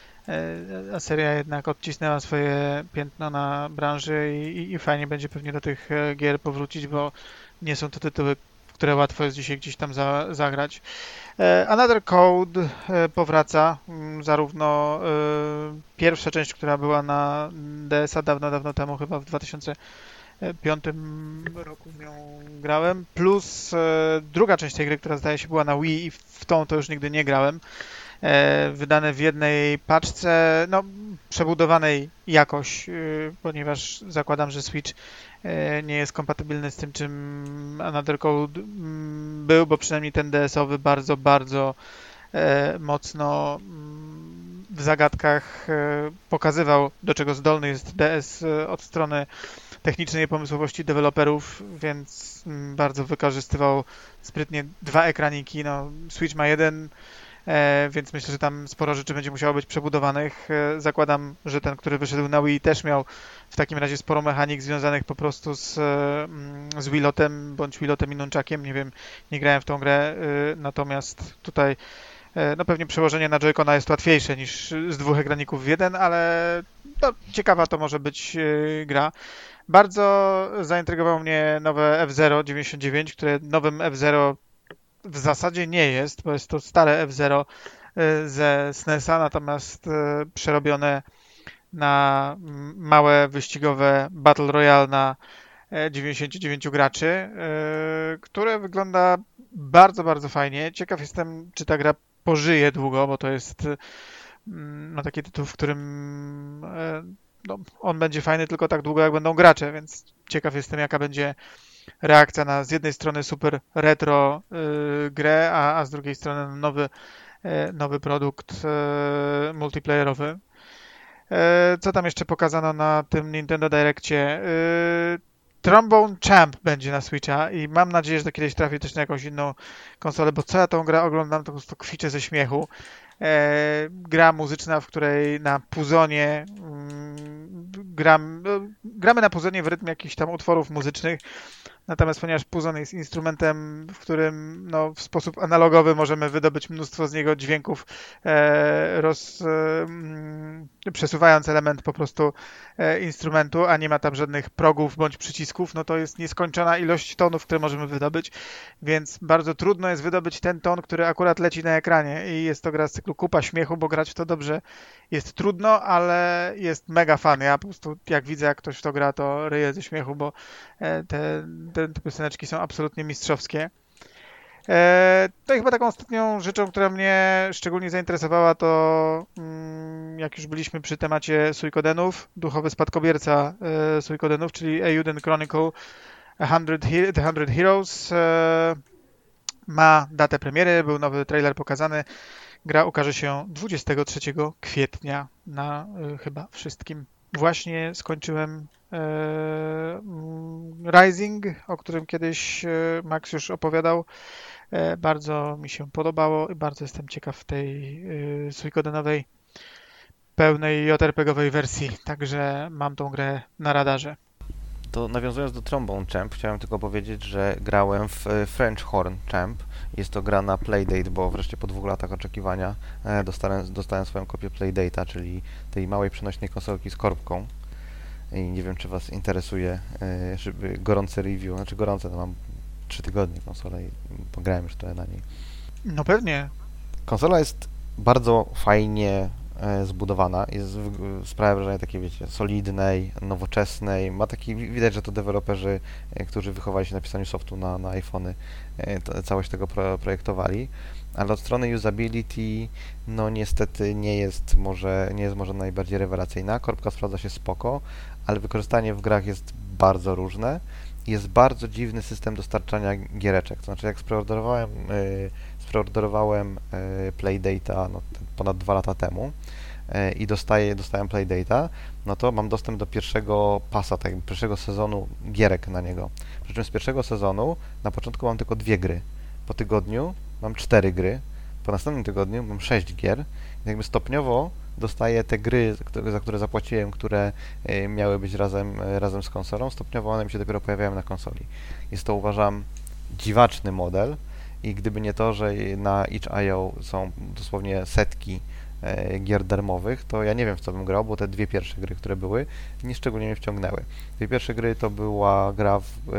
D: seria jednak odcisnęła swoje piętno na branży i fajnie będzie pewnie do tych gier powrócić, bo nie są to tytuły, w które łatwo jest dzisiaj gdzieś tam zagrać. Another Code powraca, zarówno pierwsza część, która była na DS-a dawno temu, chyba w 2005 roku w nią grałem, plus druga część tej gry, która zdaje się była na Wii i w tą to już nigdy nie grałem. Wydane w jednej paczce, no przebudowanej jakoś, ponieważ zakładam, że Switch nie jest kompatybilny z tym, czym Another Code był, bo przynajmniej ten DS-owy bardzo mocno w zagadkach pokazywał, do czego zdolny jest DS od strony technicznej pomysłowości deweloperów, więc bardzo wykorzystywał sprytnie dwa ekraniki. No, Switch ma jeden, więc myślę, że tam sporo rzeczy będzie musiało być przebudowanych. Zakładam, że ten, który wyszedł na Wii, też miał w takim razie sporo mechanik związanych po prostu z Wilotem, bądź Wilotem i Nunchakiem. Nie wiem, nie grałem w tą grę, natomiast tutaj no pewnie przełożenie na Joy-Cona jest łatwiejsze niż z dwóch ekraników w jeden, ale no, ciekawa to może być gra. Bardzo zaintrygowało mnie nowe F-Zero 99, które nowym F-Zero w zasadzie nie jest, bo jest to stare F-Zero ze SNES-a, natomiast przerobione na małe wyścigowe Battle Royale na 99 graczy, które wygląda bardzo fajnie. Ciekaw jestem, czy ta gra pożyje długo, bo to jest no, taki tytuł, w którym no, on będzie fajny tylko tak długo, jak będą gracze, więc ciekaw jestem, jaka będzie reakcja na z jednej strony super retro grę, a z drugiej strony nowy produkt multiplayerowy. Co tam jeszcze pokazano na tym Nintendo Direccie? Trombone Champ będzie na Switcha i mam nadzieję, że to kiedyś trafi też na jakąś inną konsolę, bo co ja tą grę oglądam, to po prostu kwiczę ze śmiechu. Gra muzyczna, w której na puzonie gramy na puzonie w rytmie jakichś tam utworów muzycznych, natomiast ponieważ puzon jest instrumentem, w którym no, w sposób analogowy możemy wydobyć mnóstwo z niego dźwięków, przesuwając element po prostu instrumentu, a nie ma tam żadnych progów bądź przycisków, no to jest nieskończona ilość tonów, które możemy wydobyć, więc bardzo trudno jest wydobyć ten ton, który akurat leci na ekranie i jest to gra z cyklu kupa śmiechu, bo grać w to dobrze jest trudno, ale jest mega fan. Ja po prostu jak widzę, jak ktoś w to gra, to ryję ze śmiechu, bo te pioseneczki są absolutnie mistrzowskie. No i chyba taką ostatnią rzeczą, która mnie szczególnie zainteresowała, to jak już byliśmy przy temacie Suikodenów, duchowy spadkobierca Suikodenów, czyli Eiyuden Chronicle The 100 Heroes ma datę premiery, był nowy trailer pokazany. Gra ukaże się 23 kwietnia na chyba wszystkim. Właśnie skończyłem Rising, o którym kiedyś Max już opowiadał. Bardzo mi się podobało i bardzo jestem ciekaw tej suikodenowej, pełnej JRPG-owej wersji, także mam tą grę na radarze.
A: To nawiązując do Trombone Champ, chciałem tylko powiedzieć, że grałem w French Horn Champ. Jest to gra na Playdate, bo wreszcie po 2 latach oczekiwania dostałem swoją kopię Playdate'a, czyli tej małej przenośnej konsolki z korbką. I nie wiem, czy Was interesuje żeby gorące review, znaczy gorące, no mam 3 tygodnie konsolę i pograłem już trochę na niej.
D: No pewnie.
A: Konsola jest bardzo fajnie zbudowana. Sprawia wrażenie takiej, wiecie, solidnej, nowoczesnej. Ma taki, widać, że to deweloperzy, którzy wychowali się na pisaniu softu na iPhony, całość tego projektowali. Ale od strony usability, no niestety nie jest może najbardziej rewelacyjna. Korbka sprawdza się spoko, ale wykorzystanie w grach jest bardzo różne. Jest bardzo dziwny system dostarczania giereczek. To znaczy, jak spreorderowałem Playdata ponad 2 lata temu i dostałem Playdata, no to mam dostęp do pierwszego pasa, tak jakby pierwszego sezonu gierek na niego. Przy czym z pierwszego sezonu na początku mam tylko 2 gry. Po tygodniu mam 4 gry, po następnym tygodniu mam 6 gier. I jakby stopniowo dostaję te gry, za które zapłaciłem, które miały być razem z konsolą, stopniowo one mi się dopiero pojawiają na konsoli. Jest to, uważam, dziwaczny model i gdyby nie to, że na itch.io są dosłownie setki gier darmowych, to ja nie wiem, w co bym grał, bo te 2 pierwsze gry, które były, szczególnie mnie wciągnęły. 2 pierwsze gry to była gra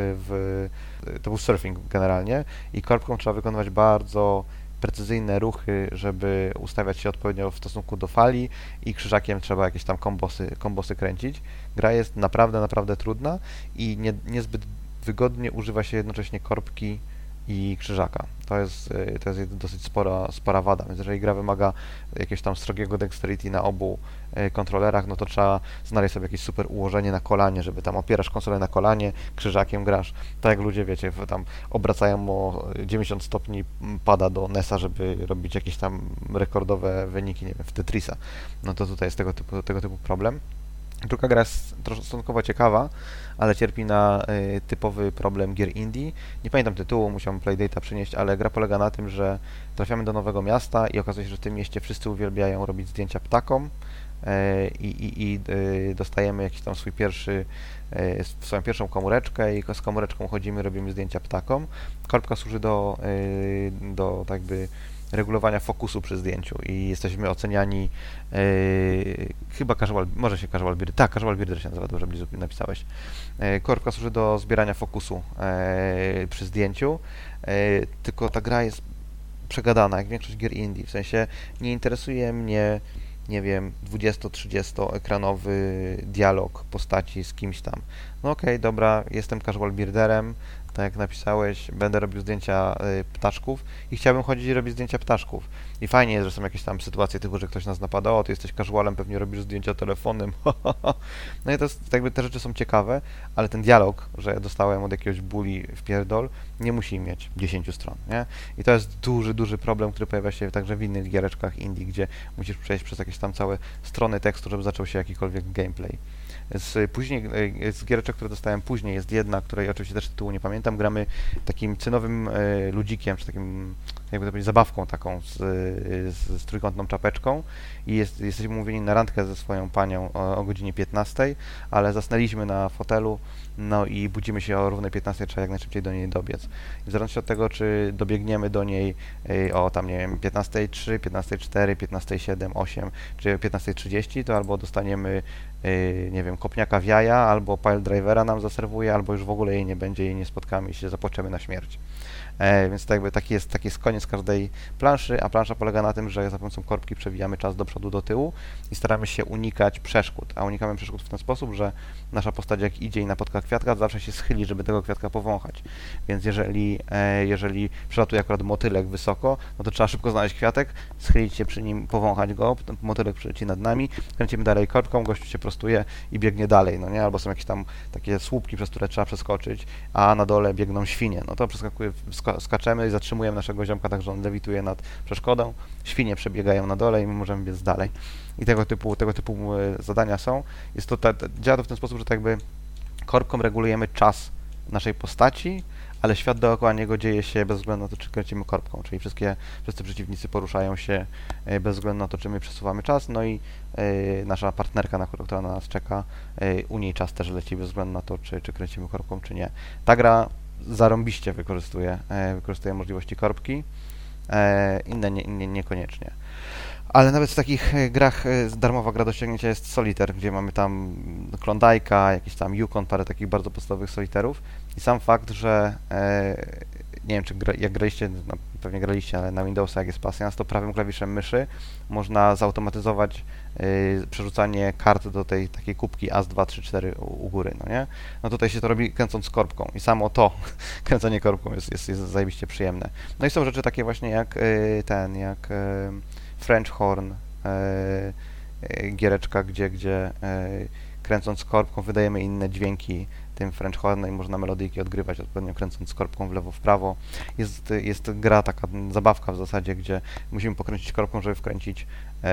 A: to był surfing generalnie i korbką trzeba wykonywać bardzo precyzyjne ruchy, żeby ustawiać się odpowiednio w stosunku do fali i krzyżakiem trzeba jakieś tam kombosy kręcić. Gra jest naprawdę trudna i niezbyt wygodnie używa się jednocześnie korbki i krzyżaka. To jest dosyć spora wada, więc jeżeli gra wymaga jakiegoś tam srogiego dexterity na obu kontrolerach, no to trzeba znaleźć sobie jakieś super ułożenie na kolanie, żeby tam opierasz konsolę na kolanie, krzyżakiem grasz. Tak jak ludzie, wiecie, tam obracają o 90 stopni pada do NES-a, żeby robić jakieś tam rekordowe wyniki, nie wiem, w Tetrisa. No to tutaj jest tego typu problem. Druga gra jest stosunkowo ciekawa, ale cierpi na typowy problem gier indie. Nie pamiętam tytułu, musiałem Playdata przynieść, ale gra polega na tym, że trafiamy do nowego miasta i okazuje się, że w tym mieście wszyscy uwielbiają robić zdjęcia ptakom i dostajemy jakiś tam swoją pierwszą komóreczkę i z komóreczką chodzimy, robimy zdjęcia ptakom. Korbka służy do tak jakby regulowania fokusu przy zdjęciu i jesteśmy oceniani chyba casual builder, tak, casual builder się nazywa, dobrze Blizu napisałeś. Korbka służy do zbierania fokusu przy zdjęciu, tylko ta gra jest przegadana, jak większość gier indie, w sensie nie interesuje mnie, nie wiem, 20-30 ekranowy dialog postaci z kimś tam. No okej, dobra, jestem casual builderem, tak jak napisałeś, będę robił zdjęcia ptaszków i chciałbym chodzić i robić zdjęcia ptaszków. I fajnie jest, że są jakieś tam sytuacje typu, że ktoś nas napada, o, ty jesteś casualem, pewnie robisz zdjęcia telefonem. No i to jest, jakby te rzeczy są ciekawe, ale ten dialog, że dostałem od jakiegoś bully w pierdol, nie musi mieć 10 stron, nie? I to jest duży problem, który pojawia się także w innych giereczkach indie, gdzie musisz przejść przez jakieś tam całe strony tekstu, żeby zaczął się jakikolwiek gameplay. Z giereczek, które dostałem później, jest jedna, której oczywiście też tytułu nie pamiętam. Gramy takim cynowym ludzikiem, czy takim, jakby to powiedzieć, zabawką taką z trójkątną czapeczką i jesteśmy umówieni na randkę ze swoją panią o godzinie 15, ale zasnęliśmy na fotelu, no i budzimy się o równej 15, trzeba jak najszybciej do niej dobiec. I w zależności od tego, czy dobiegniemy do niej o tam, nie wiem, 15:03, 15:04, 15:07, 8 czy 15:30, to albo dostaniemy nie wiem, kopniaka w jaja, albo piledrivera nam zaserwuje, albo już w ogóle jej nie będzie, jej nie spotkamy i się zapłaczemy na śmierć. Więc to jakby taki jest koniec każdej planszy, a plansza polega na tym, że za pomocą korbki przewijamy czas do przodu, do tyłu i staramy się unikać przeszkód, a unikamy przeszkód w ten sposób, że nasza postać jak idzie i napotka kwiatka, zawsze się schyli, żeby tego kwiatka powąchać. Więc jeżeli przelatuje akurat motylek wysoko, no to trzeba szybko znaleźć kwiatek, schylić się przy nim, powąchać go, motylek przyleci nad nami, kręcimy dalej korbką, gościu się prostuje i biegnie dalej, no nie? Albo są jakieś tam takie słupki, przez które trzeba przeskoczyć, a na dole biegną świnie, no to skaczemy i zatrzymujemy naszego ziomka tak, że on lewituje nad przeszkodą, świnie przebiegają na dole i my możemy biec dalej. I tego typu zadania są. Działa to w ten sposób, że tak jakby korbką regulujemy czas naszej postaci, ale świat dookoła niego dzieje się bez względu na to, czy kręcimy korbką, czyli wszyscy przeciwnicy poruszają się bez względu na to, czy my przesuwamy czas, no i nasza partnerka, która na nas czeka, u niej czas też leci bez względu na to, czy kręcimy korbką, czy nie. Ta gra zarąbiście wykorzystuje możliwości korbki, inne niekoniecznie. Ale nawet w takich grach darmowa gra do ściągnięcia jest Solitaire, gdzie mamy tam Klondajka, jakiś tam Yukon, parę takich bardzo podstawowych soliterów i sam fakt, że nie wiem, jak graliście pewnie graliście, ale na Windowsa jak jest pasjans, to prawym klawiszem myszy można zautomatyzować przerzucanie kart do tej takiej kubki AS 2, 3, 4 u góry, no nie? No tutaj się to robi kręcąc korbką i samo to, kręcenie korbką jest zajebiście przyjemne. No i są rzeczy takie właśnie jak French Horn, giereczka, gdzie kręcąc korbką wydajemy inne dźwięki tym French Hornem i można melodyjki odgrywać odpowiednio kręcąc korbką w lewo, w prawo. Jest gra, taka zabawka w zasadzie, gdzie musimy pokręcić korbką, żeby wkręcić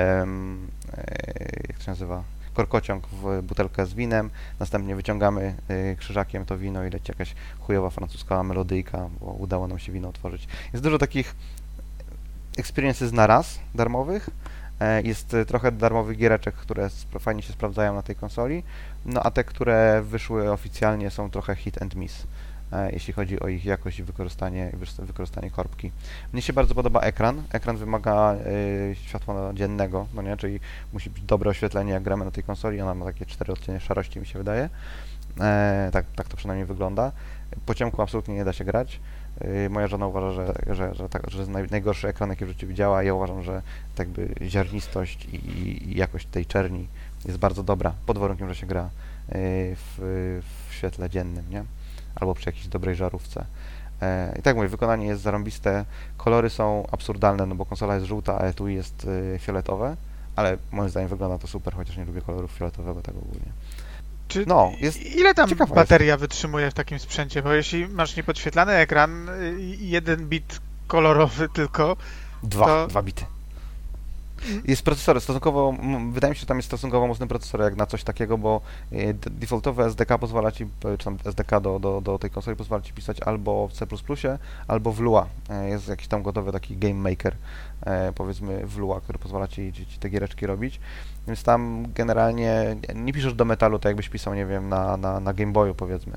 A: jak to się nazywa? Korkociąg w butelkę z winem, następnie wyciągamy krzyżakiem to wino i leci jakaś chujowa francuska melodyjka, bo udało nam się wino otworzyć. Jest dużo takich experiences na raz, darmowych. Jest trochę darmowych giereczek, które fajnie się sprawdzają na tej konsoli, no a te, które wyszły oficjalnie, są trochę hit and miss, jeśli chodzi o ich jakość i wykorzystanie korbki. Mnie się bardzo podoba ekran. Ekran wymaga światła dziennego, no nie, czyli musi być dobre oświetlenie, jak gramy na tej konsoli. Ona ma takie 4 odcienie szarości, mi się wydaje. Tak to przynajmniej wygląda. Po ciemku absolutnie nie da się grać. Moja żona uważa, że jest najgorszy ekran, jaki w życiu widziała, a ja uważam, że tak jakby ziarnistość i jakość tej czerni jest bardzo dobra, pod warunkiem, że się gra w świetle dziennym, nie? Albo przy jakiejś dobrej żarówce. I tak mówię, wykonanie jest zarąbiste, kolory są absurdalne, no bo konsola jest żółta, a etui jest fioletowe, ale moim zdaniem wygląda to super, chociaż nie lubię kolorów fioletowego tak ogólnie.
D: Ile tam bateria wytrzymuje w takim sprzęcie? Bo jeśli masz niepodświetlany ekran, 1 bit kolorowy tylko,
A: 2 bity. Jest procesor stosunkowo, wydaje mi się, że tam jest stosunkowo mocny procesor jak na coś takiego, bo defaultowe SDK pozwala ci, czy tam SDK do tej konsoli pozwala ci pisać albo w C++, albo w Lua. Jest jakiś tam gotowy taki game maker, powiedzmy w Lua, który pozwala ci te giereczki robić. Więc tam generalnie nie piszesz do metalu, tak jakbyś pisał, nie wiem, na Game Boyu, powiedzmy.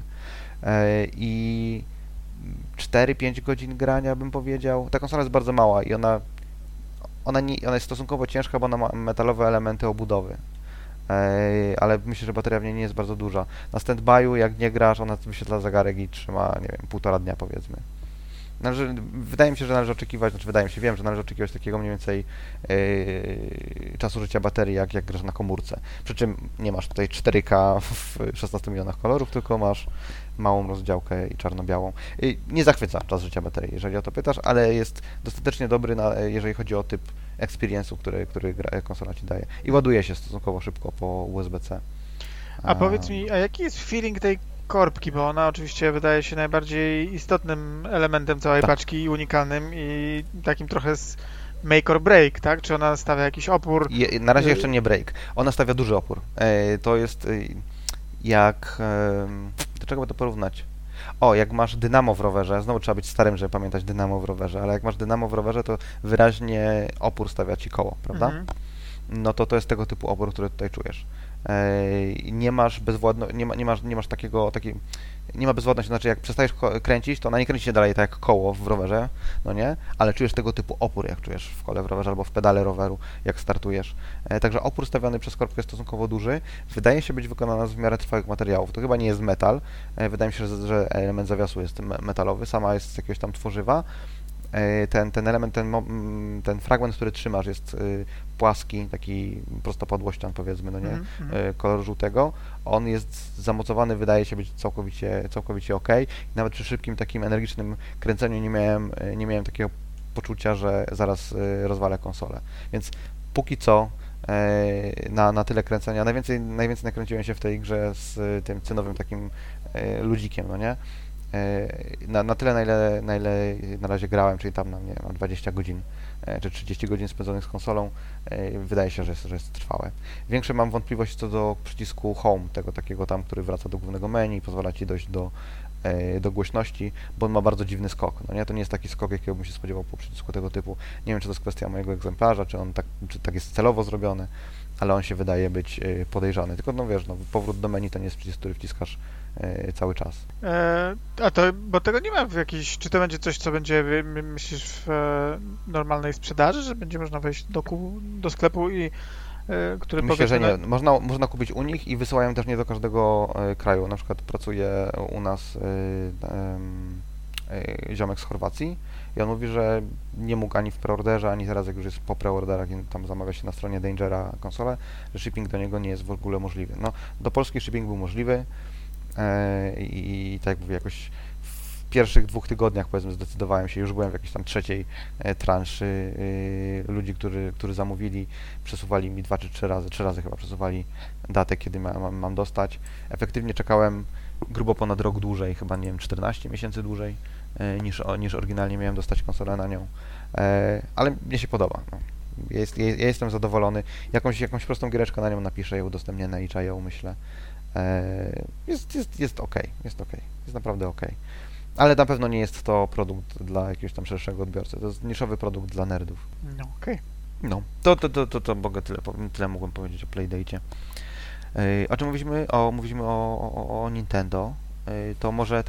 A: I 4-5 godzin grania, bym powiedział. Ta konsola jest bardzo mała i ona jest stosunkowo ciężka, bo ona ma metalowe elementy obudowy. Ale myślę, że bateria w niej nie jest bardzo duża. Na stand-by'u, jak nie grasz, ona wyświetla zegarek i trzyma, nie wiem, 1,5 dnia, powiedzmy. Wydaje mi się, że należy oczekiwać, wiem, że należy oczekiwać takiego mniej więcej czasu życia baterii, jak grasz na komórce. Przy czym nie masz tutaj 4K w 16 milionach kolorów, tylko masz małą rozdziałkę i czarno-białą. Nie zachwyca czas życia baterii, jeżeli o to pytasz, ale jest dostatecznie dobry, jeżeli chodzi o typ experience'u, który konsola ci daje. I ładuje się stosunkowo szybko po USB-C.
D: A powiedz mi, a jaki jest feeling tej korbki, bo ona oczywiście wydaje się najbardziej istotnym elementem całej paczki, unikalnym i takim trochę z make or break, tak? Czy ona stawia jakiś opór?
A: Na razie jeszcze nie break. Ona stawia duży opór. To jest jak... Do czego by to porównać? Jak masz dynamo w rowerze, znowu trzeba być starym, żeby pamiętać dynamo w rowerze, ale jak masz dynamo w rowerze, to wyraźnie opór stawia ci koło, prawda? Mhm. No to jest tego typu opór, który tutaj czujesz. Nie masz nie ma bezwładności, to znaczy jak przestajesz kręcić, to ona nie kręci się dalej tak jak koło w rowerze, no nie? Ale czujesz tego typu opór, jak czujesz w kole w rowerze albo w pedale roweru, jak startujesz. Także opór stawiany przez korbkę jest stosunkowo duży. Wydaje się być wykonana z w miarę trwałych materiałów. To chyba nie jest metal. Wydaje mi się, że element zawiasu jest metalowy, sama jest z jakiegoś tam tworzywa. Ten element, ten fragment, który trzymasz, jest płaski, taki prostopadłościan, powiedzmy, no nie, koloru żółtego. On jest zamocowany, wydaje się być całkowicie ok. Nawet przy szybkim, takim energicznym kręceniu nie miałem takiego poczucia, że zaraz rozwalę konsolę. Więc póki co na tyle kręcenia, najwięcej nakręciłem się w tej grze z tym cynowym takim ludzikiem, no nie? Na tyle, na ile na razie grałem, czyli tam mam 20 godzin czy 30 godzin spędzonych z konsolą, wydaje się, że jest trwałe. Większe mam wątpliwości co do przycisku Home, tego takiego tam, który wraca do głównego menu i pozwala ci dojść do głośności, bo on ma bardzo dziwny skok. No nie? To nie jest taki skok, jakiego bym się spodziewał po przycisku tego typu. Nie wiem, czy to jest kwestia mojego egzemplarza, czy tak jest celowo zrobione, ale on się wydaje być podejrzany. Tylko powrót do menu to nie jest przycisk, który wciskasz cały czas.
D: Bo tego nie ma w jakiejś, czy to będzie coś, co będzie, myślisz, w normalnej sprzedaży, że będzie można wejść do sklepu i który
A: myślę, że nie. Można kupić u nich i wysyłają też nie do każdego kraju. Na przykład pracuje u nas ziomek z Chorwacji I on mówi, że nie mógł ani w preorderze, ani teraz jak już jest po preorderach i tam zamawia się na stronie Dangera konsolę, że shipping do niego nie jest w ogóle możliwy. No, do Polski shipping był możliwy i tak jak mówię, jakoś w pierwszych 2 tygodniach powiedzmy zdecydowałem się, już byłem w jakiejś tam trzeciej transzy ludzi, którzy zamówili, przesuwali mi 2 czy 3 razy, 3 razy chyba przesuwali datę, kiedy mam dostać. Efektywnie czekałem grubo ponad rok dłużej, chyba nie wiem, 14 miesięcy dłużej niż oryginalnie miałem dostać konsolę na nią, ale mnie się podoba. No. Ja jestem zadowolony. Jakąś prostą giereczkę na nią napiszę, ją udostępnię na itch.io, myślę. Jest okej, jest naprawdę okej. Ale na pewno nie jest to produkt dla jakiegoś tam szerszego odbiorcy. To jest niszowy produkt dla nerdów.
D: No okej.
A: No, to mogę tyle mogłem powiedzieć o Playdate. O czym mówiliśmy? Mówiliśmy o Nintendo. To może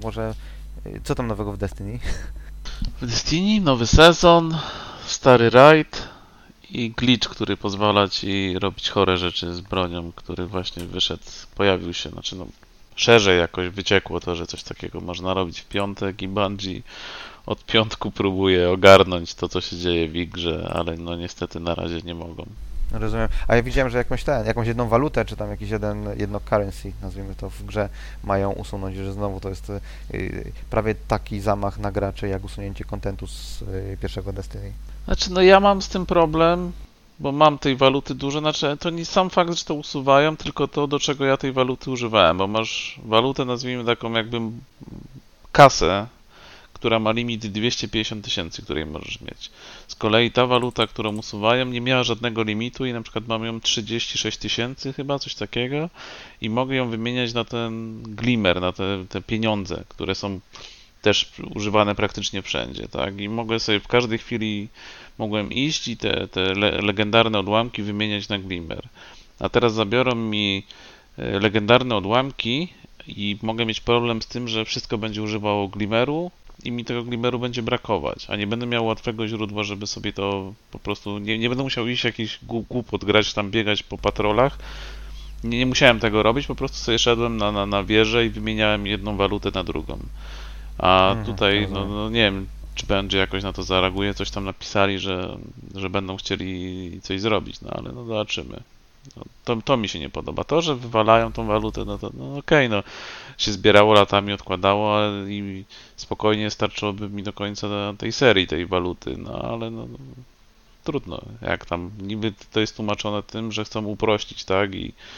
A: co tam nowego w Destiny?
C: W Destiny nowy sezon, stary raid i glitch, który pozwala ci robić chore rzeczy z bronią, który właśnie wyszedł, pojawił się, znaczy no szerzej jakoś wyciekło to, że coś takiego można robić w piątek i Bungie od piątku próbuje ogarnąć to, co się dzieje w grze, ale no niestety na razie nie mogą.
A: Rozumiem. A ja widziałem, że jakąś jedną walutę, czy tam jakiś jedno currency, nazwijmy to, w grze mają usunąć, że znowu to jest prawie taki zamach na graczy, jak usunięcie kontentu z pierwszego Destiny.
C: Znaczy, no ja mam z tym problem, bo mam tej waluty dużo, znaczy to nie sam fakt, że to usuwają, tylko to, do czego ja tej waluty używałem, bo masz walutę, nazwijmy taką jakby kasę, która ma limit 250 000, której możesz mieć. Z kolei ta waluta, którą usuwają, nie miała żadnego limitu i na przykład mam ją 36 000 chyba, coś takiego i mogę ją wymieniać na ten glimmer, na te pieniądze, które są też używane praktycznie wszędzie, tak? I mogę sobie w każdej chwili mogłem iść i te legendarne odłamki wymieniać na glimmer. A teraz zabiorą mi legendarne odłamki i mogę mieć problem z tym, że wszystko będzie używało glimmeru i mi tego glimmeru będzie brakować, a nie będę miał łatwego źródła, żeby sobie to po prostu, nie będę musiał iść jakiś głupot grać, tam biegać po patrolach. Nie musiałem tego robić, po prostu sobie szedłem na wieżę i wymieniałem jedną walutę na drugą. A tutaj, no nie wiem, czy będzie jakoś na to zareaguje, coś tam napisali, że będą chcieli coś zrobić, no ale no zobaczymy. No, to mi się nie podoba. To, że wywalają tą walutę, no to no okej, no się zbierało latami, odkładało i spokojnie starczyłoby mi do końca tej serii, tej waluty, no ale no trudno. Jak tam niby to jest tłumaczone tym, że chcą uprościć, tak?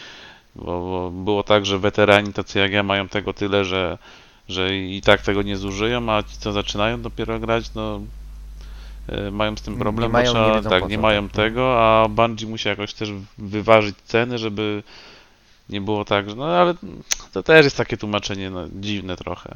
C: Bo było tak, że weterani tacy jak ja mają tego tyle, że i tak tego nie zużyją, a ci co zaczynają dopiero grać, no mają z tym problem, nie mają tego, a Bungie musi jakoś też wyważyć ceny, żeby nie było tak, że no ale to też jest takie tłumaczenie no, dziwne trochę.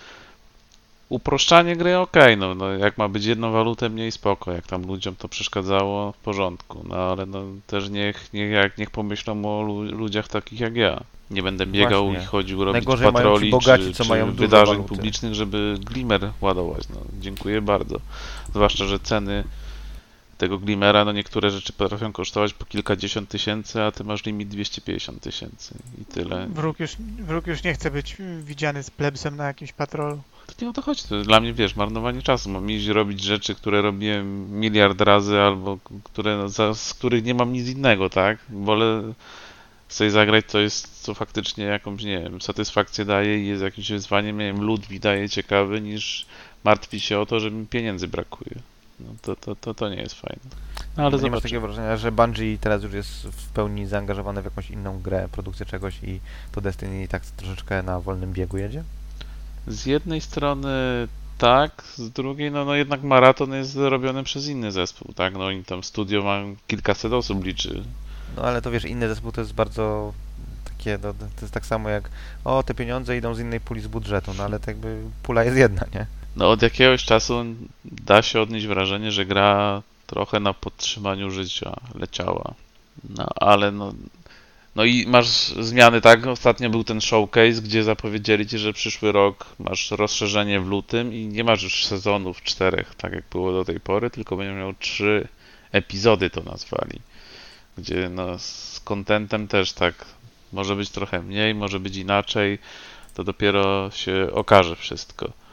C: Uproszczanie gry okej, no jak ma być jedną walutę mniej spoko, jak tam ludziom to przeszkadzało w porządku, no ale no też niech pomyślą o ludziach takich jak ja. Nie będę biegał
A: Właśnie.
C: I chodził robić
A: Najgorzej
C: patroli
A: mają ci bogaci,
C: czy
A: co mają dużo
C: wydarzeń
A: waluty.
C: publicznych, żeby glimmer ładować. No, dziękuję bardzo. Zwłaszcza, że ceny tego glimmera, no niektóre rzeczy potrafią kosztować po kilkadziesiąt tysięcy, a ty masz limit 250 000 i tyle.
D: Wróg już nie chce być widziany z plebsem na jakimś patrolu.
C: To nie o to chodzi, to jest dla mnie, wiesz, marnowanie czasu. Mam iść robić rzeczy, które robiłem miliard razy, albo z których nie mam nic innego, tak? Wolę sobie zagrać co faktycznie jakąś, nie wiem, satysfakcję daje i jest jakimś wyzwaniem, nie wiem, lód daje ciekawy, niż martwić się o to, że mi pieniędzy brakuje. No to nie jest fajne. No, ale
A: nie masz takiego wrażenia, że Bungie teraz już jest w pełni zaangażowane w jakąś inną grę, produkcję czegoś i to Destiny tak troszeczkę na wolnym biegu jedzie?
C: Z jednej strony tak, z drugiej no jednak maraton jest robiony przez inny zespół, tak? No i tam studio ma kilkaset osób liczy.
A: No ale to wiesz, inny zespół to jest bardzo takie, to jest tak samo jak te pieniądze idą z innej puli z budżetu, no ale to jakby pula jest jedna, nie?
C: No od jakiegoś czasu da się odnieść wrażenie, że gra trochę na podtrzymaniu życia leciała. No ale no i masz zmiany, tak? Ostatnio był ten showcase, gdzie zapowiedzieli ci, że przyszły rok masz rozszerzenie w lutym i nie masz już sezonów 4, tak jak było do tej pory, tylko będziesz miał 3 epizody, to nazwali. Gdzie no z contentem też tak może być trochę mniej, może być inaczej, to dopiero się okaże wszystko.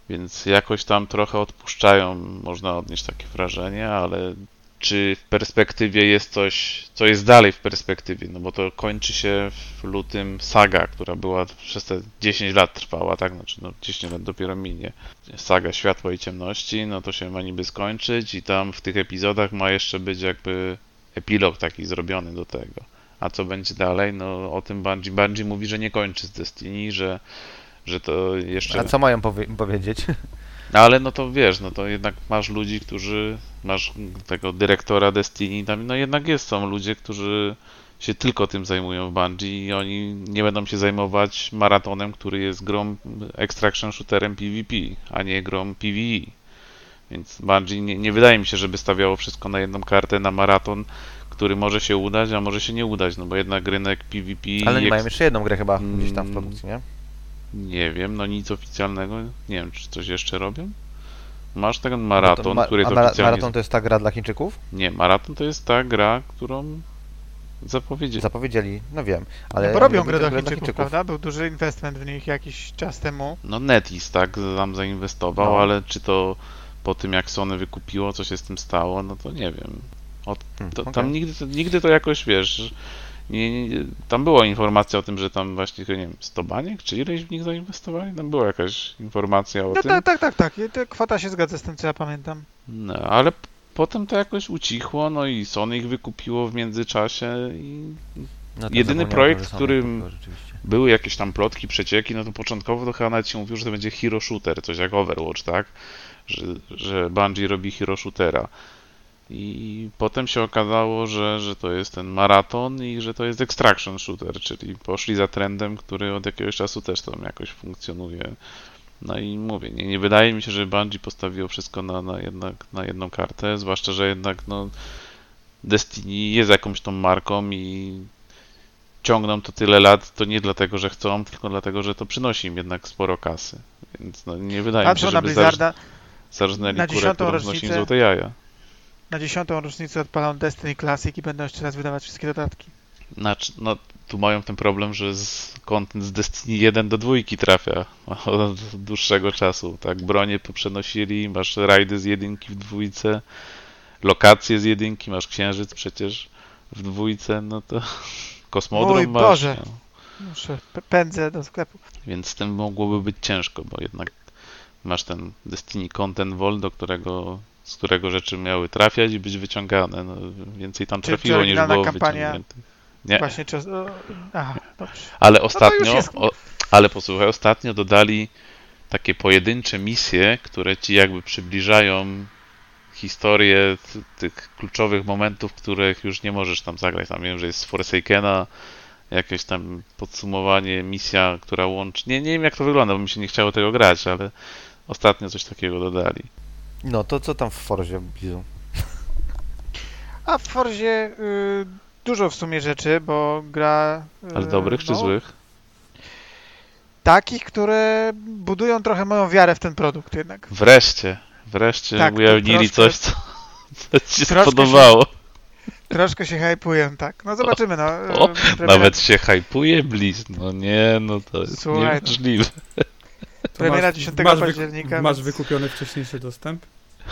C: Więc jakoś tam trochę odpuszczają, można odnieść takie wrażenie, ale czy w perspektywie jest coś, co jest dalej w perspektywie, no bo to kończy się w lutym saga, która była przez te 10 lat trwała, tak, znaczy no 10 lat dopiero minie. Saga Światła i Ciemności, no to się ma niby skończyć i tam w tych epizodach ma jeszcze być jakby epilog taki zrobiony do tego. A co będzie dalej? No o tym Bungie mówi, że nie kończy z Destiny, że to jeszcze...
A: A co mają powiedzieć?
C: Ale no to wiesz, no to jednak masz ludzi, masz tego dyrektora Destiny, tam no jednak są ludzie, którzy się tylko tym zajmują w Bungie i oni nie będą się zajmować maratonem, który jest grą extraction shooterem PvP, a nie grą PvE. Więc Bungie nie wydaje mi się, żeby stawiało wszystko na jedną kartę, na maraton, który może się udać, a może się nie udać, no bo jednak rynek PvP...
A: Ale nie mają jeszcze jedną grę chyba gdzieś tam w produkcji, nie?
C: Nie wiem, no nic oficjalnego. Nie wiem, czy coś jeszcze robią? Masz ten maraton, który jest oficjalnie...
A: Maraton to jest ta gra dla Chińczyków?
C: Nie, maraton to jest ta gra, którą zapowiedzieli.
A: Zapowiedzieli, no wiem, ale...
D: No bo robią grę
A: dla
D: dla Chińczyków, prawda? Był duży inwestment w nich jakiś czas temu.
C: No NetEase, tak, tam zainwestował,
A: No.
C: ale czy to po tym, jak Sony wykupiło, co się z tym stało, no to nie wiem.
A: Okay.
C: Tam nigdy to jakoś, wiesz... tam była informacja o tym, że tam właśnie, nie wiem, 100 baniek, czy ileś w nich zainwestowali? Tam była jakaś informacja o tym.
D: Tak. Ta kwota się zgadza z tym, co ja pamiętam.
C: No, ale potem to jakoś ucichło, no i Sony ich wykupiło w międzyczasie i
A: No to
C: jedyny
A: zapomniałem,
C: projekt,
A: że
C: w
A: są
C: którym
A: takie, rzeczywiście.
C: były jakieś tam plotki, przecieki, no to początkowo to chyba nawet się mówiło, że to będzie hero shooter, coś jak Overwatch, tak? Że Bungie robi hero shootera. I potem się okazało, że to jest ten maraton i że to jest extraction shooter, czyli poszli za trendem, który od jakiegoś czasu też tam jakoś funkcjonuje. No i mówię, nie wydaje mi się, że Bungie postawiło wszystko na jedną kartę, zwłaszcza, że jednak no, Destiny jest jakąś tą marką i ciągną to tyle lat, to nie dlatego, że chcą, tylko dlatego, że to przynosi im jednak sporo kasy. Więc no, nie wydaje mi się, żeby zarżnęli
D: na
C: kurę,
D: 10.
C: którą wnosi im
D: rocznicę.
C: złote jaja.
D: Na 10. rocznicę odpalą Destiny Classic i będą jeszcze raz wydawać wszystkie dodatki.
C: Znaczy, no, tu mają ten problem, że content z Destiny 1 do 2 trafia od dłuższego czasu. Tak, bronie poprzenosili, masz rajdy z 1 w 2, lokacje z 1, masz księżyc przecież w 2, no to kosmodrom
D: Mój
C: masz.
D: Boże.
C: No.
D: Muszę, pędzę do sklepu.
C: Więc z tym mogłoby być ciężko, bo jednak masz ten Destiny Content Vault, z którego rzeczy miały trafiać i być wyciągane. No, więcej tam trafiło niż było wyciągniętych. Nie.
D: Właśnie aha, dobrze.
C: Ale ostatnio,
D: No jest...
C: ale posłuchaj, ostatnio dodali takie pojedyncze misje, które ci jakby przybliżają historię tych kluczowych momentów, których już nie możesz tam zagrać. Tam wiem, że jest z Forsakena jakieś tam podsumowanie, misja, która łączy... Nie wiem jak to wygląda, bo mi się nie chciało tego grać, ale ostatnio coś takiego dodali.
A: No to co tam w Forzie, Bizu?
D: A w Forzie dużo w sumie rzeczy, bo gra...
C: Ale dobrych czy złych?
D: Takich, które budują trochę moją wiarę w ten produkt jednak.
C: Wreszcie
D: tak,
C: ujawnili coś, co ci się spodobało.
D: Troszkę się hypuję, tak. No zobaczymy, no.
C: Nawet się hypuje Blizz. No nie, no to jest niemożliwe.
D: Premiera 10 października.
B: Masz wykupiony wcześniejszy dostęp?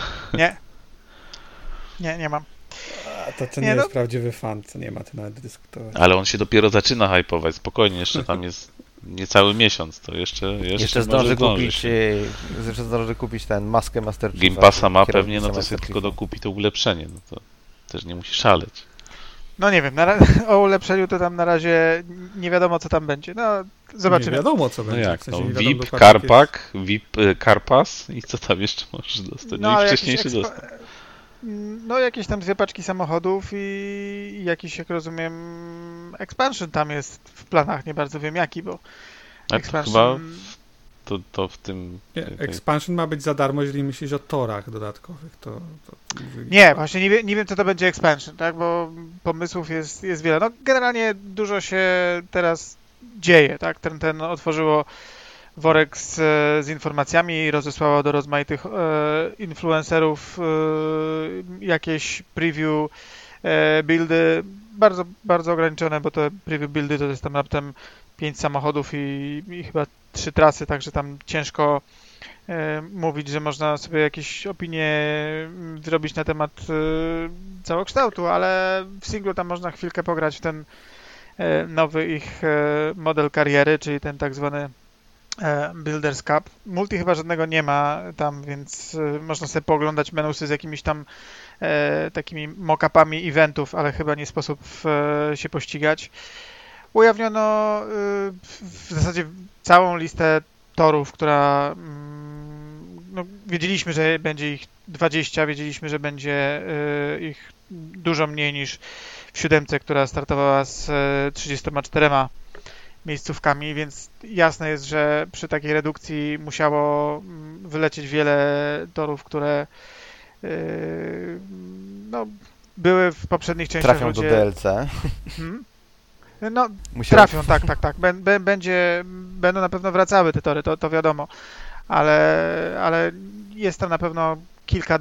D: Nie mam.
B: A to nie jest prawdziwy fan, co nie ma tu nawet dyskutować.
C: Ale on się dopiero zaczyna hypować, spokojnie, jeszcze tam jest niecały miesiąc, to jeszcze
A: zdąży kupić ten maskę Master Chiefa.
C: Game Passa ma pewnie, no to sobie tylko dokupi to ulepszenie, no to też nie musi szaleć.
D: No nie wiem, o ulepszeniu to tam na razie nie wiadomo co tam będzie, no zobaczymy.
B: Nie wiadomo co będzie.
C: No jak,
B: w sensie
C: VIP, Carpack, VIP, Carpass i co tam jeszcze możesz dostać? No i wcześniejszy dostęp.
D: No jakieś tam 2 paczki samochodów i jakiś, jak rozumiem, expansion tam jest w planach, nie bardzo wiem jaki, bo
C: expansion... Chyba to w tym...
B: Expansion ma być za darmo, jeżeli myślisz o torach dodatkowych, to...
D: Nie, właśnie nie wiem co to będzie expansion, tak, bo pomysłów jest wiele. No generalnie dużo się teraz dzieje, tak, ten otworzyło worek z informacjami i rozesłało do rozmaitych influencerów jakieś preview buildy, bardzo, bardzo ograniczone, bo te preview buildy to jest tam raptem 5 samochodów i chyba 3 trasy, także tam ciężko mówić, że można sobie jakieś opinie zrobić na temat całokształtu, ale w singlu tam można chwilkę pograć w ten nowy ich model kariery, czyli ten tak zwany Builders Cup. Multi chyba żadnego nie ma tam, więc można sobie pooglądać menusy z jakimiś tam takimi mock-upami eventów, ale chyba nie sposób się pościgać. Ujawniono w zasadzie całą listę torów, która no, wiedzieliśmy, że będzie ich 20, wiedzieliśmy, że będzie ich dużo mniej niż w 7, która startowała z 34 miejscówkami, więc jasne jest, że przy takiej redukcji musiało wylecieć wiele torów, które no, były w poprzednich częściach.
A: Trafią do DLC.
D: No, trafią, tak. Będą na pewno wracały te tory, to wiadomo, ale jest tam na pewno kilka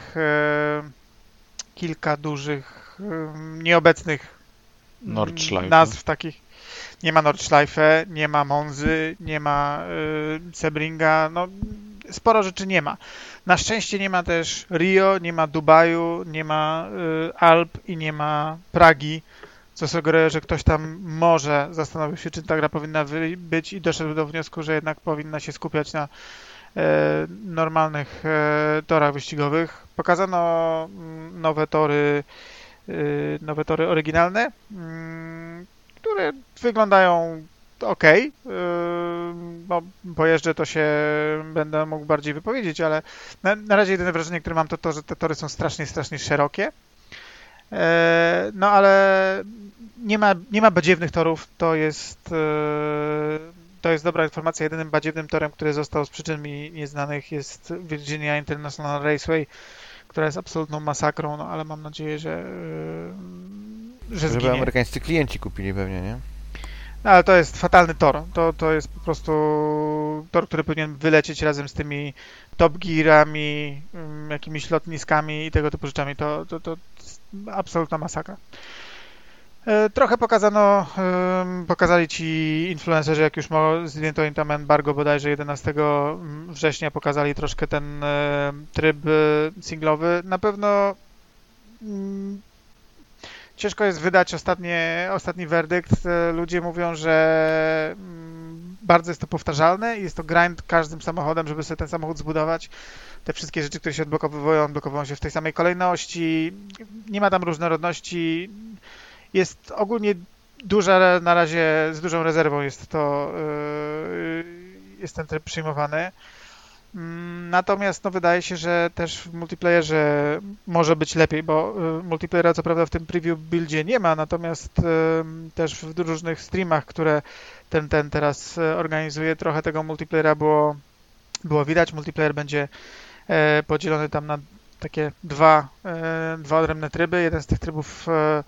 D: dużych nieobecnych nazw takich. Nie ma Nordschleife, nie ma Monzy, nie ma Sebringa, no sporo rzeczy nie ma. Na szczęście nie ma też Rio, nie ma Dubaju, nie ma Alp i nie ma Pragi, co sugeruje, że ktoś tam może zastanowił się, czy ta gra powinna być i doszedł do wniosku, że jednak powinna się skupiać na normalnych torach wyścigowych. Pokazano nowe tory oryginalne, które wyglądają ok. No, pojeżdżę, to się będę mógł bardziej wypowiedzieć, ale na razie jedyne wrażenie, które mam, to, że te tory są strasznie szerokie. No ale nie ma badziewnych torów, to jest dobra informacja. Jedynym badziewnym torem, który został z przyczyn mi nieznanych, jest Virginia International Raceway, która jest absolutną masakrą, no ale mam nadzieję, że
A: Żeby
D: zginie.
A: amerykańscy klienci kupili pewnie, nie?
D: No, ale to jest fatalny tor. To jest po prostu tor, który powinien wylecieć razem z tymi Top Gearami, jakimiś lotniskami i tego typu rzeczami. To jest absolutna masakra. Trochę pokazali ci influencerzy, jak już zdjęto im tam embargo bodajże 11 września, pokazali troszkę ten tryb singlowy. Na pewno ciężko jest wydać ostatni werdykt. Ludzie mówią, że bardzo jest to powtarzalne i jest to grind każdym samochodem, żeby sobie ten samochód zbudować. Te wszystkie rzeczy, które się odblokowują się w tej samej kolejności. Nie ma tam różnorodności. Jest ogólnie na razie z dużą rezerwą jest ten tryb przyjmowany. Natomiast no, wydaje się, że też w multiplayerze może być lepiej, bo multiplayera co prawda w tym preview buildzie nie ma, natomiast też w różnych streamach, które ten teraz organizuje, trochę tego multiplayera było widać. Multiplayer będzie podzielony tam na takie dwa odrębne tryby. Jeden z tych trybów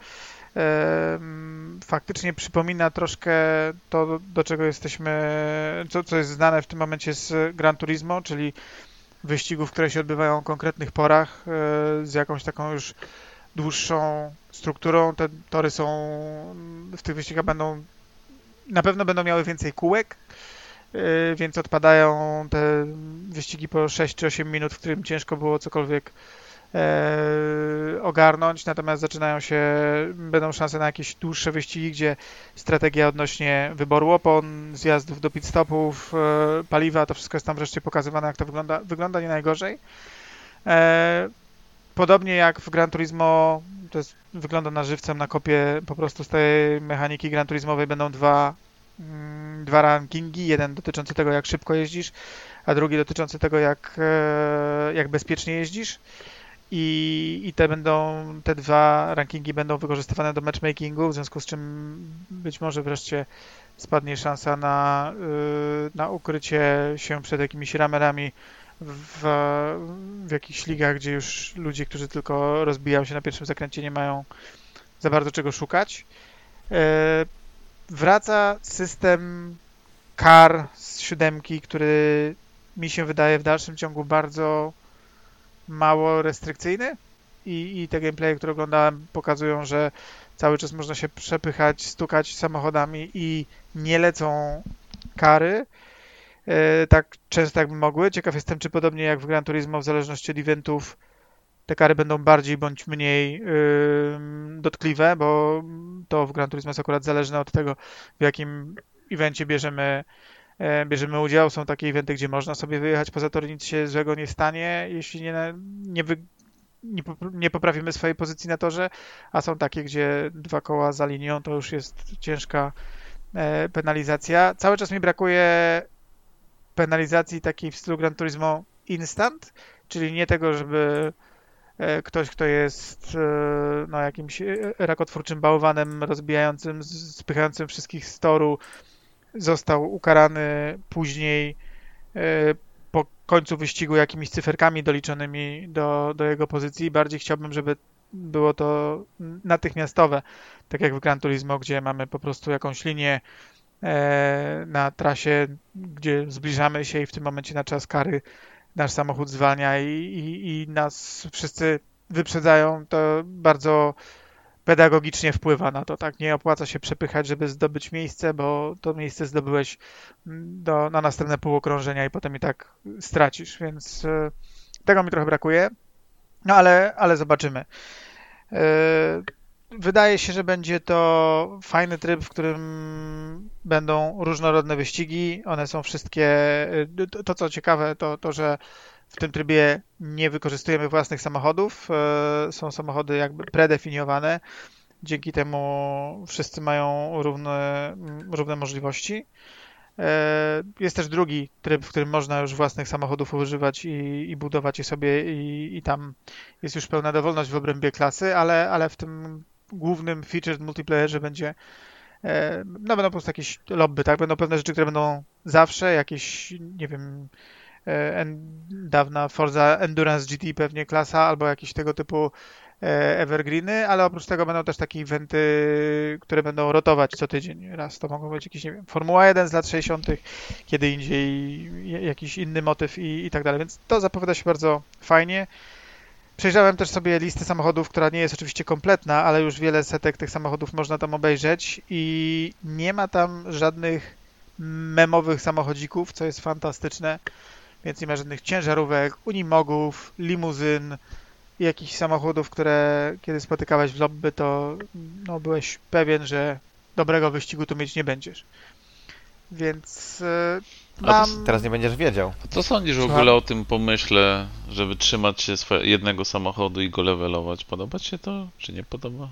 D: faktycznie przypomina troszkę to, do czego co jest znane w tym momencie z Gran Turismo, czyli wyścigów, które się odbywają o konkretnych porach, z jakąś taką już dłuższą strukturą. Te tory w tych wyścigach na pewno będą miały więcej kółek, więc odpadają te wyścigi po 6 czy 8 minut, w którym ciężko było cokolwiek ogarnąć, natomiast będą szanse na jakieś dłuższe wyścigi, gdzie strategia odnośnie wyboru opon, zjazdów do pit stopów, paliwa, to wszystko jest tam wreszcie pokazywane, jak to wygląda nie najgorzej. Podobnie jak w Gran Turismo, wygląda na żywcem, na kopie, po prostu z tej mechaniki Gran Turismowej będą dwa rankingi, jeden dotyczący tego, jak szybko jeździsz, a drugi dotyczący tego, jak bezpiecznie jeździsz. I te dwa rankingi będą wykorzystywane do matchmakingu, w związku z czym być może wreszcie spadnie szansa na ukrycie się przed jakimiś ramerami w jakichś ligach, gdzie już ludzie, którzy tylko rozbijają się na pierwszym zakręcie, nie mają za bardzo czego szukać. Wraca system kar z 7, który mi się wydaje w dalszym ciągu bardzo mało restrykcyjny i te gameplaye, które oglądałem, pokazują, że cały czas można się przepychać, stukać samochodami i nie lecą kary. tak często jakby mogły. Ciekaw jestem, czy podobnie jak w Gran Turismo, w zależności od eventów, te kary będą bardziej bądź mniej dotkliwe, bo to w Gran Turismo jest akurat zależne od tego, w jakim evencie bierzemy udział. Są takie eventy, gdzie można sobie wyjechać poza tor, nic się złego nie stanie, jeśli nie poprawimy swojej pozycji na torze, a są takie, gdzie 2 koła za linią to już jest ciężka penalizacja. Cały czas mi brakuje penalizacji takiej w stylu Gran Turismo Instant, czyli nie tego, żeby ktoś, kto jest jakimś rakotwórczym bałwanem rozbijającym, spychającym wszystkich z toru, został ukarany później po końcu wyścigu jakimiś cyferkami doliczonymi do jego pozycji. Bardziej chciałbym, żeby było to natychmiastowe, tak jak w Gran Turismo, gdzie mamy po prostu jakąś linię na trasie, gdzie zbliżamy się i w tym momencie na czas kary nasz samochód zwalnia i nas wszyscy wyprzedzają. To bardzo pedagogicznie wpływa na to, tak? Nie opłaca się przepychać, żeby zdobyć miejsce, bo to miejsce zdobyłeś na następne półokrążenia i potem i tak stracisz, więc tego mi trochę brakuje, no ale zobaczymy. Wydaje się, że będzie to fajny tryb, w którym będą różnorodne wyścigi. One są wszystkie, to co ciekawe, to że w tym trybie nie wykorzystujemy własnych samochodów. Są samochody jakby predefiniowane. Dzięki temu wszyscy mają równe możliwości. Jest też drugi tryb, w którym można już własnych samochodów używać i budować je sobie i tam jest już pełna dowolność w obrębie klasy, ale w tym głównym featured multiplayerze będą po prostu jakieś lobby, tak? Będą pewne rzeczy, które będą zawsze, jakieś, nie wiem, dawna Forza Endurance GT pewnie klasa, albo jakieś tego typu evergreeny, ale oprócz tego będą też takie eventy, które będą rotować co tydzień. Raz to mogą być jakieś, nie wiem, Formuła 1 z lat 60., kiedy indziej jakiś inny motyw i tak dalej, więc to zapowiada się bardzo fajnie. Przejrzałem też sobie listę samochodów, która nie jest oczywiście kompletna, ale już wiele setek tych samochodów można tam obejrzeć i nie ma tam żadnych memowych samochodzików, co jest fantastyczne, więc nie ma żadnych ciężarówek, unimogów, limuzyn i jakichś samochodów, które kiedy spotykałeś w lobby, to byłeś pewien, że dobrego wyścigu tu mieć nie będziesz. Więc
A: Teraz nie będziesz wiedział.
C: A co sądzisz w ogóle o tym pomyśle, żeby trzymać się jednego samochodu i go levelować? Podoba ci się to, czy nie podoba?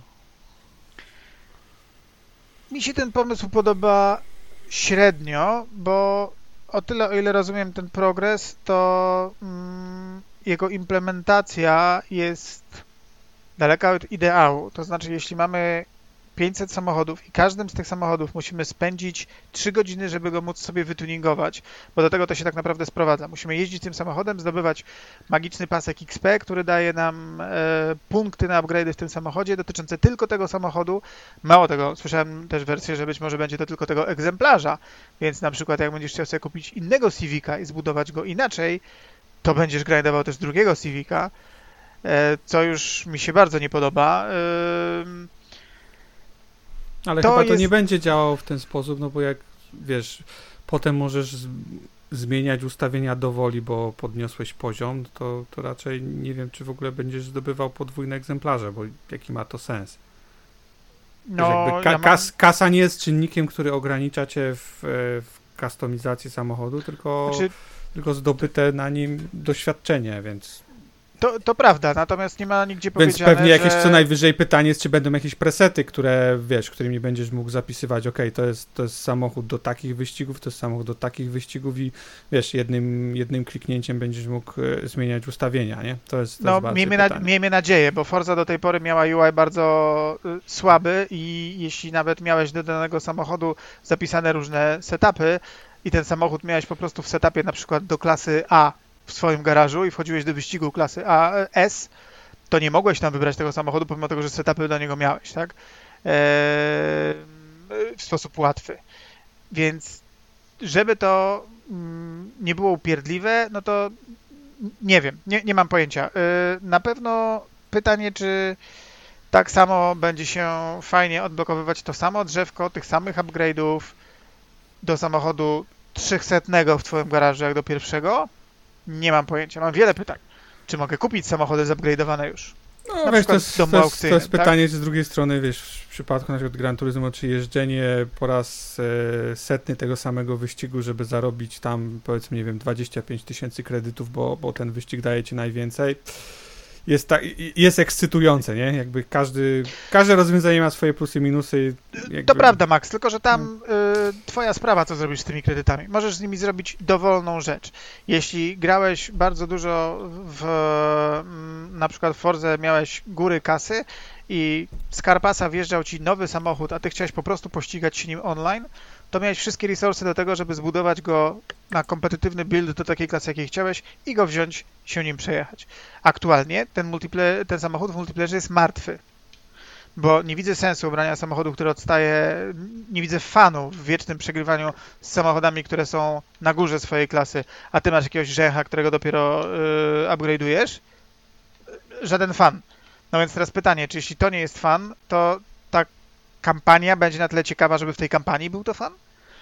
D: Mi się ten pomysł podoba średnio, bo o tyle, o ile rozumiem ten progres, to jego implementacja jest daleka od ideału. To znaczy, jeśli mamy 500 samochodów i każdym z tych samochodów musimy spędzić 3 godziny, żeby go móc sobie wytuningować, bo do tego to się tak naprawdę sprowadza. Musimy jeździć tym samochodem, zdobywać magiczny pasek XP, który daje nam punkty na upgrade'y w tym samochodzie dotyczące tylko tego samochodu. Mało tego, słyszałem też wersję, że być może będzie to tylko tego egzemplarza, więc na przykład jak będziesz chciał sobie kupić innego Civica i zbudować go inaczej, to będziesz grindował też drugiego Civica, co już mi się bardzo nie podoba.
B: Ale chyba to nie będzie działało w ten sposób, no bo jak wiesz, potem możesz zmieniać ustawienia do woli, bo podniosłeś poziom, to raczej nie wiem, czy w ogóle będziesz zdobywał podwójne egzemplarze, bo jaki ma to sens.
D: No,
B: wiesz, kasa nie jest czynnikiem, który ogranicza cię w kustomizacji samochodu, tylko zdobyte na nim doświadczenie, więc...
D: To prawda, natomiast nie ma nigdzie powiedziane,
B: więc pewnie jakieś co najwyżej pytanie jest, czy będą jakieś presety, które wiesz, którymi będziesz mógł zapisywać, to jest samochód do takich wyścigów, to jest samochód do takich wyścigów i wiesz, jednym kliknięciem będziesz mógł zmieniać ustawienia, nie? To jest
D: miejmy nadzieję, bo Forza do tej pory miała UI bardzo słaby i jeśli nawet miałeś do danego samochodu zapisane różne setupy i ten samochód miałeś po prostu w setupie na przykład do klasy A w swoim garażu i wchodziłeś do wyścigu klasy S, to nie mogłeś tam wybrać tego samochodu, pomimo tego, że setupy do niego miałeś, tak? W sposób łatwy. Więc żeby to nie było upierdliwe, no to nie wiem, nie mam pojęcia. Na pewno pytanie, czy tak samo będzie się fajnie odblokowywać to samo drzewko, tych samych upgrade'ów do samochodu 300 w twoim garażu jak do pierwszego? Nie mam pojęcia. Mam wiele pytań. Czy mogę kupić samochody zupgrade'owane już?
B: No
D: Na
B: wiesz,
D: przykład w domu aukcyjnym,
B: to jest pytanie z drugiej strony, wiesz, w przypadku na przykład Gran Turismo, czy jeżdżenie po raz setny tego samego wyścigu, żeby zarobić tam, powiedzmy, nie wiem, 25 000 kredytów, bo ten wyścig daje ci najwięcej, jest ekscytujące, nie? Jakby każde rozwiązanie ma swoje plusy i minusy. Jakby...
D: To prawda, Max, tylko że tam twoja sprawa, co zrobisz z tymi kredytami. Możesz z nimi zrobić dowolną rzecz. Jeśli grałeś bardzo dużo na przykład w Forze, miałeś góry kasy i z Carpassa wjeżdżał ci nowy samochód, a ty chciałeś po prostu pościgać się nim online, to miałeś wszystkie resursy do tego, żeby zbudować go na kompetytywny build do takiej klasy, jakiej chciałeś i go wziąć, się nim przejechać. Aktualnie ten samochód w multiplayerze jest martwy, bo nie widzę sensu brania samochodu, który odstaje, nie widzę fanu w wiecznym przegrywaniu z samochodami, które są na górze swojej klasy, a ty masz jakiegoś rzęcha, którego dopiero upgrade'ujesz. Żaden fan. No więc teraz pytanie, czy jeśli to nie jest fan, to ta kampania będzie na tyle ciekawa, żeby w tej kampanii był to fan?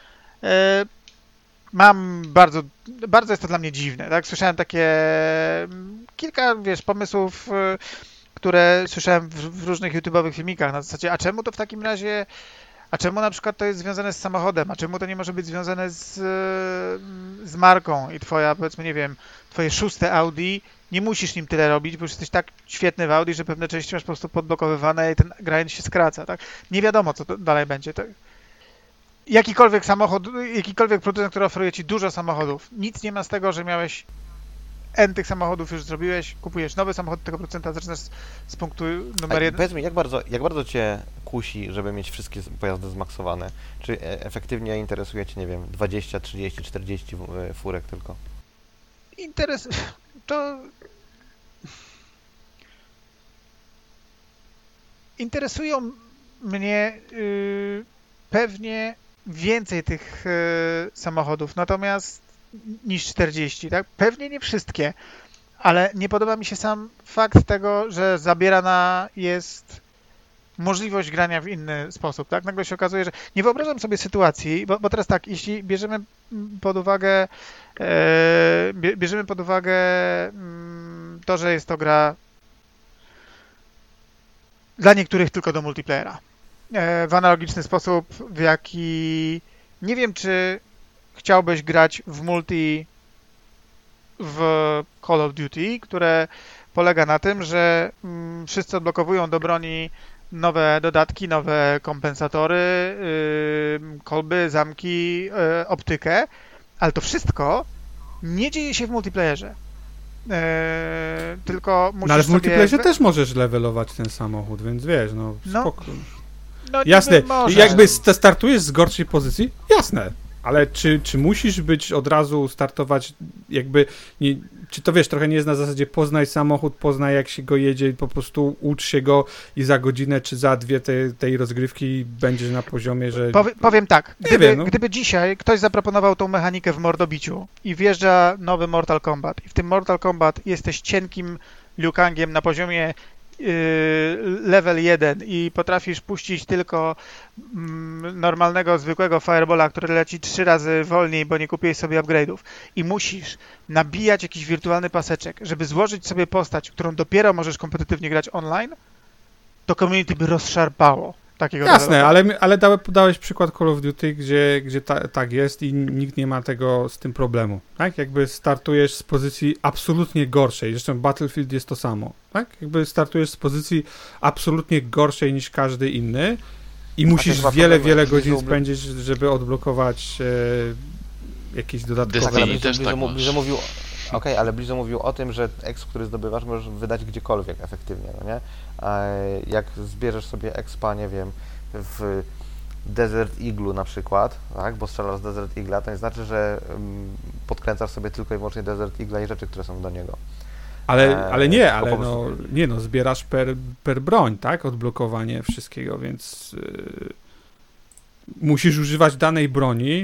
D: Mam bardzo jest to dla mnie dziwne, tak? Słyszałem kilka, pomysłów, które słyszałem w różnych YouTube'owych filmikach na zasadzie, a czemu to w takim razie, a czemu na przykład to jest związane z samochodem, a czemu to nie może być związane z marką i powiedzmy, nie wiem, twoje 6. Audi, nie musisz nim tyle robić, bo już jesteś tak świetny w Audi, że pewne części masz po prostu podblokowywane i ten grind się skraca, tak? Nie wiadomo, co to dalej będzie. Tak? Jakikolwiek samochód, jakikolwiek producent, który oferuje ci dużo samochodów, nic nie ma z tego, że miałeś N tych samochodów już zrobiłeś, kupujesz nowy samochód tego producenta, zaczynasz z punktu numer 1.
A: Powiedz mi, jak bardzo cię kusi, żeby mieć wszystkie pojazdy zmaksowane? Czy efektywnie interesuje cię, nie wiem, 20, 30, 40 furek tylko?
D: Interesują mnie pewnie więcej tych samochodów, natomiast niż 40, tak? Pewnie nie wszystkie, ale nie podoba mi się sam fakt tego, że zabierana jest możliwość grania w inny sposób, tak? Nagle się okazuje, że nie wyobrażam sobie sytuacji, bo teraz tak, jeśli bierzemy pod uwagę to, że jest to gra dla niektórych tylko do multiplayera. W analogiczny sposób, w jaki nie wiem, czy chciałbyś grać w multi w Call of Duty, które polega na tym, że wszyscy odblokowują do broni nowe dodatki, nowe kompensatory, kolby, zamki, optykę, ale to wszystko nie dzieje się w multiplayerze. Tylko musisz
B: ale w multiplayerze
D: sobie...
B: też możesz levelować ten samochód, więc wiesz, spoko.
D: No,
B: jasne,
D: może.
B: jakby startujesz z gorszej pozycji, jasne, ale czy musisz być od razu startować jakby, czy to wiesz, trochę nie jest na zasadzie poznaj samochód, poznaj jak się go jedzie, po prostu ucz się go i za godzinę czy za dwie tej rozgrywki będziesz na poziomie, że...
D: Powiem tak,
B: wiem,
D: gdyby dzisiaj ktoś zaproponował tą mechanikę w mordobiciu i wjeżdża nowy Mortal Kombat i w tym Mortal Kombat jesteś cienkim Liu Kangiem na poziomie level 1 i potrafisz puścić tylko normalnego, zwykłego Firebola, który leci 3 razy wolniej, bo nie kupiłeś sobie upgrade'ów i musisz nabijać jakiś wirtualny paseczek, żeby złożyć sobie postać, którą dopiero możesz kompetytywnie grać online, to community by rozszarpało takiego.
B: Jasne, ale dałeś przykład Call of Duty, gdzie tak jest i nikt nie ma z tym problemu, tak? Jakby startujesz z pozycji absolutnie gorszej, zresztą Battlefield jest to samo, tak? Jakby startujesz z pozycji absolutnie gorszej niż każdy inny i musisz wiele godzin spędzić, żeby odblokować jakieś dodatkowe...
C: Destiny też tak masz.
A: Ale Blizzard mówił o tym, że exp, który zdobywasz, możesz wydać gdziekolwiek efektywnie, no nie? A jak zbierzesz sobie expa, nie wiem, w Desert Eagle na przykład, tak? Bo strzelasz z Desert Eagle'a, to nie znaczy, że podkręcasz sobie tylko i wyłącznie Desert Eagle'a i rzeczy, które są do niego. Zbierasz
B: per broń, tak? Odblokowanie wszystkiego, więc musisz używać danej broni,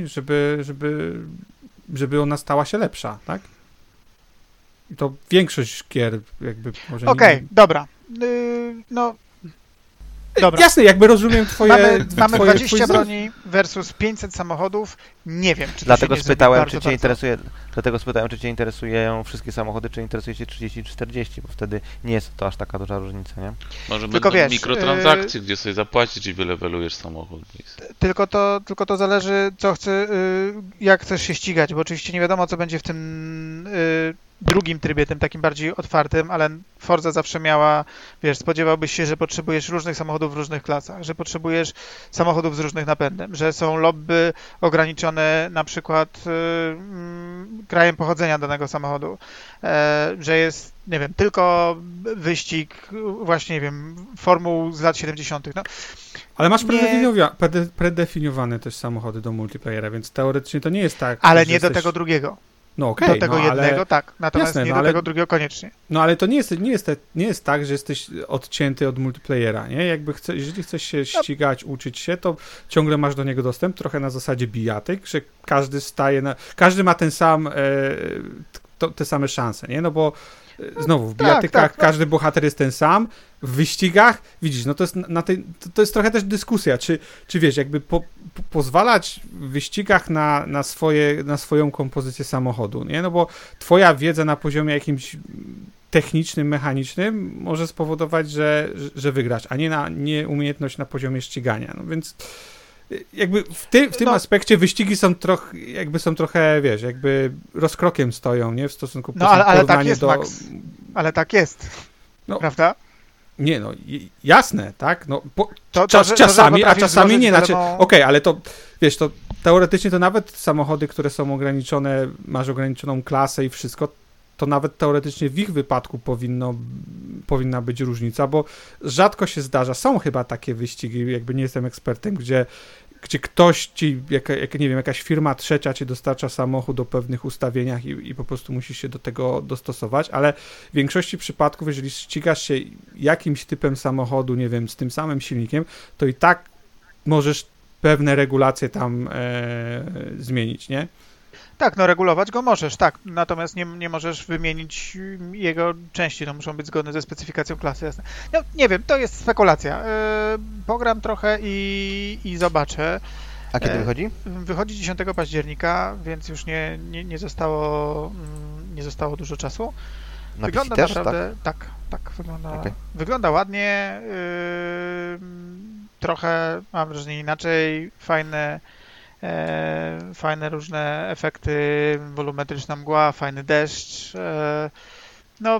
B: żeby ona stała się lepsza, tak? I to większość gier jakby może...
D: Okej, dobra. Dobra.
B: Jasne, jakby rozumiem twoje...
D: Mamy
B: twoje
D: 20
B: twój
D: broni versus 500 samochodów. Nie wiem, czy to
A: Dlatego
D: się nie
A: spytałem,
D: zrobi
A: czy
D: bardzo,
A: cię
D: bardzo.
A: interesuje, dlatego spytałem, czy cię interesują wszystkie samochody, czy interesuje cię 30 czy 40, bo wtedy nie jest to aż taka duża różnica, nie?
C: Może
D: Tylko
C: będą
D: wiesz,
C: mikrotransakcje, gdzie sobie zapłacić i wylewelujesz samochód.
D: Tylko to zależy, jak chcesz się ścigać, bo oczywiście nie wiadomo, co będzie w tym drugim trybie, tym takim bardziej otwartym, ale Forza zawsze miała, wiesz, spodziewałbyś się, że potrzebujesz różnych samochodów w różnych klasach, że potrzebujesz samochodów z różnych napędem, że są lobby ograniczone na przykład krajem pochodzenia danego samochodu, że jest, nie wiem, tylko wyścig właśnie, nie wiem, formuł z lat 70. No,
B: Ale masz
D: Nie.
B: predefiniowane też samochody do multiplayera, więc teoretycznie to nie jest tak,
D: ale
B: że
D: nie do
B: jesteś...
D: tego drugiego.
B: No okej,
D: Do tego
B: no,
D: jednego
B: ale...
D: tak, natomiast
B: Jasne,
D: nie
B: no,
D: do
B: ale-
D: tego drugiego koniecznie.
B: No ale to nie jest tak, że jesteś odcięty od multiplayera, nie? Jeżeli chcesz się ścigać, uczyć się, to ciągle masz do niego dostęp, trochę na zasadzie bijatyk, że każdy ma ten sam, te same szanse, nie? No bo znowu, w bijatykach
D: tak.
B: każdy bohater jest ten sam, w wyścigach, widzisz, no to jest, to jest trochę też dyskusja, czy wiesz, jakby pozwalać w wyścigach na swoją kompozycję samochodu, nie? No bo twoja wiedza na poziomie jakimś technicznym, mechanicznym może spowodować, że wygrasz, a nie umiejętność na poziomie ścigania, no więc jakby w tym aspekcie wyścigi są trochę, wiesz, jakby rozkrokiem stoją, nie? W stosunku
D: No ale tak
B: porównaniu
D: jest, Max. Ale tak jest.
B: No,
D: Prawda?
B: Nie, no jasne, tak? No,
D: Że
B: czasami, a
D: potrafisz
B: czasami
D: złożyć
B: nie. Znaczy,
D: wiadomo-
B: okej, ale to, wiesz, to teoretycznie to nawet samochody, które są ograniczone, masz ograniczoną klasę i wszystko, to nawet teoretycznie w ich wypadku powinna być różnica, bo rzadko się zdarza, są chyba takie wyścigi, jakby nie jestem ekspertem, gdzie ktoś ci, nie wiem, jakaś firma trzecia ci dostarcza samochód o pewnych ustawieniach i po prostu musisz się do tego dostosować, ale w większości przypadków, jeżeli ścigasz się jakimś typem samochodu, nie wiem, z tym samym silnikiem, to i tak możesz pewne regulacje tam zmienić, nie?
D: Tak, no regulować go możesz, tak. Natomiast nie możesz wymienić jego części, no muszą być zgodne ze specyfikacją klasy, jasne. No nie wiem, to jest spekulacja. Pogram trochę i zobaczę.
A: A kiedy wychodzi?
D: Wychodzi 10 października, więc już nie zostało dużo czasu.
A: Na
D: Wygląda
A: PC też,
D: naprawdę, tak wygląda.
A: Okej.
D: Wygląda ładnie, trochę mam wrażenie inaczej, fajne różne efekty, wolumetryczna mgła, fajny deszcz. No,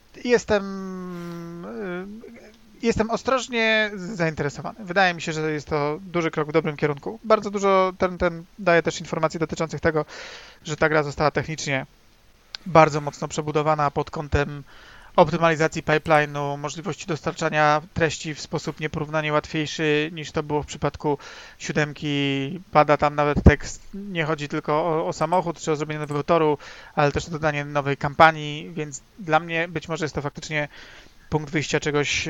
D: jestem ostrożnie zainteresowany. Wydaje mi się, że jest to duży krok w dobrym kierunku. Bardzo dużo ten daje też informacji dotyczących tego, że ta gra została technicznie bardzo mocno przebudowana pod kątem optymalizacji pipeline'u, możliwości dostarczania treści w sposób nieporównanie łatwiejszy niż to było w przypadku 7. Pada tam nawet tekst, nie chodzi tylko o samochód czy o zrobienie nowego toru, ale też o dodanie nowej kampanii, więc dla mnie być może jest to faktycznie punkt wyjścia czegoś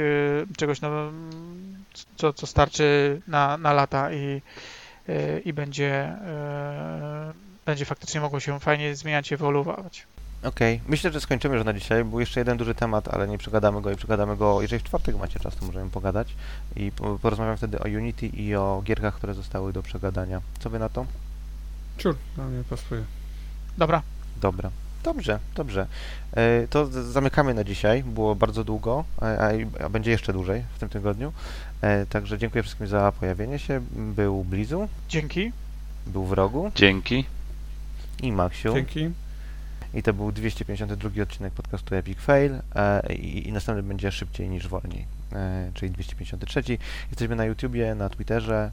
D: co starczy na lata i będzie faktycznie mogło się fajnie zmieniać i ewoluować.
A: Okej. Myślę, że skończymy już na dzisiaj. Był jeszcze jeden duży temat, ale nie przegadamy go. Jeżeli w czwartek macie czas, to możemy pogadać i porozmawiam wtedy o Unity i o gierkach, które zostały do przegadania. Co wy na to?
B: Sure, no nie pasuje.
D: Dobra.
A: Dobra. Dobrze. To zamykamy na dzisiaj. Było bardzo długo, a będzie jeszcze dłużej w tym tygodniu. Także dziękuję wszystkim za pojawienie się. Był Blizu,
D: Dzięki.
A: był Wrogu
C: Dzięki.
A: i Maksiu.
B: Dzięki.
A: I to był 252 odcinek podcastu Epic Fail i następny będzie szybciej niż wolniej, czyli 253. Jesteśmy na YouTubie, na Twitterze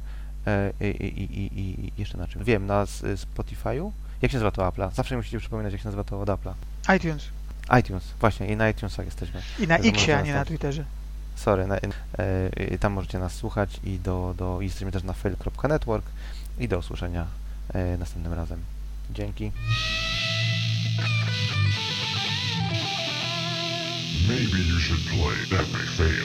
A: i jeszcze na czym? Wiem, na Spotify'u. Jak się nazywa to Apple'a? Zawsze musicie przypominać, jak się nazywa to od Apple'a.
D: iTunes.
A: iTunes, właśnie, i na iTunesach jesteśmy.
D: I na
A: Także
D: Xie,
A: można
D: a nie
A: nas
D: na Twitterze.
A: Sorry, tam możecie nas słuchać i jesteśmy też na fail.network i do usłyszenia następnym razem. Dzięki.
E: Maybe you should play Epic Fail.